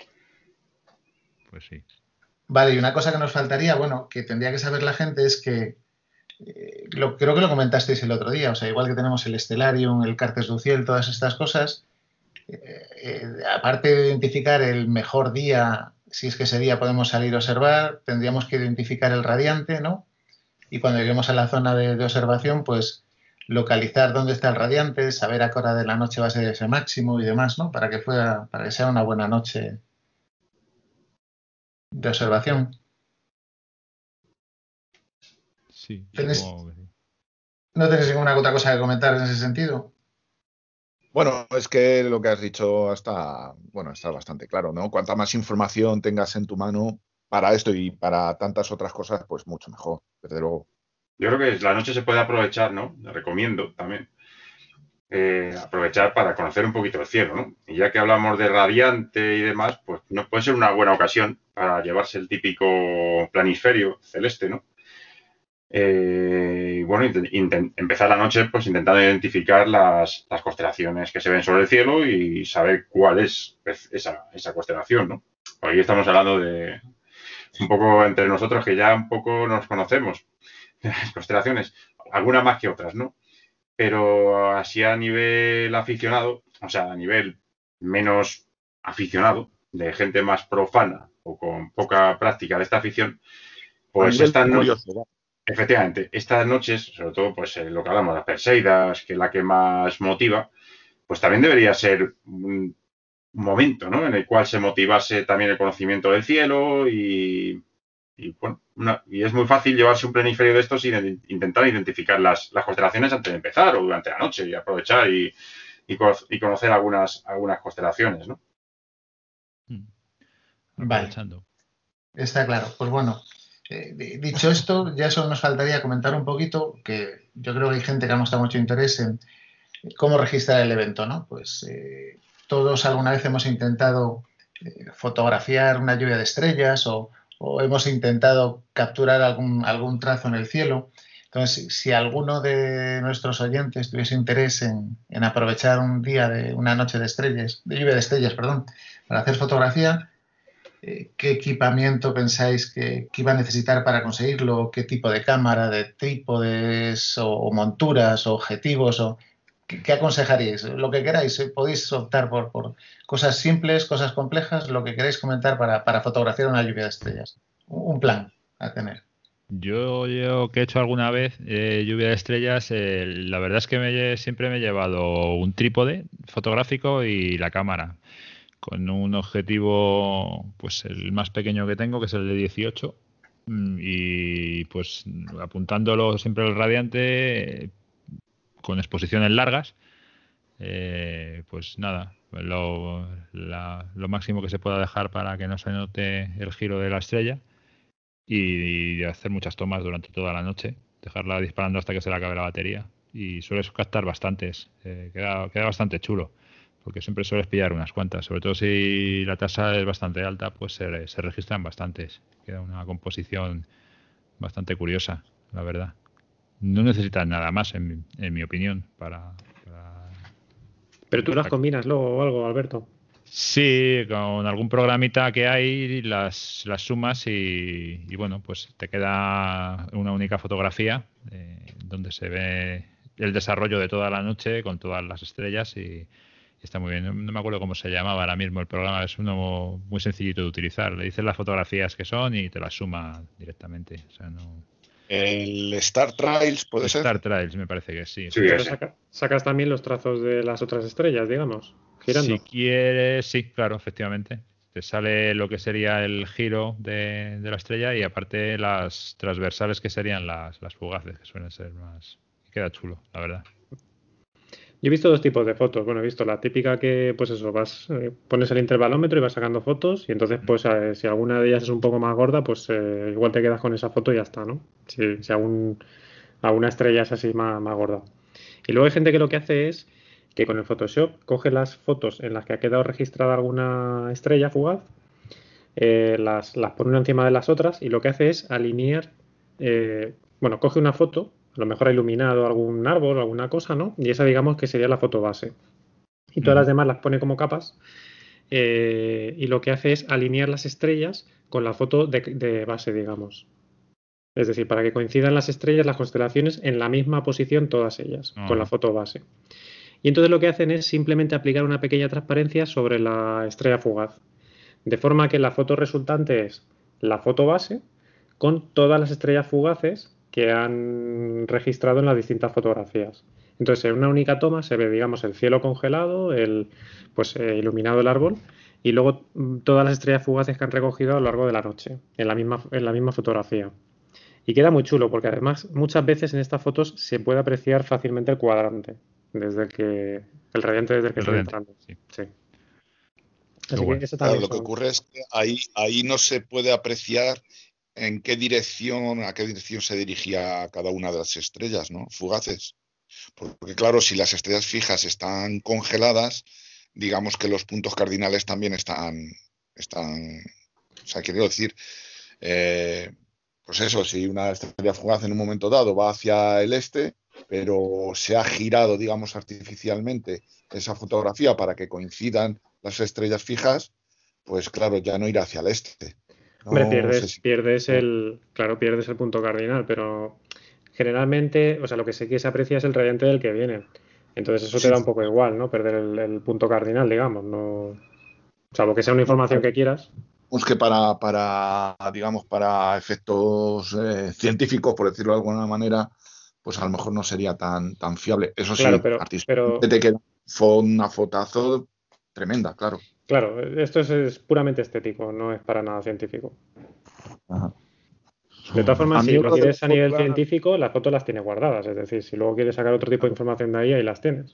[SPEAKER 3] Pues sí.
[SPEAKER 1] Vale, y una cosa que nos faltaría, bueno, que tendría que saber la gente es que, eh, lo, creo que lo comentasteis el otro día, o sea, igual que tenemos el Stellarium, el Cartes du Ciel, todas estas cosas, eh, eh, aparte de identificar el mejor día, si es que ese día podemos salir a observar, tendríamos que identificar el radiante, ¿no? Y cuando lleguemos a la zona de, de observación, pues localizar dónde está el radiante, saber a qué hora de la noche va a ser ese máximo y demás, ¿no? Para que, fuera, para que sea una buena noche de observación.
[SPEAKER 3] Sí,
[SPEAKER 1] ¿Tenéis,
[SPEAKER 3] supongo que sí.
[SPEAKER 1] ¿No tenéis ninguna otra cosa que comentar en ese sentido?
[SPEAKER 4] Bueno, es que lo que has dicho está, bueno, está bastante claro, ¿no? Cuanta más información tengas en tu mano para esto y para tantas otras cosas, pues mucho mejor, desde luego.
[SPEAKER 5] Yo creo que la noche se puede aprovechar, ¿no? Le recomiendo también. Eh, aprovechar para conocer un poquito el cielo, ¿no? Y ya que hablamos de radiante y demás, pues no puede ser una buena ocasión para llevarse el típico planisferio celeste, ¿no? Eh, bueno, empezar la noche pues intentando identificar las, las constelaciones que se ven sobre el cielo y saber cuál es esa, esa constelación, ¿no? Hoy estamos hablando de un poco entre nosotros que ya un poco nos conocemos, las constelaciones, algunas más que otras, ¿no? Pero así a nivel aficionado, o sea, a nivel menos aficionado, de gente más profana o con poca práctica de esta afición,
[SPEAKER 4] A
[SPEAKER 5] pues
[SPEAKER 4] nivel
[SPEAKER 5] estas no,
[SPEAKER 4] curioso,
[SPEAKER 5] efectivamente, estas noches, sobre todo pues eh, lo que hablamos, las Perseidas, que es la que más motiva, pues también debería ser un momento, ¿no? En el cual se motivase también el conocimiento del cielo y, y bueno, una, y es muy fácil llevarse un planiferio de estos e intentar identificar las, las constelaciones antes de empezar o durante la noche y aprovechar y, y, y conocer algunas, algunas constelaciones, ¿no?
[SPEAKER 3] Aprovechando.
[SPEAKER 1] Vale, está claro. Pues bueno, eh, dicho esto, ya solo nos faltaría comentar un poquito, que yo creo que hay gente que ha mostrado mucho interés en cómo registrar el evento, ¿no? Pues eh, todos alguna vez hemos intentado eh, fotografiar una lluvia de estrellas o, o hemos intentado capturar algún, algún trazo en el cielo, Entonces, si, si alguno de nuestros oyentes tuviese interés en, en aprovechar un día de una noche de estrellas, de lluvia de estrellas, perdón, para hacer fotografía, eh, ¿qué equipamiento pensáis que, que iba a necesitar para conseguirlo? ¿Qué tipo de cámara, de trípodes o, o monturas o objetivos? O, ¿qué, qué aconsejaríais? Lo que queráis, eh, podéis optar por, por cosas simples, cosas complejas, lo que queráis comentar para, para fotografiar una lluvia de estrellas. Un plan a tener.
[SPEAKER 3] Yo, yo que he hecho alguna vez eh, lluvia de estrellas, eh, la verdad es que me, lle- siempre me he llevado un trípode fotográfico y la cámara, con un objetivo, pues el más pequeño que tengo, que es el de dieciocho, mm, y pues apuntándolo siempre al radiante, eh, con exposiciones largas, eh, pues nada, lo, la- lo máximo que se pueda dejar para que no se note el giro de la estrella y, y hacer muchas tomas durante toda la noche, dejarla disparando hasta que se le acabe la batería y sueles captar bastantes, eh, queda, queda bastante chulo porque siempre sueles pillar unas cuantas, sobre todo si la tasa es bastante alta, pues se, se registran bastantes, queda una composición bastante curiosa, la verdad. No necesitas nada más, en, mi- en mi opinión, para, para
[SPEAKER 2] Pero tú las combinas luego o algo, Alberto.
[SPEAKER 3] Sí, con algún programita que hay las, las sumas y, y bueno, pues te queda una única fotografía eh, donde se ve el desarrollo de toda la noche con todas las estrellas y, y está muy bien. No, no me acuerdo cómo se llamaba ahora mismo el programa, es uno muy sencillito de utilizar. Le dices las fotografías que son y te las suma directamente. O sea, no...
[SPEAKER 4] El Star Trails, ¿puede ser?
[SPEAKER 3] Star Trails me parece que sí.
[SPEAKER 5] Sí,
[SPEAKER 2] Pero
[SPEAKER 5] ese.
[SPEAKER 2] saca- sacas también los trazos de las otras estrellas, digamos, girando.
[SPEAKER 3] Si quieres, sí, claro, efectivamente. Te sale lo que sería el giro de, de la estrella y aparte las transversales que serían las, las fugaces, que suelen ser más... Queda chulo, la verdad.
[SPEAKER 2] Yo he visto dos tipos de fotos. Bueno, he visto la típica que, pues eso, vas, eh, pones el intervalómetro y vas sacando fotos y entonces, pues, eh, si alguna de ellas es un poco más gorda, pues eh, igual te quedas con esa foto y ya está, ¿no? Si, si algún, alguna estrella es así más, más gorda. Y luego hay gente que lo que hace es que con el Photoshop coge las fotos en las que ha quedado registrada alguna estrella fugaz, eh, las, las pone una encima de las otras y lo que hace es alinear, eh, bueno, coge una foto, a lo mejor ha iluminado algún árbol, alguna cosa, ¿no? Y esa digamos que sería la foto base. Y todas
[SPEAKER 3] Ujú.
[SPEAKER 2] las demás las pone como capas eh, y lo que hace es alinear las estrellas con la foto de, de base, digamos. Es decir, para que coincidan las estrellas, las constelaciones en la misma posición todas ellas, con la
[SPEAKER 3] Ajá.
[SPEAKER 2] foto base. Y entonces lo que hacen es simplemente aplicar una pequeña transparencia sobre la estrella fugaz. De forma que la foto resultante es la foto base con todas las estrellas fugaces que han registrado en las distintas fotografías. Entonces, en una única toma se ve, digamos, el cielo congelado, el, pues eh, iluminado el árbol y luego mm, todas las estrellas fugaces que han recogido a lo largo de la noche en la misma, en la misma fotografía. Y queda muy chulo porque además muchas veces en estas fotos se puede apreciar fácilmente el cuadrante, desde el que el radiante desde el que
[SPEAKER 3] El
[SPEAKER 2] estoy
[SPEAKER 3] radiante,
[SPEAKER 2] entrando.
[SPEAKER 3] sí.
[SPEAKER 2] Sí.
[SPEAKER 3] Qué
[SPEAKER 2] Así que
[SPEAKER 3] guay.
[SPEAKER 2] eso
[SPEAKER 4] Claro,
[SPEAKER 2] también
[SPEAKER 4] lo que
[SPEAKER 2] son.
[SPEAKER 4] ocurre es que ahí, ahí no se puede apreciar en qué dirección, a qué dirección se dirigía cada una de las estrellas, ¿no? Fugaces. Porque claro, si las estrellas fijas están congeladas, digamos que los puntos cardinales también están, están, o sea, quiero decir, eh, pues eso, si una estrella fugaz en un momento dado va hacia el este, pero se ha girado, digamos, artificialmente esa fotografía para que coincidan las estrellas fijas, pues claro, ya no irá hacia el este.
[SPEAKER 2] Hombre,
[SPEAKER 4] No sé
[SPEAKER 2] pierdes,
[SPEAKER 4] si...
[SPEAKER 2] pierdes el, claro, pierdes el punto cardinal, pero generalmente, o sea, lo que sí que se aprecia es el radiante del que viene. Entonces eso te
[SPEAKER 4] Sí,
[SPEAKER 2] da un poco igual, ¿no? Perder el, el punto cardinal, digamos, no, salvo que sea una
[SPEAKER 4] no,
[SPEAKER 2] información que quieras.
[SPEAKER 4] pues que para, para, digamos, para efectos eh, científicos, por decirlo de alguna manera, pues a lo mejor no sería tan, tan fiable. Eso
[SPEAKER 2] Claro,
[SPEAKER 4] sí,
[SPEAKER 2] pero,
[SPEAKER 4] artísticamente
[SPEAKER 2] pero,
[SPEAKER 4] te queda fo- una fotazo tremenda, claro.
[SPEAKER 2] claro, esto es, es puramente estético, no es para nada científico.
[SPEAKER 4] Ajá.
[SPEAKER 2] De todas
[SPEAKER 4] A
[SPEAKER 2] formas,
[SPEAKER 4] mí
[SPEAKER 2] si lo
[SPEAKER 4] otra de
[SPEAKER 2] quieres
[SPEAKER 4] las
[SPEAKER 2] a nivel
[SPEAKER 4] fórmulas,
[SPEAKER 2] científico, las fotos las tienes guardadas. Es decir, si luego quieres sacar otro tipo de información de ahí, ahí las tienes.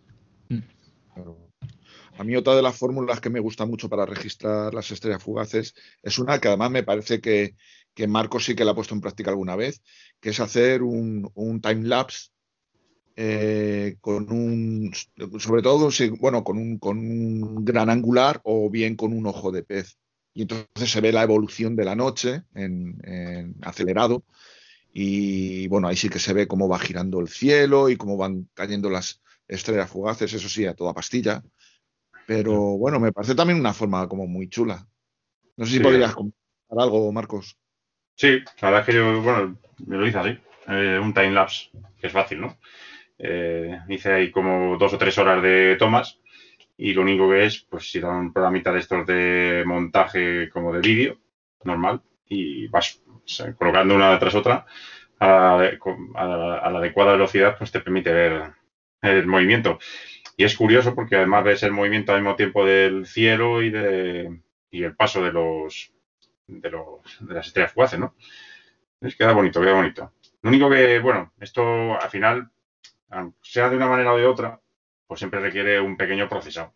[SPEAKER 4] a mí otra de las fórmulas que me gusta mucho para registrar las estrellas fugaces es una que además me parece que, que Marcos sí que la ha puesto en práctica alguna vez, que es hacer un, un time lapse eh, con un, sobre todo, sí, bueno, con un, con un gran angular o bien con un ojo de pez. Y entonces se ve la evolución de la noche en, en acelerado y bueno, ahí sí que se ve cómo va girando el cielo y cómo van cayendo las estrellas fugaces, eso sí, a toda pastilla. Pero bueno, me parece también una forma como muy chula. No sé si
[SPEAKER 5] Sí,
[SPEAKER 4] podrías comentar algo, Marcos.
[SPEAKER 5] sí, la verdad es que yo, bueno, me lo hice así, eh, un timelapse, que es fácil, ¿no? Eh, hice ahí como dos o tres horas de tomas y lo único que es, pues ir a un programita de estos de montaje como de vídeo, normal, y vas o sea, colocando una tras otra a la, a, la, a la adecuada velocidad, pues te permite ver el movimiento. Y es curioso porque además ves el movimiento al mismo tiempo del cielo y, de, y el paso de los, de los de las estrellas fugaces, ¿no? Es, queda bonito, queda bonito. Lo único que, bueno, esto al final, sea de una manera o de otra, pues siempre requiere un pequeño procesado.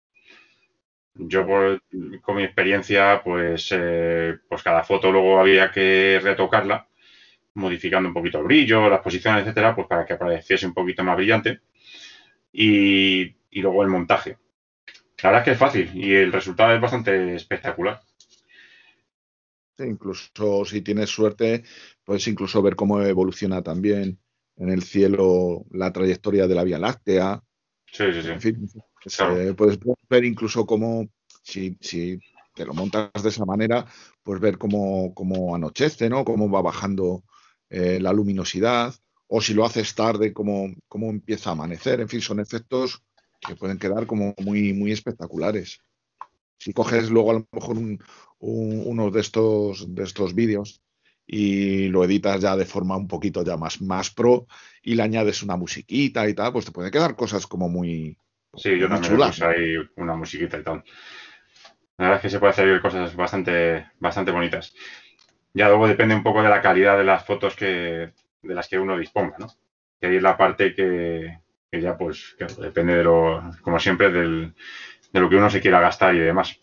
[SPEAKER 5] Yo, por, con mi experiencia, pues, eh, pues cada foto luego había que retocarla, modificando un poquito el brillo, las posiciones, etcétera, pues para que pareciese un poquito más brillante. Y, y luego el montaje. La verdad es que es fácil y el resultado es bastante espectacular.
[SPEAKER 4] Sí, incluso si tienes suerte, puedes incluso ver cómo evoluciona también en el cielo la trayectoria de la Vía Láctea.
[SPEAKER 5] Sí, sí, sí.
[SPEAKER 4] En fin,
[SPEAKER 5] Claro.
[SPEAKER 4] eh, puedes ver incluso cómo, si, si te lo montas de esa manera, pues ver cómo, cómo anochece, ¿no? Cómo va bajando eh, la luminosidad, o si lo haces tarde, cómo, cómo empieza a amanecer. En fin, son efectos que pueden quedar como muy, muy espectaculares. Si coges luego a lo mejor un, un, uno de estos, de estos vídeos y lo editas ya de forma un poquito ya más, más pro y le añades una musiquita y tal, pues te pueden quedar cosas como muy,
[SPEAKER 5] Sí, yo
[SPEAKER 4] muy
[SPEAKER 5] también le
[SPEAKER 4] chulas,
[SPEAKER 5] puse
[SPEAKER 4] ¿no?
[SPEAKER 5] ahí una musiquita y tal. La verdad es que se puede hacer cosas bastante, bastante bonitas. Ya luego depende un poco de la calidad de las fotos que, de las que uno disponga, ¿no? Que ahí es la parte que, que ya, pues, claro, depende de lo, como siempre, del, de lo que uno se quiera gastar y demás.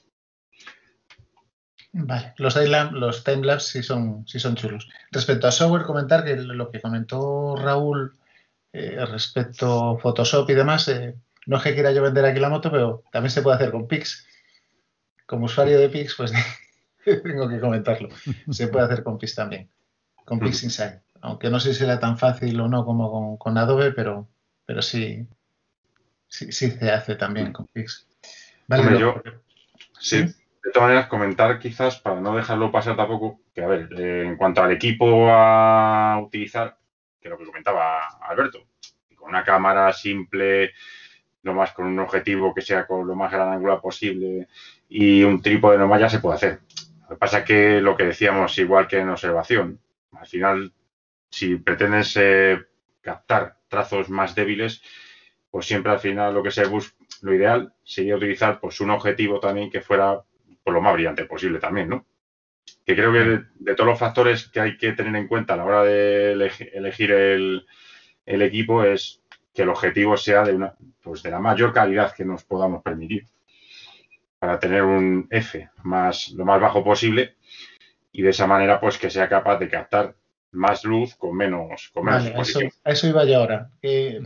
[SPEAKER 1] Vale, los, los timelapse sí son, sí son chulos. Respecto a software, comentar que lo que comentó Raúl eh, respecto a Photoshop y demás, eh, no es que quiera yo vender aquí la moto, pero también se puede hacer con Pix. Como usuario de Pix, pues tengo que comentarlo. Se puede hacer con Pix también, con Pix Insight. Aunque no sé si era tan fácil o no como con, con Adobe, pero, pero sí, sí, sí se hace también con Pix. Vale,
[SPEAKER 5] Hombre,
[SPEAKER 1] lo,
[SPEAKER 5] yo, sí,
[SPEAKER 1] ¿sí?
[SPEAKER 5] de todas maneras, comentar quizás, para no dejarlo pasar tampoco, que a ver, eh, en cuanto al equipo a utilizar, que lo que comentaba Alberto, con una cámara simple, lo más con un objetivo que sea con lo más gran angular posible y un trípode nomás ya se puede hacer. Lo que pasa es que lo que decíamos, igual que en observación, al final, si pretendes eh, captar trazos más débiles, pues siempre al final lo que se busca, lo ideal sería utilizar pues un objetivo también que fuera por lo más brillante posible también, ¿no? Que creo que de, de todos los factores que hay que tener en cuenta a la hora de elegir, elegir el, el equipo es que el objetivo sea de una, pues de la mayor calidad que nos podamos permitir para tener un F más lo más bajo posible y de esa manera pues que sea capaz de captar más luz con menos, con menos
[SPEAKER 1] Vale, a
[SPEAKER 5] exposición.
[SPEAKER 1] eso, a eso iba yo ahora. Que,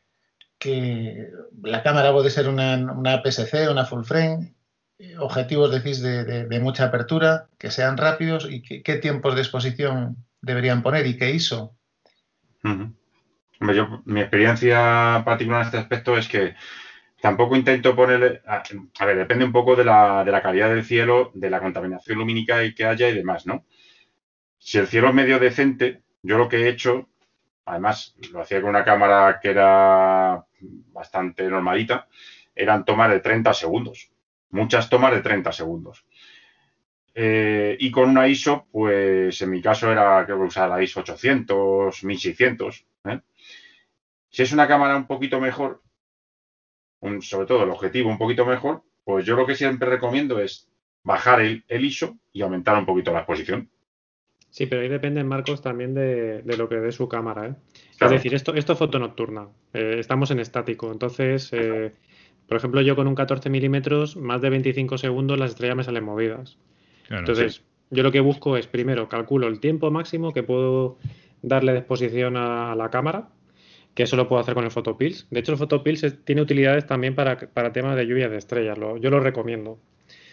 [SPEAKER 1] que la cámara puede ser una, una A P S C, una full frame, objetivos decís de, de, de mucha apertura, que sean rápidos y que, qué tiempos de exposición deberían poner y qué I S O.
[SPEAKER 5] Uh-huh. Hombre, yo, mi experiencia particular en este aspecto es que tampoco intento ponerle. A, a ver, depende un poco de la, de la calidad del cielo, de la contaminación lumínica que haya y demás, ¿no? Si el cielo es medio decente, yo lo que he hecho, además lo hacía con una cámara que era bastante normalita, eran tomas de treinta segundos. Muchas tomas de treinta segundos. Eh, y con una I S O, pues en mi caso era, creo que usaba la I S O ochocientos, mil seiscientos. ¿eh? Si es una cámara un poquito mejor, un, sobre todo el objetivo un poquito mejor, pues yo lo que siempre recomiendo es bajar el, el I S O y aumentar un poquito la exposición.
[SPEAKER 2] Sí, pero ahí depende, Marcos, también de, de lo que dé su cámara, ¿eh?
[SPEAKER 5] Claro.
[SPEAKER 2] Es decir, esto, esto es foto nocturna. Eh, estamos en estático. Entonces, eh, por ejemplo, yo con un catorce milímetros, más de veinticinco segundos, las estrellas me salen movidas.
[SPEAKER 3] Claro,
[SPEAKER 2] Entonces,
[SPEAKER 5] sí.
[SPEAKER 2] yo lo que busco es, primero, calculo el tiempo máximo que puedo darle de exposición a la cámara, que eso lo puedo hacer con el Photopills. De hecho, el Photopills es- tiene utilidades también para, para temas de lluvia de estrellas. Lo- yo lo recomiendo.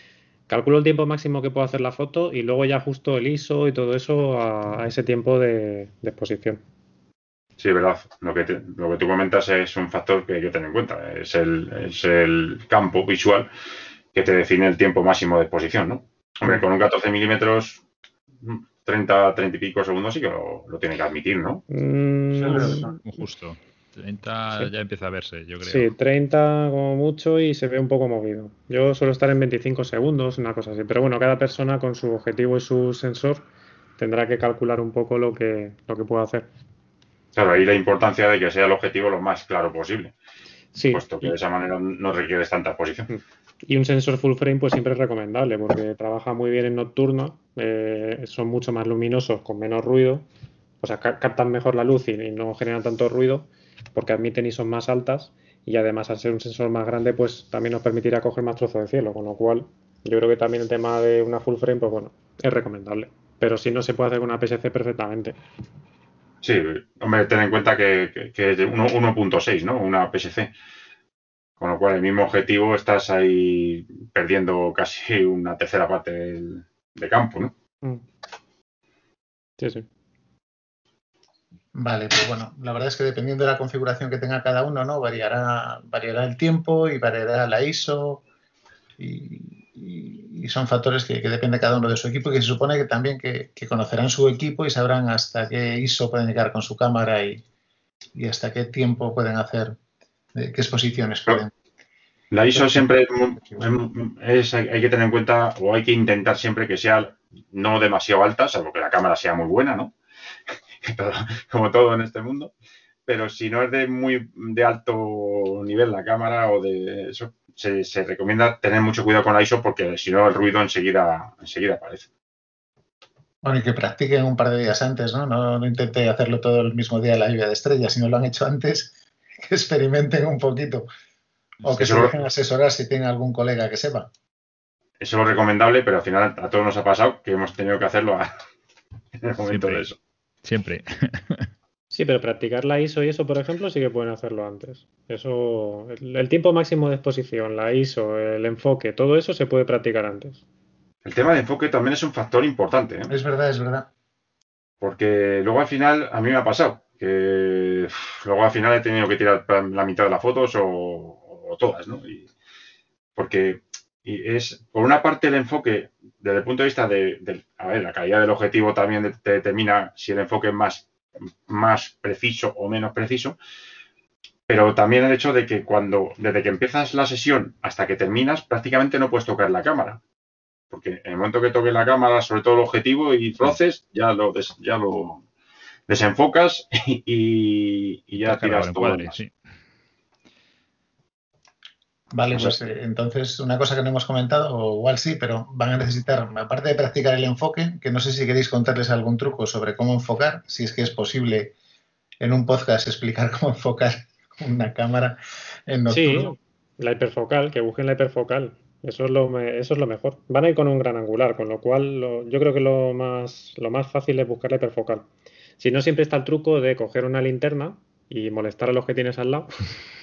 [SPEAKER 2] calculo el tiempo máximo que puedo hacer la foto y luego ya ajusto el I S O y todo eso a, a ese tiempo de, de exposición.
[SPEAKER 5] Sí, verdad. Lo que, te, lo que tú comentas es un factor que hay que tener en cuenta. Es el, es el campo visual que te define el tiempo máximo de exposición, ¿no? Hombre, con un catorce milímetros, treinta, treinta y pico segundos sí que lo, lo tiene que admitir, ¿no?
[SPEAKER 2] Mm,
[SPEAKER 3] Justo. treinta
[SPEAKER 2] sí.
[SPEAKER 3] ya empieza a verse, yo creo.
[SPEAKER 2] Sí, treinta como mucho y se ve un poco movido. Yo suelo estar en veinticinco segundos, una cosa así. Pero bueno, cada persona con su objetivo y su sensor tendrá que calcular un poco lo que, lo que puede hacer.
[SPEAKER 5] Claro, ahí la importancia de que sea el objetivo lo más claro posible,
[SPEAKER 2] Sí.
[SPEAKER 5] puesto que
[SPEAKER 2] y,
[SPEAKER 5] de esa manera no requieres tanta exposición.
[SPEAKER 2] y un sensor full frame pues siempre es recomendable porque trabaja muy bien en nocturno, eh, son mucho más luminosos, con menos ruido, o sea, ca- captan mejor la luz y, y no generan tanto ruido porque admiten I S O más altas y además al ser un sensor más grande pues también nos permitirá coger más trozos de cielo, con lo cual yo creo que también el tema de una full frame pues bueno, es recomendable, pero si no se puede hacer con una P S C perfectamente.
[SPEAKER 5] Sí, hombre, ten en cuenta que, que, que es de uno punto seis, ¿no? Una P S C. Con lo cual, el mismo objetivo estás ahí perdiendo casi una tercera parte del, de campo, ¿no?
[SPEAKER 2] Mm. Sí, sí.
[SPEAKER 1] Vale, pues bueno, la verdad es que dependiendo de la configuración que tenga cada uno, ¿no? Variará, variará el tiempo y variará la I S O y, y- y son factores que, que depende cada uno de su equipo y que se supone que también que, que conocerán su equipo y sabrán hasta qué I S O pueden llegar con su cámara y, y hasta qué tiempo pueden hacer, eh, qué exposiciones pueden.
[SPEAKER 5] La I S O
[SPEAKER 1] pueden
[SPEAKER 5] siempre es, hay, hay que tener en cuenta o hay que intentar siempre que sea no demasiado alta, salvo que la cámara sea muy buena, ¿no? Como todo en este mundo. Pero si no es de muy de alto nivel la cámara o de eso, se, se recomienda tener mucho cuidado con la I S O porque si no el ruido enseguida, enseguida aparece.
[SPEAKER 1] Bueno, y que practiquen un par de días antes, ¿no? No, no intente hacerlo todo el mismo día de la lluvia de estrellas. Si no lo han hecho antes, que experimenten un poquito. O que
[SPEAKER 5] Eso
[SPEAKER 1] se
[SPEAKER 5] lo,
[SPEAKER 1] dejen asesorar si tienen algún colega que sepa.
[SPEAKER 5] eso es lo recomendable, pero al final a todos nos ha pasado que hemos tenido que hacerlo a, en el momento
[SPEAKER 3] Siempre.
[SPEAKER 5] de eso.
[SPEAKER 3] Siempre.
[SPEAKER 2] Sí, pero practicar la I S O y eso, por ejemplo, sí que pueden hacerlo antes. Eso, el, el tiempo máximo de exposición, la I S O, el enfoque, todo eso se puede practicar antes.
[SPEAKER 5] El tema de enfoque también es un factor importante, ¿eh?
[SPEAKER 1] Es verdad, es verdad.
[SPEAKER 5] Porque luego al final, a mí me ha pasado, que uf, luego al final he tenido que tirar la mitad de las fotos o, o todas, ¿no? Y, porque y es, por una parte, el enfoque, desde el punto de vista de, de a ver, la calidad del objetivo también te determina si el enfoque es más, más preciso o menos preciso, pero también el hecho de que cuando, desde que empiezas la sesión hasta que terminas, prácticamente no puedes tocar la cámara. Porque en el momento que toques la cámara, sobre todo el objetivo y roces, ya lo, des, ya lo desenfocas y, y ya tiras todo.
[SPEAKER 3] Encuadre, sí.
[SPEAKER 1] Vale,
[SPEAKER 5] O sea,
[SPEAKER 1] pues eh, entonces una cosa que no hemos comentado, o igual sí, pero van a necesitar, aparte de practicar el enfoque, que no sé si queréis contarles algún truco sobre cómo enfocar, si es que es posible en un podcast explicar cómo enfocar una cámara en nocturno.
[SPEAKER 2] Sí, la hiperfocal, que busquen la hiperfocal. Eso es lo, me- eso es lo mejor. Van a ir con un gran angular, con lo cual lo- yo creo que lo más, lo más fácil es buscar la hiperfocal. Si no, siempre está el truco de coger una linterna y molestar a los que tienes al lado.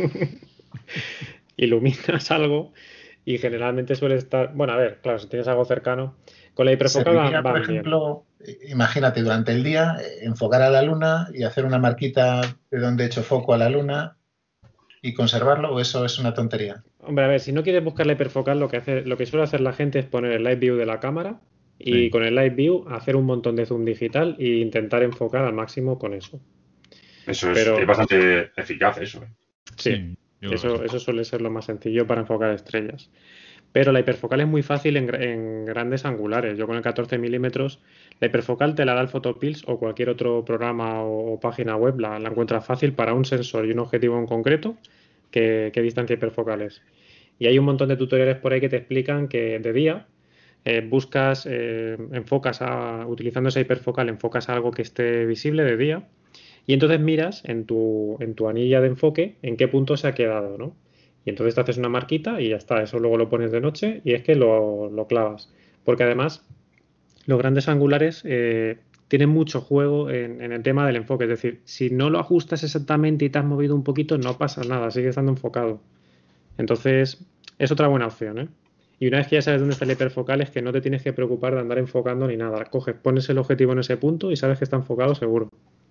[SPEAKER 2] Iluminas algo y generalmente suele estar. Bueno, a ver, claro, si tienes algo cercano. Con la hiperfocal van,
[SPEAKER 1] Serviría, por
[SPEAKER 2] van bien.
[SPEAKER 1] ejemplo, imagínate durante el día eh, enfocar a la luna y hacer una marquita de donde he hecho foco a la luna y conservarlo, o eso es una tontería.
[SPEAKER 2] Hombre, a ver, si no quieres buscar la hiperfocal, lo que hace, lo que suele hacer la gente es poner el live view de la cámara y
[SPEAKER 3] Sí.
[SPEAKER 2] con el live view hacer un montón de zoom digital e intentar enfocar al máximo con eso.
[SPEAKER 5] eso es,
[SPEAKER 2] Pero-
[SPEAKER 5] es bastante eficaz, eso. ¿eh?
[SPEAKER 2] Sí,
[SPEAKER 3] yo creo
[SPEAKER 2] eso,
[SPEAKER 3] que sí.
[SPEAKER 2] eso suele ser lo más sencillo para enfocar estrellas. Pero la hiperfocal es muy fácil en, gra- en grandes angulares. Yo con el catorce milímetros, la hiperfocal te la da el Photopills o cualquier otro programa o, o página web, la, la encuentras fácil para un sensor y un objetivo en concreto, que, que distancia hiperfocal es. Y hay un montón de tutoriales por ahí que te explican que de día eh, buscas, eh, enfocas a, utilizando esa hiperfocal, enfocas a algo que esté visible de día y entonces miras en tu, en tu anilla de enfoque en qué punto se ha quedado, ¿no? Y entonces te haces una marquita y ya está, eso luego lo pones de noche y es que lo, lo clavas. Porque además los grandes angulares eh, tienen mucho juego en, en el tema del enfoque, es decir, si no lo ajustas exactamente y te has movido un poquito, no pasa nada, sigue estando enfocado. Entonces, es otra buena opción, ¿eh? Y una vez que ya sabes dónde está el hiperfocal, es que no te tienes que preocupar de andar enfocando ni nada. Coges, pones el objetivo en ese punto y sabes que está enfocado seguro.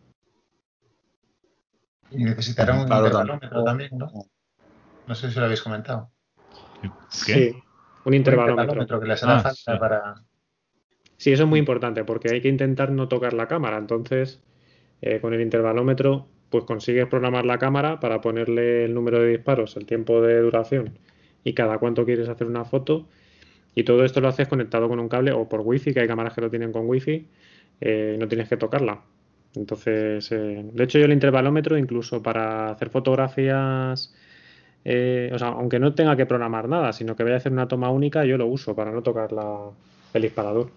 [SPEAKER 1] Y necesitará un
[SPEAKER 4] Claro,
[SPEAKER 1] intervalómetro
[SPEAKER 4] también.
[SPEAKER 1] también, ¿no? No sé si lo habéis comentado.
[SPEAKER 3] ¿Qué?
[SPEAKER 2] Sí, un
[SPEAKER 1] Un
[SPEAKER 2] intervalómetro.
[SPEAKER 1] intervalómetro que les hará
[SPEAKER 3] Ah,
[SPEAKER 1] falta
[SPEAKER 3] sí.
[SPEAKER 1] para...
[SPEAKER 2] Sí, eso es muy importante porque hay que intentar no tocar la cámara. Entonces, eh, con el intervalómetro, pues consigues programar la cámara para ponerle el número de disparos, el tiempo de duración y cada cuánto quieres hacer una foto. Y todo esto lo haces conectado con un cable o por wifi, que hay cámaras que lo tienen con wifi, eh, no tienes que tocarla. Entonces, eh, de hecho yo el intervalómetro incluso para hacer fotografías, eh, o sea, aunque no tenga que programar nada, sino que vaya a hacer una toma única, yo lo uso para no tocar la, el disparador.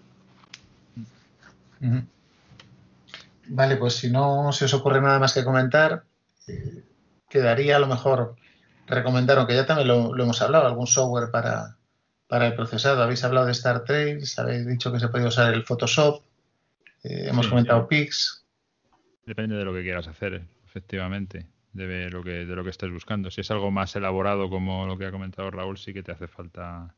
[SPEAKER 1] Ujú. Vale, pues si no se os ocurre nada más que comentar, eh, quedaría a lo mejor recomendar, aunque ya también lo, lo hemos hablado, algún software para, para el procesado. Habéis hablado de Star Trails, habéis dicho que se puede usar el Photoshop, eh, hemos
[SPEAKER 3] Sí,
[SPEAKER 1] comentado
[SPEAKER 3] sí.
[SPEAKER 1] Pix.
[SPEAKER 3] Depende de lo que quieras hacer, efectivamente, de lo que, de lo que estés buscando. Si es algo más elaborado como lo que ha comentado Raúl, sí que te hace falta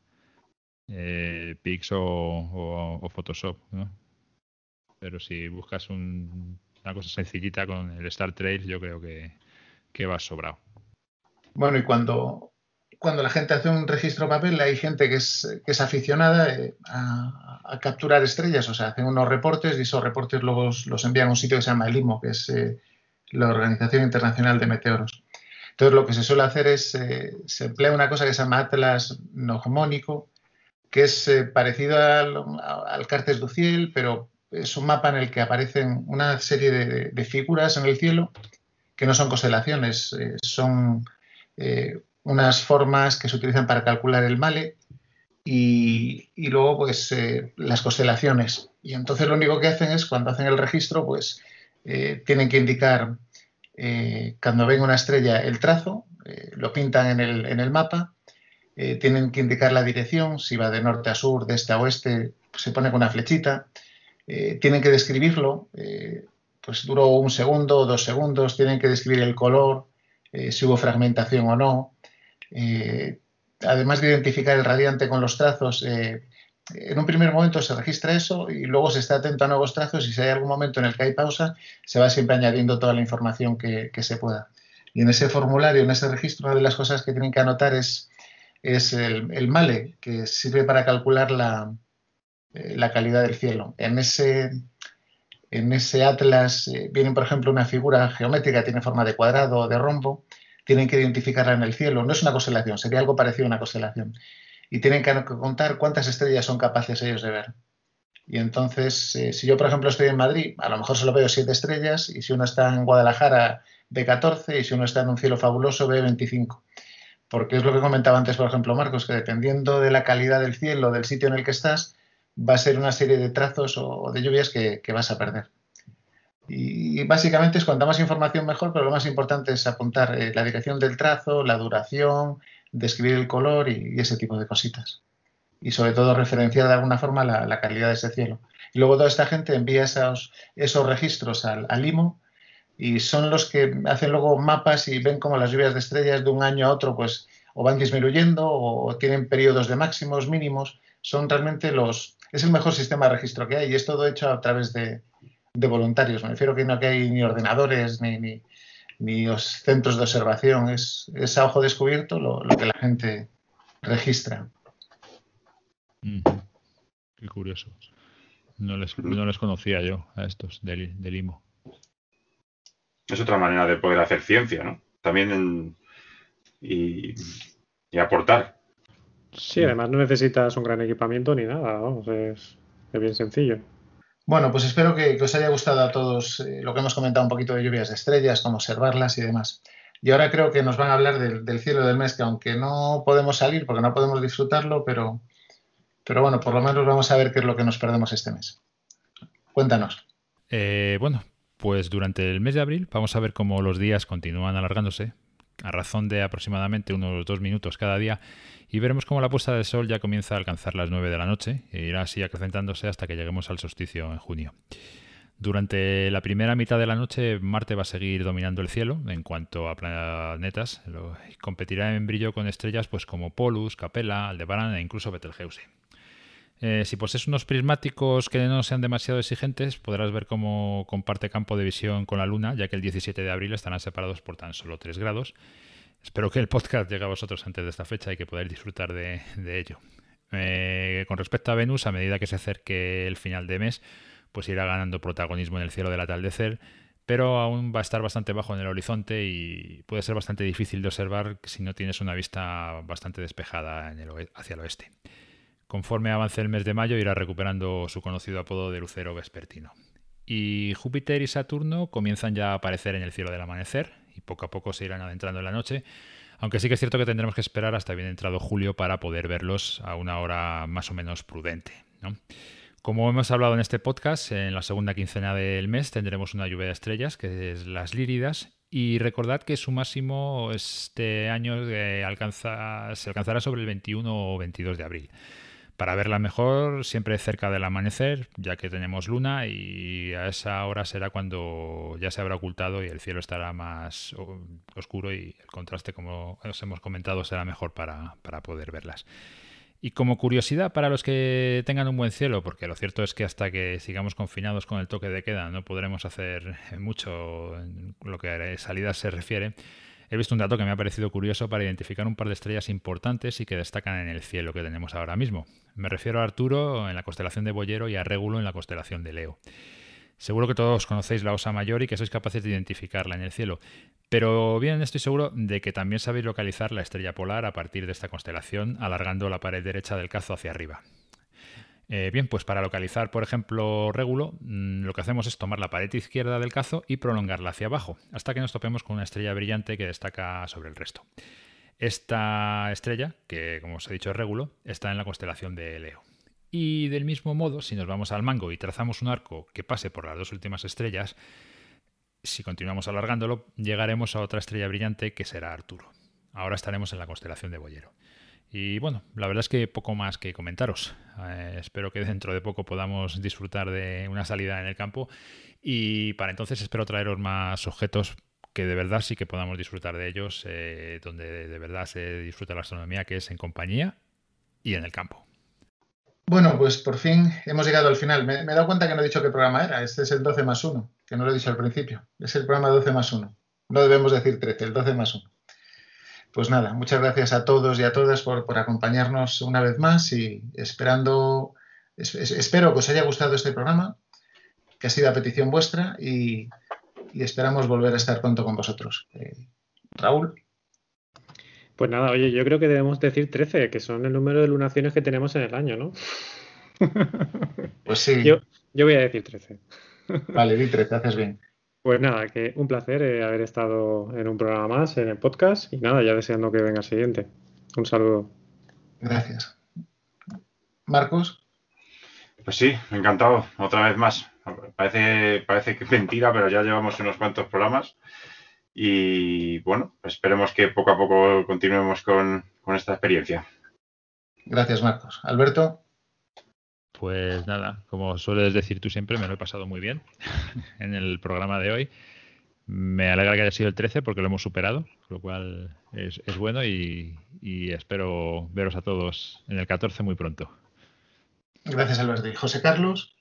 [SPEAKER 3] eh, Pix o, o- o Photoshop, ¿no? Pero si buscas un- una cosa sencillita con el Star Trails, yo creo que, que vas sobrado.
[SPEAKER 1] Bueno, y cuando, cuando la gente hace un registro papel, hay gente que es, que es aficionada eh, a, a capturar estrellas, o sea, hacen unos reportes y esos reportes luego los, los envían a un sitio que se llama el I M O, que es eh, la Organización Internacional de Meteoros. Entonces, lo que se suele hacer es, eh, se emplea una cosa que se llama atlas nogmónico, que es eh, parecido al, al Cartes du Ciel, pero es un mapa en el que aparecen una serie de, de figuras en el cielo que no son constelaciones, eh, son eh, unas formas que se utilizan para calcular el male y, y luego pues eh, las constelaciones. Y entonces lo único que hacen es, cuando hacen el registro, pues eh, tienen que indicar eh, cuando ven una estrella el trazo, eh, lo pintan en el, en el mapa, eh, tienen que indicar la dirección, si va de norte a sur, de este a oeste, pues se pone con una flechita, eh, tienen que describirlo, eh, pues duró un segundo o dos segundos, tienen que describir el color, eh, si hubo fragmentación o no. Eh, además de identificar el radiante con los trazos, eh, en un primer momento se registra eso y luego se está atento a nuevos trazos y si hay algún momento en el que hay pausa, se va siempre añadiendo toda la información que, que se pueda. Y en ese formulario, en ese registro, una de las cosas que tienen que anotar es, es el, el male, que sirve para calcular la, eh, la calidad del cielo. En ese, en ese atlas eh, viene, por ejemplo, una figura geométrica, tiene forma de cuadrado o de rombo, tienen que identificarla en el cielo. No es una constelación, sería algo parecido a una constelación. Y tienen que contar cuántas estrellas son capaces ellos de ver. Y entonces, eh, si yo, por ejemplo, estoy en Madrid, a lo mejor solo veo siete estrellas, y si uno está en Guadalajara, ve catorce, y si uno está en un cielo fabuloso, ve veinticinco. Porque es lo que comentaba antes, por ejemplo, Marcos, que dependiendo de la calidad del cielo, del sitio en el que estás, va a ser una serie de trazos o de lluvias que, que vas a perder. Y básicamente es cuanta más información mejor, pero lo más importante es apuntar eh, la dirección del trazo, la duración, describir el color y, y ese tipo de cositas. Y sobre todo referenciar de alguna forma la, la calidad de ese cielo. Y luego toda esta gente envía esos, esos registros al, al I M O y son los que hacen luego mapas y ven cómo las lluvias de estrellas de un año a otro pues o van disminuyendo o tienen periodos de máximos, mínimos. Son realmente los... Es el mejor sistema de registro que hay y es todo hecho a través de, de voluntarios. Me refiero que no que hay ni ordenadores ni, ni, ni los centros de observación. Es, es a ojo descubierto lo, lo que la gente registra.
[SPEAKER 3] Mm-hmm. Qué curioso. No les, no les conocía yo a estos del, del I M O.
[SPEAKER 5] Es otra manera de poder hacer ciencia, ¿no? También en, y, y aportar.
[SPEAKER 2] Sí, además no necesitas un gran equipamiento ni nada, vamos, es, es bien sencillo.
[SPEAKER 1] Bueno, pues espero que, que os haya gustado a todos eh, lo que hemos comentado un poquito de lluvias de estrellas, cómo observarlas y demás. Y ahora creo que nos van a hablar del, del cielo del mes, que aunque no podemos salir porque no podemos disfrutarlo, pero, pero bueno, por lo menos vamos a ver qué es lo que nos perdemos este mes. Cuéntanos.
[SPEAKER 3] Eh, bueno, pues durante el mes de abril vamos a ver cómo los días continúan alargándose a razón de aproximadamente unos dos minutos cada día y veremos cómo la puesta del sol ya comienza a alcanzar las nueve de la noche e irá así acrecentándose hasta que lleguemos al solsticio en junio. Durante la primera mitad de la noche, Marte va a seguir dominando el cielo en cuanto a planetas. Lo, competirá en brillo con estrellas pues, como Polus, Capella, Aldebarán e incluso Betelgeuse. Eh, si posees unos prismáticos que no sean demasiado exigentes, podrás ver cómo comparte campo de visión con la Luna, ya que el diecisiete de abril estarán separados por tan solo tres grados. Espero que el podcast llegue a vosotros antes de esta fecha y que podáis disfrutar de, de ello. Eh, con respecto a Venus, a medida que se acerque el final de mes, pues irá ganando protagonismo en el cielo del atardecer, pero aún va a estar bastante bajo en el horizonte y puede ser bastante difícil de observar si no tienes una vista bastante despejada en el oe- hacia el oeste. Conforme avance el mes de mayo, irá recuperando su conocido apodo de lucero vespertino. Y Júpiter y Saturno comienzan ya a aparecer en el cielo del amanecer y poco a poco se irán adentrando en la noche, aunque sí que es cierto que tendremos que esperar hasta bien entrado julio para poder verlos a una hora más o menos prudente, ¿no? Como hemos hablado en este podcast, en la segunda quincena del mes tendremos una lluvia de estrellas, que es las Líridas, y recordad que su máximo este año eh, alcanza, se alcanzará sobre el veintiuno o veintidós de abril. Para verla mejor, siempre cerca del amanecer, ya que tenemos luna y a esa hora será cuando ya se habrá ocultado y el cielo estará más oscuro y el contraste, como os hemos comentado, será mejor para, para poder verlas. Y como curiosidad para los que tengan un buen cielo, porque lo cierto es que hasta que sigamos confinados con el toque de queda no podremos hacer mucho en lo que a salidas se refiere, he visto un dato que me ha parecido curioso para identificar un par de estrellas importantes y que destacan en el cielo que tenemos ahora mismo. Me refiero a Arturo en la constelación de Boyero y a Régulo en la constelación de Leo. Seguro que todos conocéis la Osa Mayor y que sois capaces de identificarla en el cielo, pero bien estoy seguro de que también sabéis localizar la estrella polar a partir de esta constelación, alargando la pared derecha del cazo hacia arriba. Eh, bien, pues para localizar, por ejemplo, Régulo, mmm, lo que hacemos es tomar la pared izquierda del cazo y prolongarla hacia abajo, hasta que nos topemos con una estrella brillante que destaca sobre el resto. Esta estrella, que como os he dicho es Régulo, está en la constelación de Leo. Y del mismo modo, si nos vamos al mango y trazamos un arco que pase por las dos últimas estrellas, si continuamos alargándolo, llegaremos a otra estrella brillante que será Arturo. Ahora estaremos en la constelación de Boyero. Y bueno, la verdad es que poco más que comentaros. Eh, espero que dentro de poco podamos disfrutar de una salida en el campo y para entonces espero traeros más objetos que de verdad sí que podamos disfrutar de ellos, eh, donde de, de verdad se disfruta la astronomía, que es en compañía y en el campo.
[SPEAKER 1] Bueno, pues por fin hemos llegado al final. Me, me he dado cuenta que no he dicho qué programa era. Este es el doce más uno, que no lo he dicho al principio. Es el programa doce más uno. No debemos decir trece, el doce más uno. Pues nada, muchas gracias a todos y a todas por, por acompañarnos una vez más y esperando, es, es, espero que os haya gustado este programa, que ha sido a petición vuestra y, y esperamos volver a estar pronto con vosotros. Eh, Raúl.
[SPEAKER 2] Pues nada, oye, yo creo que debemos decir trece, que son el número de lunaciones que tenemos en el año, ¿no?
[SPEAKER 1] Pues sí.
[SPEAKER 2] Yo, yo voy a decir trece.
[SPEAKER 1] Vale, di trece, haces bien.
[SPEAKER 2] Pues nada, que un placer eh, haber estado en un programa más, en el podcast, y nada, ya deseando que venga el siguiente. Un saludo.
[SPEAKER 1] Gracias. Marcos.
[SPEAKER 5] Pues sí, encantado, otra vez más. Parece, parece que es mentira, pero ya llevamos unos cuantos programas y bueno, esperemos que poco a poco continuemos con, con esta experiencia.
[SPEAKER 1] Gracias, Marcos. Alberto.
[SPEAKER 3] Pues nada, como sueles decir tú siempre, me lo he pasado muy bien en el programa de hoy. Me alegra que haya sido el trece porque lo hemos superado, lo cual es, es bueno y, y espero veros a todos en el catorce muy pronto.
[SPEAKER 1] Gracias, Alberto. ¿Y José Carlos?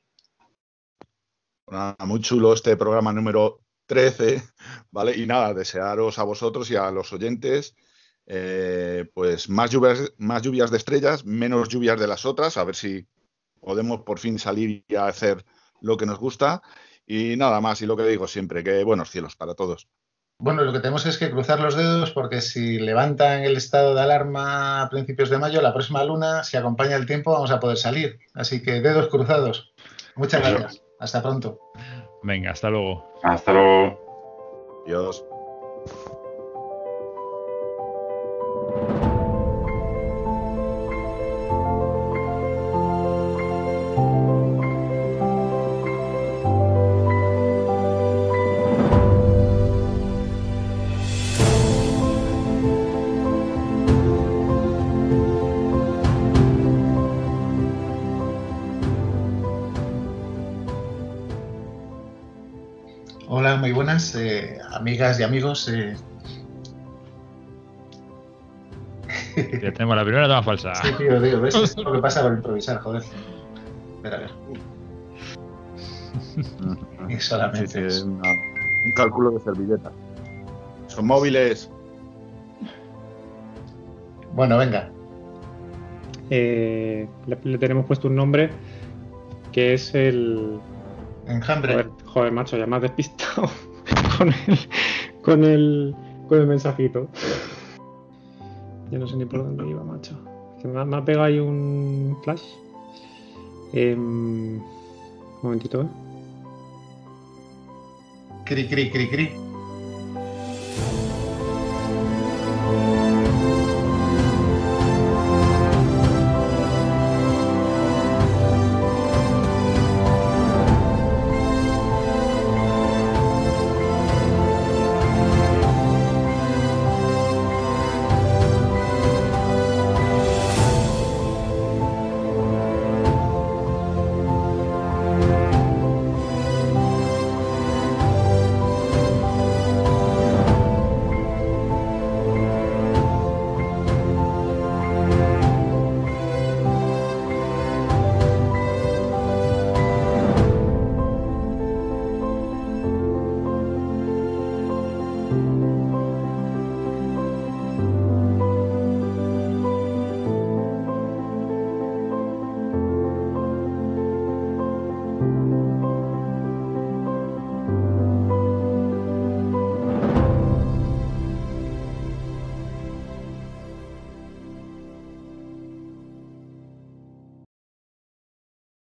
[SPEAKER 4] Nada, muy chulo este programa número trece, ¿vale? Y nada, desearos a vosotros y a los oyentes eh, pues más lluvias, más lluvias de estrellas, menos lluvias de las otras, a ver si podemos por fin salir y hacer lo que nos gusta. Y nada más, y lo que digo siempre, que buenos cielos para todos.
[SPEAKER 1] Bueno, lo que tenemos es que cruzar los dedos porque si levantan el estado de alarma a principios de mayo, la próxima luna, si acompaña el tiempo, vamos a poder salir. Así que dedos cruzados. Muchas gracias. Hasta pronto.
[SPEAKER 3] Venga, hasta luego.
[SPEAKER 5] Hasta luego.
[SPEAKER 4] Adiós.
[SPEAKER 1] Hola, muy buenas, eh, amigas y amigos. Eh...
[SPEAKER 3] Ya tenemos la primera toma falsa.
[SPEAKER 1] Sí, tío, tío, ¿ves? Es lo que pasa con improvisar, joder. Espera, a ver. Y solamente
[SPEAKER 4] Sí, sí,
[SPEAKER 1] es.
[SPEAKER 4] una- un cálculo de servilleta. Son móviles.
[SPEAKER 1] Bueno, venga.
[SPEAKER 2] Eh, le, le tenemos puesto un nombre que es el...
[SPEAKER 1] Enjambre.
[SPEAKER 2] Joder, joder, macho, ya me has despistado con el, con el, con el mensajito. Yo no sé ni por dónde iba, macho. Que me, ha- me ha pegado ahí un flash. Eh, un momentito, ¿eh?
[SPEAKER 1] Cri, cri, cri, cri.